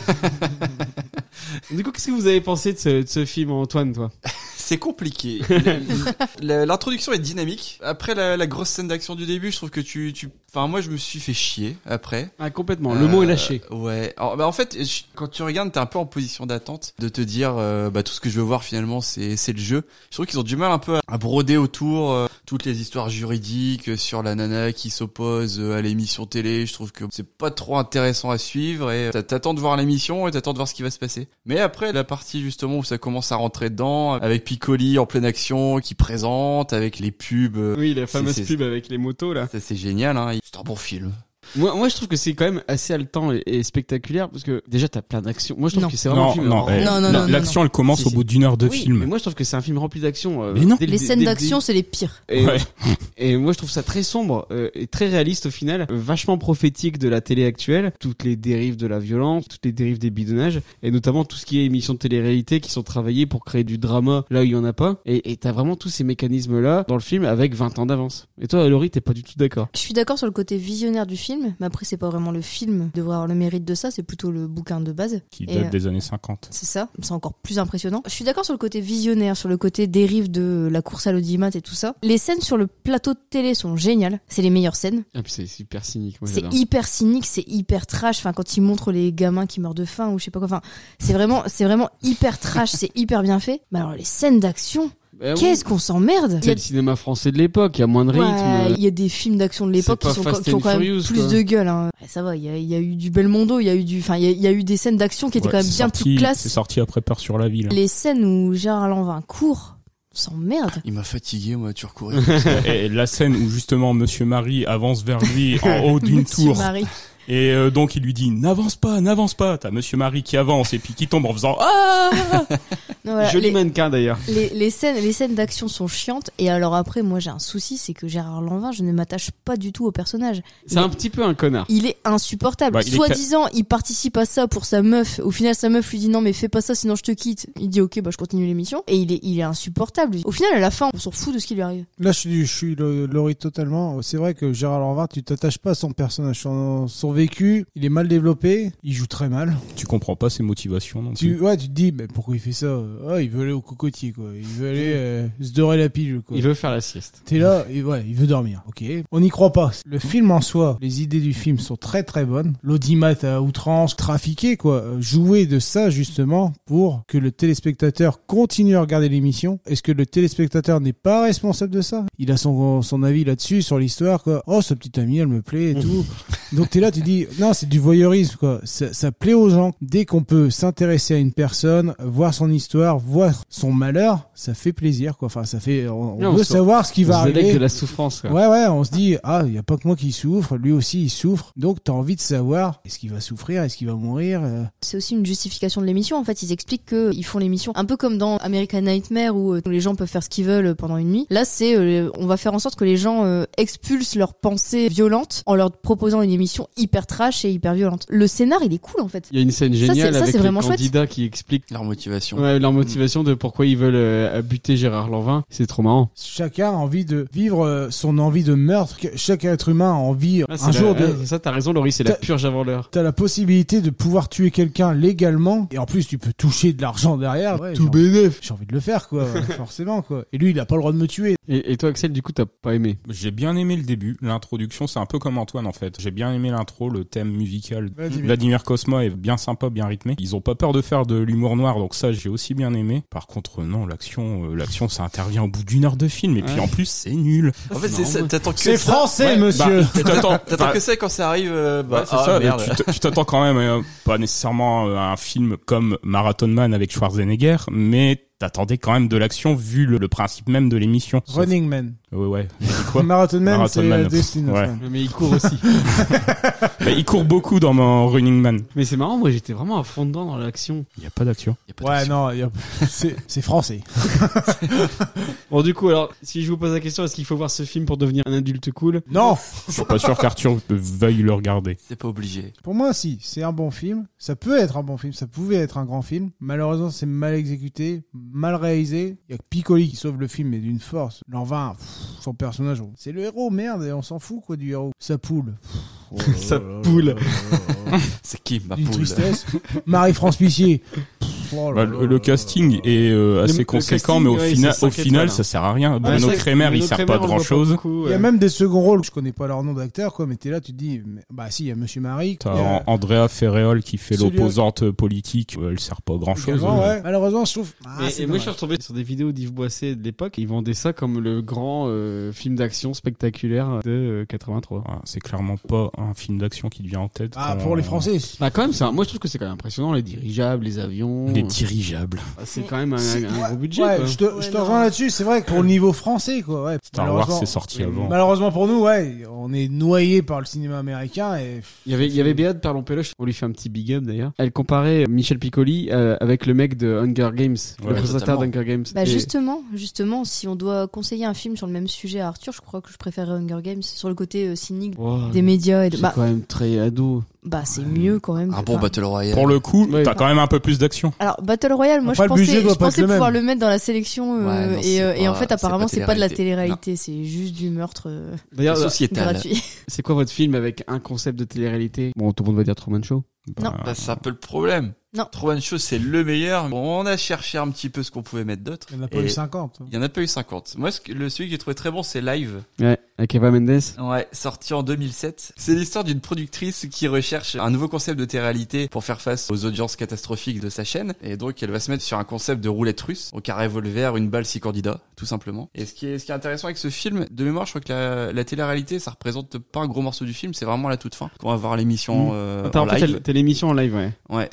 Du coup, qu'est-ce que vous avez pensé de ce film, Antoine, toi? C'est compliqué. L'introduction est dynamique. Après la grosse scène d'action du début, je trouve que enfin, moi, je me suis fait chier après. Ah, complètement. Le mot est lâché. Ouais. Alors, en fait, quand tu regardes, t'es un peu en position d'attente de te dire, tout ce que je veux voir finalement, c'est le jeu. Je trouve qu'ils ont du mal un peu à broder autour toutes les histoires juridiques sur la nana qui s'oppose à l'émission télé. Je trouve que c'est pas trop intéressant à suivre et t'attends de voir l'émission et t'attends de voir ce qui va se passer. Mais après, la partie justement où ça commence à rentrer dedans, avec Piccoli en pleine action qui présente, avec les pubs. Oui, la fameuse pub avec les motos là. Ça, c'est génial, hein. C'est un bon film. Moi, je trouve que c'est quand même assez haletant et spectaculaire parce que déjà t'as plein d'actions. Moi, je trouve que c'est vraiment un film. Non. L'action, elle commence au bout d'une heure de film. Mais moi, je trouve que c'est un film rempli d'action. Mais non. Les scènes d'action, c'est les pires. Et moi, je trouve ça très sombre et très réaliste au final, vachement prophétique de la télé actuelle. Toutes les dérives de la violence, toutes les dérives des bidonnages et notamment tout ce qui est émissions de télé-réalité qui sont travaillées pour créer du drama là où il y en a pas. Et t'as vraiment tous ces mécanismes-là dans le film avec 20 ans d'avance. Et toi, Laurie, t'es pas du tout d'accord? Je suis d'accord sur le côté visionnaire du film. Mais après, c'est pas vraiment le film devrait avoir le mérite de ça, c'est plutôt le bouquin de base. Qui date des années 50. C'est ça, c'est encore plus impressionnant. Je suis d'accord sur le côté visionnaire, sur le côté dérive de la course à l'audimat et tout ça. Les scènes sur le plateau de télé sont géniales, c'est les meilleures scènes. Et puis c'est super cynique. Moi, c'est hyper cynique, c'est hyper trash. Enfin, quand ils montrent les gamins qui meurent de faim ou je sais pas quoi. Enfin, c'est vraiment hyper trash, c'est hyper bien fait. Mais alors les scènes d'action. Qu'est-ce qu'on s'emmerde! C'est le cinéma français de l'époque, il y a moins de rythme. Il y a des films d'action de l'époque qui ont quand même plus de gueule, hein. Ça va, il y a eu du Belmondo, il y a eu des scènes d'action qui étaient quand même bien plus classe. C'est sorti après Peur sur la ville. Les scènes où Gérard Lanvin court, s'emmerde. Il m'a fatigué, moi, tu recourais. Et la scène où justement Monsieur Marie avance vers lui en haut d'une tour. Marie. Et donc il lui dit n'avance pas. T'as Monsieur Marie qui avance et puis qui tombe en faisant ah. Non, voilà, Joli mannequin d'ailleurs. Les scènes d'action sont chiantes. Et alors après, moi j'ai un souci, c'est que Gérard Lanvin, je ne m'attache pas du tout au personnage. C'est un petit peu un connard. Il est insupportable. Bah, Soi-disant, il participe à ça pour sa meuf. Au final, sa meuf lui dit non mais fais pas ça sinon je te quitte. Il dit ok, bah je continue l'émission. Et il est insupportable. Au final, à la fin, on s'en fout de ce qui lui arrive. Là, je suis Laurie totalement. C'est vrai que Gérard Lanvin, tu t'attaches pas à son personnage. Son vécu, il est mal développé. Il joue très mal. Tu comprends pas ses motivations non plus. Tu te dis, mais pourquoi il fait ça? Ah, il veut aller au cocotier, quoi. Il veut aller se dorer la pile, quoi. Il veut faire la sieste. T'es là, et ouais, il veut dormir. Ok. On n'y croit pas. Le film en soi, les idées du film sont très très bonnes. L'audimat à outrance, trafiqué, quoi. Jouer de ça, justement, pour que le téléspectateur continue à regarder l'émission. Est-ce que le téléspectateur n'est pas responsable de ça? Il a son avis là-dessus, sur l'histoire, quoi. Oh, sa petite amie, elle me plaît et tout. Donc t'es là, tu dis, non, c'est du voyeurisme, quoi. Ça plaît aux gens. Dès qu'on peut s'intéresser à une personne, voir son histoire, voir son malheur, ça fait plaisir, quoi. Enfin, ça fait, on veut savoir ce qui va arriver. C'est de la souffrance, quoi. Ouais, on se dit, ah, il y a pas que moi qui souffre, lui aussi il souffre. Donc t'as envie de savoir, est-ce qu'il va souffrir, est-ce qu'il va mourir? C'est aussi une justification de l'émission. En fait, ils expliquent qu'ils font l'émission un peu comme dans American Nightmare où les gens peuvent faire ce qu'ils veulent pendant une nuit. Là, c'est, on va faire en sorte que les gens expulsent leurs pensées violentes en leur proposant une émission hyper trash et hyper violente. Le scénar, il est cool, en fait. Il y a une scène géniale avec les candidats qui expliquent leur motivation. Ouais, leur motivation de pourquoi ils veulent buter Gérard Lanvin. C'est trop marrant. Chacun a envie de vivre son envie de meurtre. Chaque être humain a envie un jour de... C'est ça, t'as raison, Laurie, c'est la purge avant l'heure. T'as la possibilité de pouvoir tuer quelqu'un légalement et en plus tu peux toucher de l'argent derrière. Ouais, tout bénef. J'ai envie de le faire, quoi. Forcément, quoi. Et lui, il a pas le droit de me tuer. Et toi, Axel, du coup, t'as pas aimé? J'ai bien aimé le début, l'introduction, c'est un peu comme Antoine en fait. J'ai bien aimé l'intro, le thème musical. Vladimir Cosma est bien sympa, bien rythmé. Ils ont pas peur de faire de l'humour noir, donc ça j'ai aussi bien aimé. Par contre, non, l'action, ça intervient au bout d'une heure de film et puis en plus c'est nul. En fait, c'est ça. T'attends que c'est ça. français, monsieur. T'attends que ça quand ça arrive. Ouais, c'est ça. Merde. Tu t'attends quand même pas nécessairement à un film comme Marathon Man avec Schwarzenegger, mais t'attendais quand même de l'action vu le principe même de l'émission. Running Man. Ouais. Quoi? Marathon Man, c'est Destiny. Ouais. Mais il court aussi. Mais il court beaucoup dans mon Running Man. Mais c'est marrant, moi j'étais vraiment à fond dedans dans l'action. Il y a pas d'action. C'est français. Bon, du coup, alors, si je vous pose la question, est-ce qu'il faut voir ce film pour devenir un adulte cool? Non. Je suis pas sûr qu'Arthur veuille le regarder. C'est pas obligé. Pour moi, si, c'est un bon film. Ça peut être un bon film. Ça pouvait être un grand film. Malheureusement, c'est mal exécuté, mal réalisé. Il y a que Piccoli qui sauve le film, mais d'une force. Lanvin, son personnage, c'est le héros, merde, et on s'en fout, quoi, du héros. Sa poule. Sa poule. C'est qui, ma Une poule? tristesse. Marie-France Pissier. Le casting est assez conséquent, mais au final, ça sert à rien. Bruno Kremer, il sert pas à grand chose. Il y a même des seconds rôles, je connais pas leur nom d'acteur, quoi, mais t'es là, tu te dis, bah si, il y a Monsieur Marie. T'as Andrea Ferreol qui fait l'opposante politique, elle sert pas à grand chose. Ouais. Malheureusement, je trouve. Et moi, je suis retombé sur des vidéos d'Yves Boisset de l'époque, ils vendaient ça comme le grand film d'action spectaculaire de 83. C'est clairement pas un film d'action qui te vient en tête. Pour les Français. Bah, quand même, moi, je trouve que c'est quand même impressionnant, les dirigeables, les avions. Les dirigeables. C'est quand même un gros budget, ouais, quoi. Je te rejoins là-dessus, c'est vrai que pour le niveau français, quoi, ouais. Star Wars, c'est sorti avant. Malheureusement pour nous, ouais, on est noyé par le cinéma américain et... Il y avait Béat de Perlon-Péloche, on lui fait un petit big up d'ailleurs. Elle comparait Michel Piccoli avec le mec de Hunger Games, le présentateur d'Hunger Games. Bah, justement, si on doit conseiller un film sur le même sujet à Arthur, je crois que je préférerais Hunger Games, sur le côté cynique des médias et de... C'est quand même très ado. Bah, c'est mieux quand même. Un bon Battle Royale. Pour le coup, t'as quand même un peu plus d'action. Alors, Battle Royale, moi, je pensais pouvoir le mettre dans la sélection, et en fait, apparemment, c'est pas de la télé-réalité, c'est juste du meurtre, d'ailleurs, sociétal. Gratuit. C'est quoi votre film avec un concept de télé-réalité? Bon, tout le monde va dire Truman Show. Non. Bah, c'est un peu le problème. Non. Truman Show, c'est le meilleur. Bon, on a cherché un petit peu ce qu'on pouvait mettre d'autre. Il y en a pas eu 50. Il y en a pas eu 50. Moi, celui que j'ai trouvé très bon, c'est Live. Ouais, avec Eva Mendes. Ouais, sorti en 2007. C'est l'histoire d'une productrice qui recherche un nouveau concept de télé-réalité pour faire face aux audiences catastrophiques de sa chaîne. Et donc, elle va se mettre sur un concept de roulette russe. Donc, un revolver, une balle, 6 candidats, tout simplement. Et ce qui est intéressant avec ce film, de mémoire, je crois que la télé-réalité, ça représente pas un gros morceau du film, c'est vraiment la toute fin. On va voir l'émission, en live. fait, t'as l'émission en live, ouais. Ouais, c'est intéressant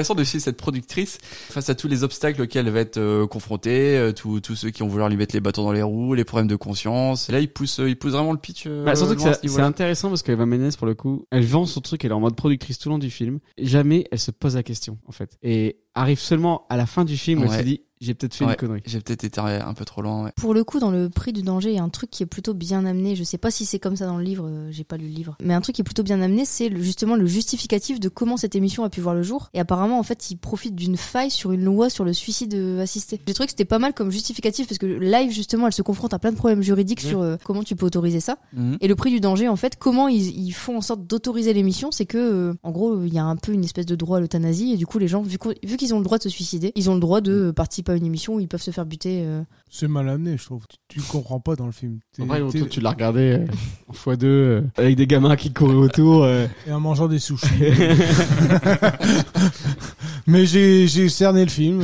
intéressant de suivre cette productrice face à tous les obstacles auxquels elle va être confrontée, tous ceux qui vont vouloir lui mettre les bâtons dans les roues, les problèmes de conscience. Et là, il pousse vraiment le pitch. Surtout que c'est intéressant parce qu'Eva Mendes, pour le coup, elle vend son truc, elle est en mode productrice tout le long du film. Et jamais elle se pose la question, en fait. Et arrive seulement à la fin du film où elle se dit j'ai peut-être fait une connerie. J'ai peut-être été un peu trop loin, Pour le coup, dans le prix du danger, il y a un truc qui est plutôt bien amené. Je sais pas si c'est comme ça dans le livre, j'ai pas lu le livre. Mais un truc qui est plutôt bien amené, c'est justement le justificatif de comment cette émission a pu voir le jour. Et apparemment, en fait, il profite d'une faille sur une loi sur le suicide assisté. J'ai trouvé que c'était pas mal comme justificatif parce que live, justement, elle se confronte à plein de problèmes juridiques sur comment tu peux autoriser ça. Et le prix du danger, en fait, comment ils font en sorte d'autoriser l'émission, c'est que, en gros, il y a un peu une espèce de droit à l'euthanasie et du coup, les gens, vu qu'ils ont le droit de se suicider, ils ont le droit de participer à une émission où ils peuvent se faire buter. C'est mal amené, je trouve. Tu comprends pas dans le film. Après, tu l'as regardé en x2 avec des gamins qui couraient autour. Et en mangeant des sushis. Mais j'ai cerné le film.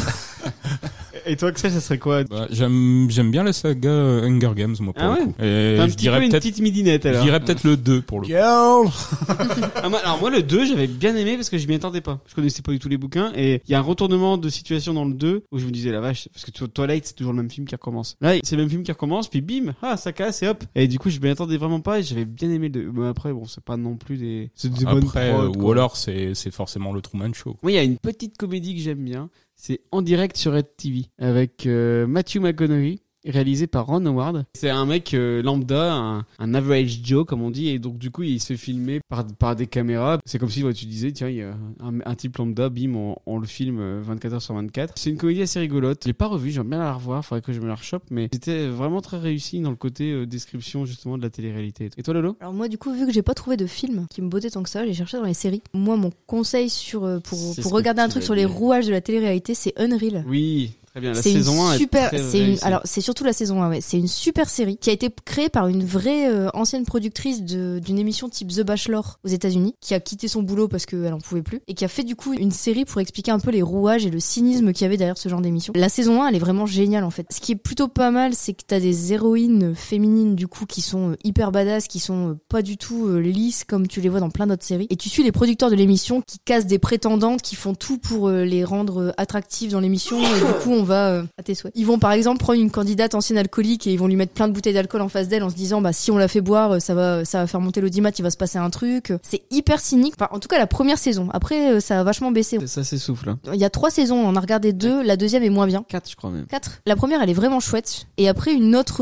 Et toi, Axel, ça serait quoi? J'aime bien la saga Hunger Games, moi, pour le coup. Et un petit peu une petite midinette, alors. Je dirais peut-être le 2, pour le coup. Girl! Alors moi, le 2, j'avais bien aimé parce que je m'y attendais pas. Je connaissais pas du tout les bouquins. Et il y a un retournement de situation dans le 2 où je me disais, la vache, parce que Twilight, c'est toujours le même film qui recommence. Là, c'est le même film qui recommence, puis bim, ça casse et hop. Et du coup, je m'y attendais vraiment pas et j'avais bien aimé le 2. Mais après, bon, c'est pas non plus des bonnes prods, ou alors, c'est forcément le Truman Show. Oui, il y a une petite comédie que j'aime bien. C'est En direct sur Red TV avec Matthew McConaughey, réalisé par Ron Howard. C'est un mec lambda, un average Joe comme on dit, et donc du coup il se fait filmer par des caméras. C'est comme si tu disais tiens, il y a un type lambda, bim, on le filme 24 heures sur 24. C'est une comédie assez rigolote. Je l'ai pas revue, j'aimerais bien la revoir, faudrait que je me la rechoppe, mais c'était vraiment très réussi dans le côté description justement de la télé-réalité. Et toi, Lolo? Alors moi, du coup, vu que j'ai pas trouvé de film qui me bottait tant que ça, j'ai cherché dans les séries. Moi, mon conseil pour regarder un truc sur les rouages de la télé-réalité, c'est Unreal. Oui. Très bien, la c'est saison 1 super, est alors c'est surtout la saison 1, ouais. C'est une super série qui a été créée par une vraie ancienne productrice d'une émission type The Bachelor aux États-Unis, qui a quitté son boulot parce qu'elle en pouvait plus et qui a fait du coup une série pour expliquer un peu les rouages et le cynisme qu'il y avait derrière ce genre d'émission. La saison 1, elle est vraiment géniale en fait. Ce qui est plutôt pas mal, c'est que t'as des héroïnes féminines du coup qui sont hyper badass, qui sont pas du tout lisses comme tu les vois dans plein d'autres séries. Et tu suis les producteurs de l'émission qui cassent des prétendantes, qui font tout pour les rendre attractives dans l'émission et du coup on va à tes souhaits. Ils vont par exemple prendre une candidate ancienne alcoolique et ils vont lui mettre plein de bouteilles d'alcool en face d'elle en se disant si on la fait boire ça va faire monter l'audimat, il va se passer un truc. C'est hyper cynique. Enfin, en tout cas la première saison. Après ça a vachement baissé. Ça s'essouffle. Hein. Il y a 3 saisons, on en a regardé 2, la deuxième est moins bien. 4 je crois même. 4. La première elle est vraiment chouette. Et après une autre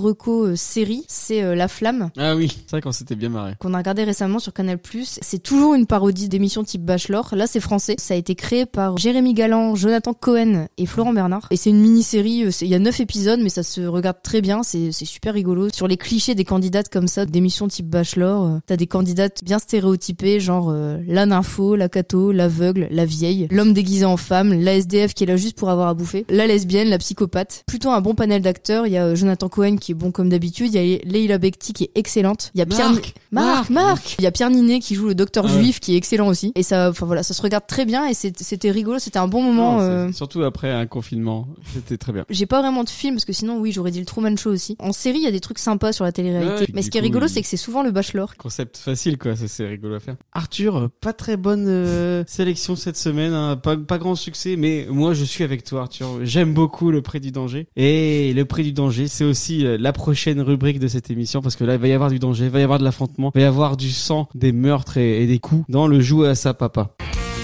série, c'est La Flamme. Ah oui, c'est vrai qu'on s'était bien marré. Qu'on a regardé récemment sur Canal+. C'est toujours une parodie d'émissions type Bachelor. Là c'est français. Ça a été créé par Jérémy Galland, Jonathan Cohen et Florent Bernard. Et c'est une mini-série, il y a 9 épisodes mais ça se regarde très bien, c'est super rigolo. Sur les clichés des candidates comme ça, d'émissions type Bachelor, t'as des candidates bien stéréotypées, genre la nympho, la catho, l'aveugle, la vieille, l'homme déguisé en femme, la SDF qui est là juste pour avoir à bouffer, la lesbienne, la psychopathe. Plutôt un bon panel d'acteurs, il y a Jonathan Cohen qui est bon comme d'habitude, il y a Leila Bekti qui est excellente, il y a Marc, il y a Pierre Ninet qui joue le docteur juif qui est excellent aussi. Et ça, enfin voilà, ça se regarde très bien et c'était rigolo, c'était un bon moment. Non, surtout après un confinement, c'était très bien. J'ai pas vraiment de film parce que sinon oui j'aurais dit le Truman Show aussi. En série il y a des trucs sympas sur la télé-réalité, mais ce qui est rigolo c'est que c'est souvent le Bachelor. Concept facile quoi, c'est rigolo à faire. Arthur, pas très bonne sélection cette semaine, hein. pas grand succès, mais moi je suis avec toi Arthur. J'aime beaucoup le prix du danger et le prix du danger c'est aussi la prochaine rubrique de cette émission parce que là il va y avoir du danger, il va y avoir de l'affrontement, il va y avoir du sang, des meurtres et des coups dans le Joue à sa papa.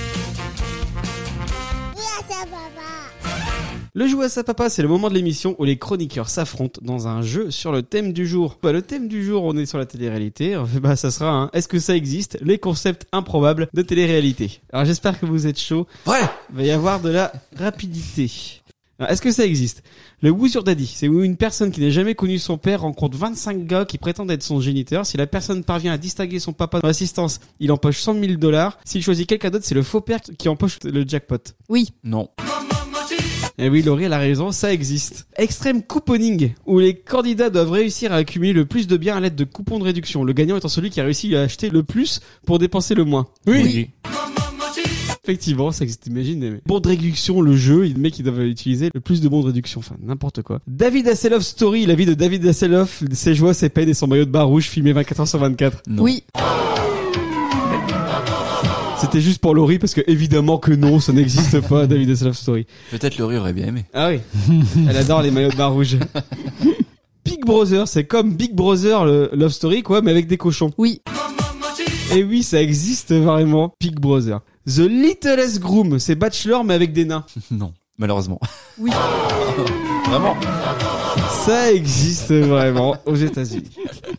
Le Joue à sa papa, c'est le moment de l'émission où les chroniqueurs s'affrontent dans un jeu sur le thème du jour. Le thème du jour, on est sur la télé-réalité. Ça sera est-ce que ça existe? Les concepts improbables de télé-réalité. Alors j'espère que vous êtes chaud. Ouais. Il va y avoir de la rapidité. Alors, est-ce que ça existe? Le Who sur Daddy, c'est où une personne qui n'a jamais connu son père rencontre 25 gars qui prétendent être son géniteur. Si la personne parvient à distinguer son papa dans l'assistance, il empoche $100 000. S'il choisit quelqu'un d'autre, c'est le faux père qui empoche le jackpot. Oui. Non. Eh oui, Laurie, elle a raison, ça existe. Extrême couponing, où les candidats doivent réussir à accumuler le plus de biens à l'aide de coupons de réduction. Le gagnant étant celui qui a réussi à acheter le plus pour dépenser le moins. Oui. Effectivement, ça existe, imagine. Mais bons de réduction, le jeu, les mecs, ils doivent utiliser le plus de bons de réduction. Enfin, n'importe quoi. David Hasselhoff Story, la vie de David Hasselhoff, ses joies, ses peines et son maillot de bain rouge filmé 24 heures sur 24. Non. Oui. C'était juste pour Laurie parce que évidemment que non, ça n'existe pas, David Love Story. Peut-être Laurie aurait bien aimé. Ah oui. Elle adore les maillots de bain rouges. Big Brother, c'est comme Big Brother le Love Story quoi, mais avec des cochons. Oui. Et oui, ça existe vraiment, Big Brother. The Littlest Groom, c'est Bachelor mais avec des nains. Non, malheureusement. Oui. Vraiment. Ça existe vraiment aux États-Unis.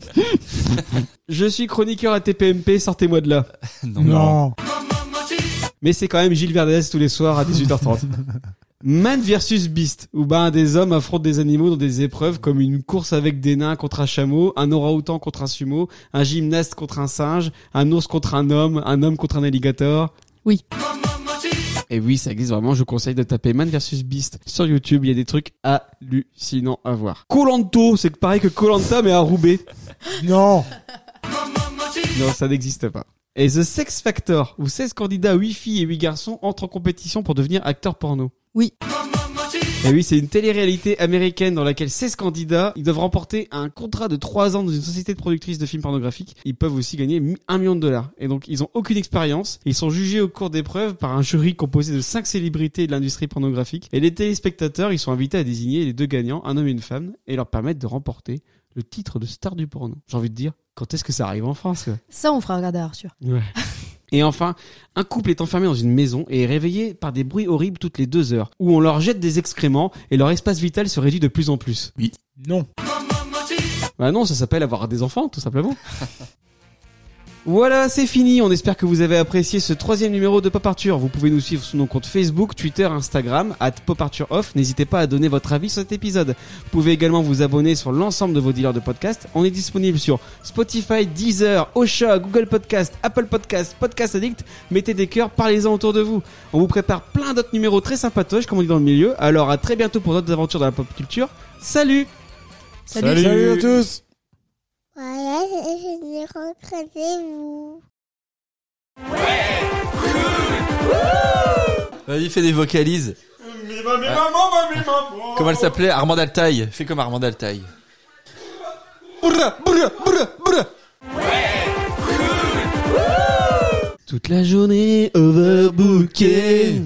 Je suis chroniqueur à TPMP, sortez-moi de là. Non. Mais c'est quand même Gilles Verdez tous les soirs à 18h30. Man vs Beast, où des hommes affrontent des animaux dans des épreuves comme une course avec des nains contre un chameau, un orang-outan contre un sumo, un gymnaste contre un singe, un ours contre un homme contre un alligator. Oui. Et oui, ça existe vraiment, je vous conseille de taper Man vs Beast sur YouTube, il y a des trucs hallucinants à voir. Koh-Lanta, c'est pareil que Koh-Lanta mais à Roubaix. Non. Non, ça n'existe pas. Et The Sex Factor, où 16 candidats, 8 filles et 8 garçons entrent en compétition pour devenir acteurs porno. Oui. Et oui, c'est une télé-réalité américaine dans laquelle 16 candidats, ils doivent remporter un contrat de 3 ans dans une société de productrice de films pornographiques. Ils peuvent aussi gagner $1 million. Et donc, ils ont aucune expérience. Ils sont jugés au cours d'épreuves par un jury composé de 5 célébrités de l'industrie pornographique. Et les téléspectateurs, ils sont invités à désigner les 2 gagnants, un homme et une femme, et leur permettre de remporter le titre de star du porno. J'ai envie de dire, quand est-ce que ça arrive en France, quoi ? Ça, on fera regarder Arthur. Ouais. Et enfin, un couple est enfermé dans une maison et est réveillé par des bruits horribles toutes les 2 heures, où on leur jette des excréments et leur espace vital se réduit de plus en plus. Oui. Non. Bah non, ça s'appelle avoir des enfants, tout simplement. Voilà, c'est fini. On espère que vous avez apprécié ce 3e numéro de Pop Arthur. Vous pouvez nous suivre sur nos comptes Facebook, Twitter, Instagram, @PopArthurOff. N'hésitez pas à donner votre avis sur cet épisode. Vous pouvez également vous abonner sur l'ensemble de vos dealers de podcasts. On est disponible sur Spotify, Deezer, Ocha, Google Podcast, Apple Podcast, Podcast Addict. Mettez des cœurs, parlez-en autour de vous. On vous prépare plein d'autres numéros très sympatoches, comme on dit dans le milieu. Alors à très bientôt pour d'autres aventures dans la pop culture. Salut! Salut à tous. Voilà, je l'ai rencontré, vous. Vas-y, fais des vocalises. Comment elle s'appelait? Armand Altaï. Fais comme Armand Altaï. Toute la journée overbooké.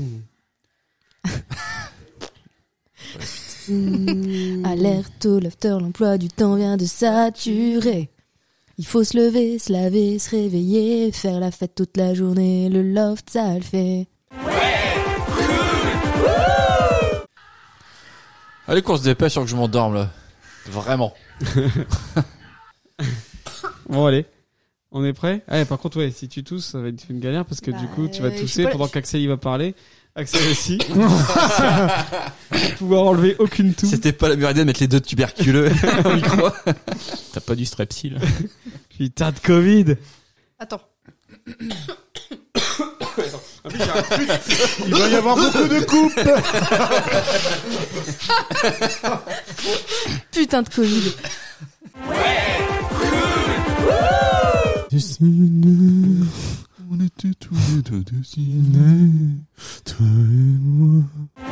Alerte au lofter, l'emploi du temps vient de saturer. Il faut se lever, se laver, se réveiller, faire la fête toute la journée, le loft ça le fait. Allez, qu'on se dépêche sans que je m'endorme là. Vraiment. Bon allez, on est prêt? Ah, par contre ouais, si tu tousses ça va être une galère parce que du coup tu vas tousser pendant qu'Axel il va parler. Axel aussi. Pouvoir enlever aucune toux. C'était pas la meilleure idée de mettre les 2 tuberculeux au micro. T'as pas du strepsil? Putain de Covid. Attends. Il va y avoir beaucoup de coupes. Putain de Covid. Dessinés, on était tous les 2 dessinés, toi et moi.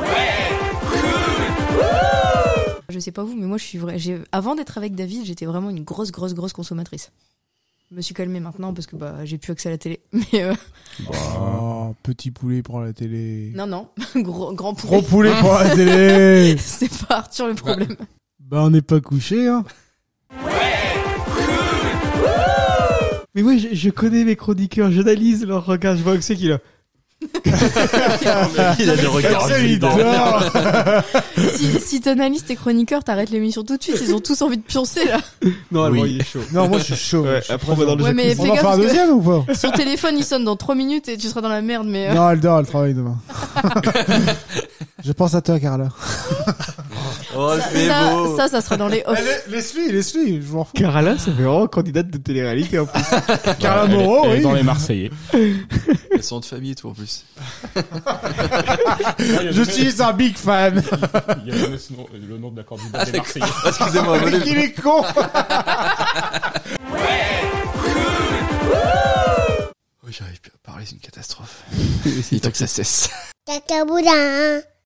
Je sais pas vous, mais moi je suis avant d'être avec David, j'étais vraiment une grosse consommatrice. Je me suis calmée maintenant parce que j'ai plus accès à la télé. Mais Oh, petit poulet pour la télé. non, grand poulet. Gros poulet pour la télé. C'est pas Arthur le problème. On n'est pas couché, hein. Mais moi je connais mes chroniqueurs, j'analyse leur regard, je vois que c'est qu'il a. Il a des regards vides. Si t'analyses tes chroniqueurs, t'arrêtes l'émission tout de suite. Ils ont tous envie de pioncer là. Non, il est chaud. Non, moi je suis chaud. Ouais, après on va dans le mais on va faire un deuxième ou pas? Son téléphone il sonne dans 3 minutes et tu seras dans la merde. Mais Non, elle dort, elle travaille demain. Je pense à toi, Carla. Oh, c'est beau. Ça sera dans les off. Laisse-lui, je m'en fous. Carla, ça fait vraiment candidate de télé-réalité en plus. Carla Moreau, oui. Dans les Marseillais. Elles sont de famille et tout en plus. Je suis un big fan. Il y a le nom de la candidate des Marseillais. Excusez-moi, il est con. Oui, j'arrive plus à parler, c'est une catastrophe. Il faut que ça cesse. Cacaboudin.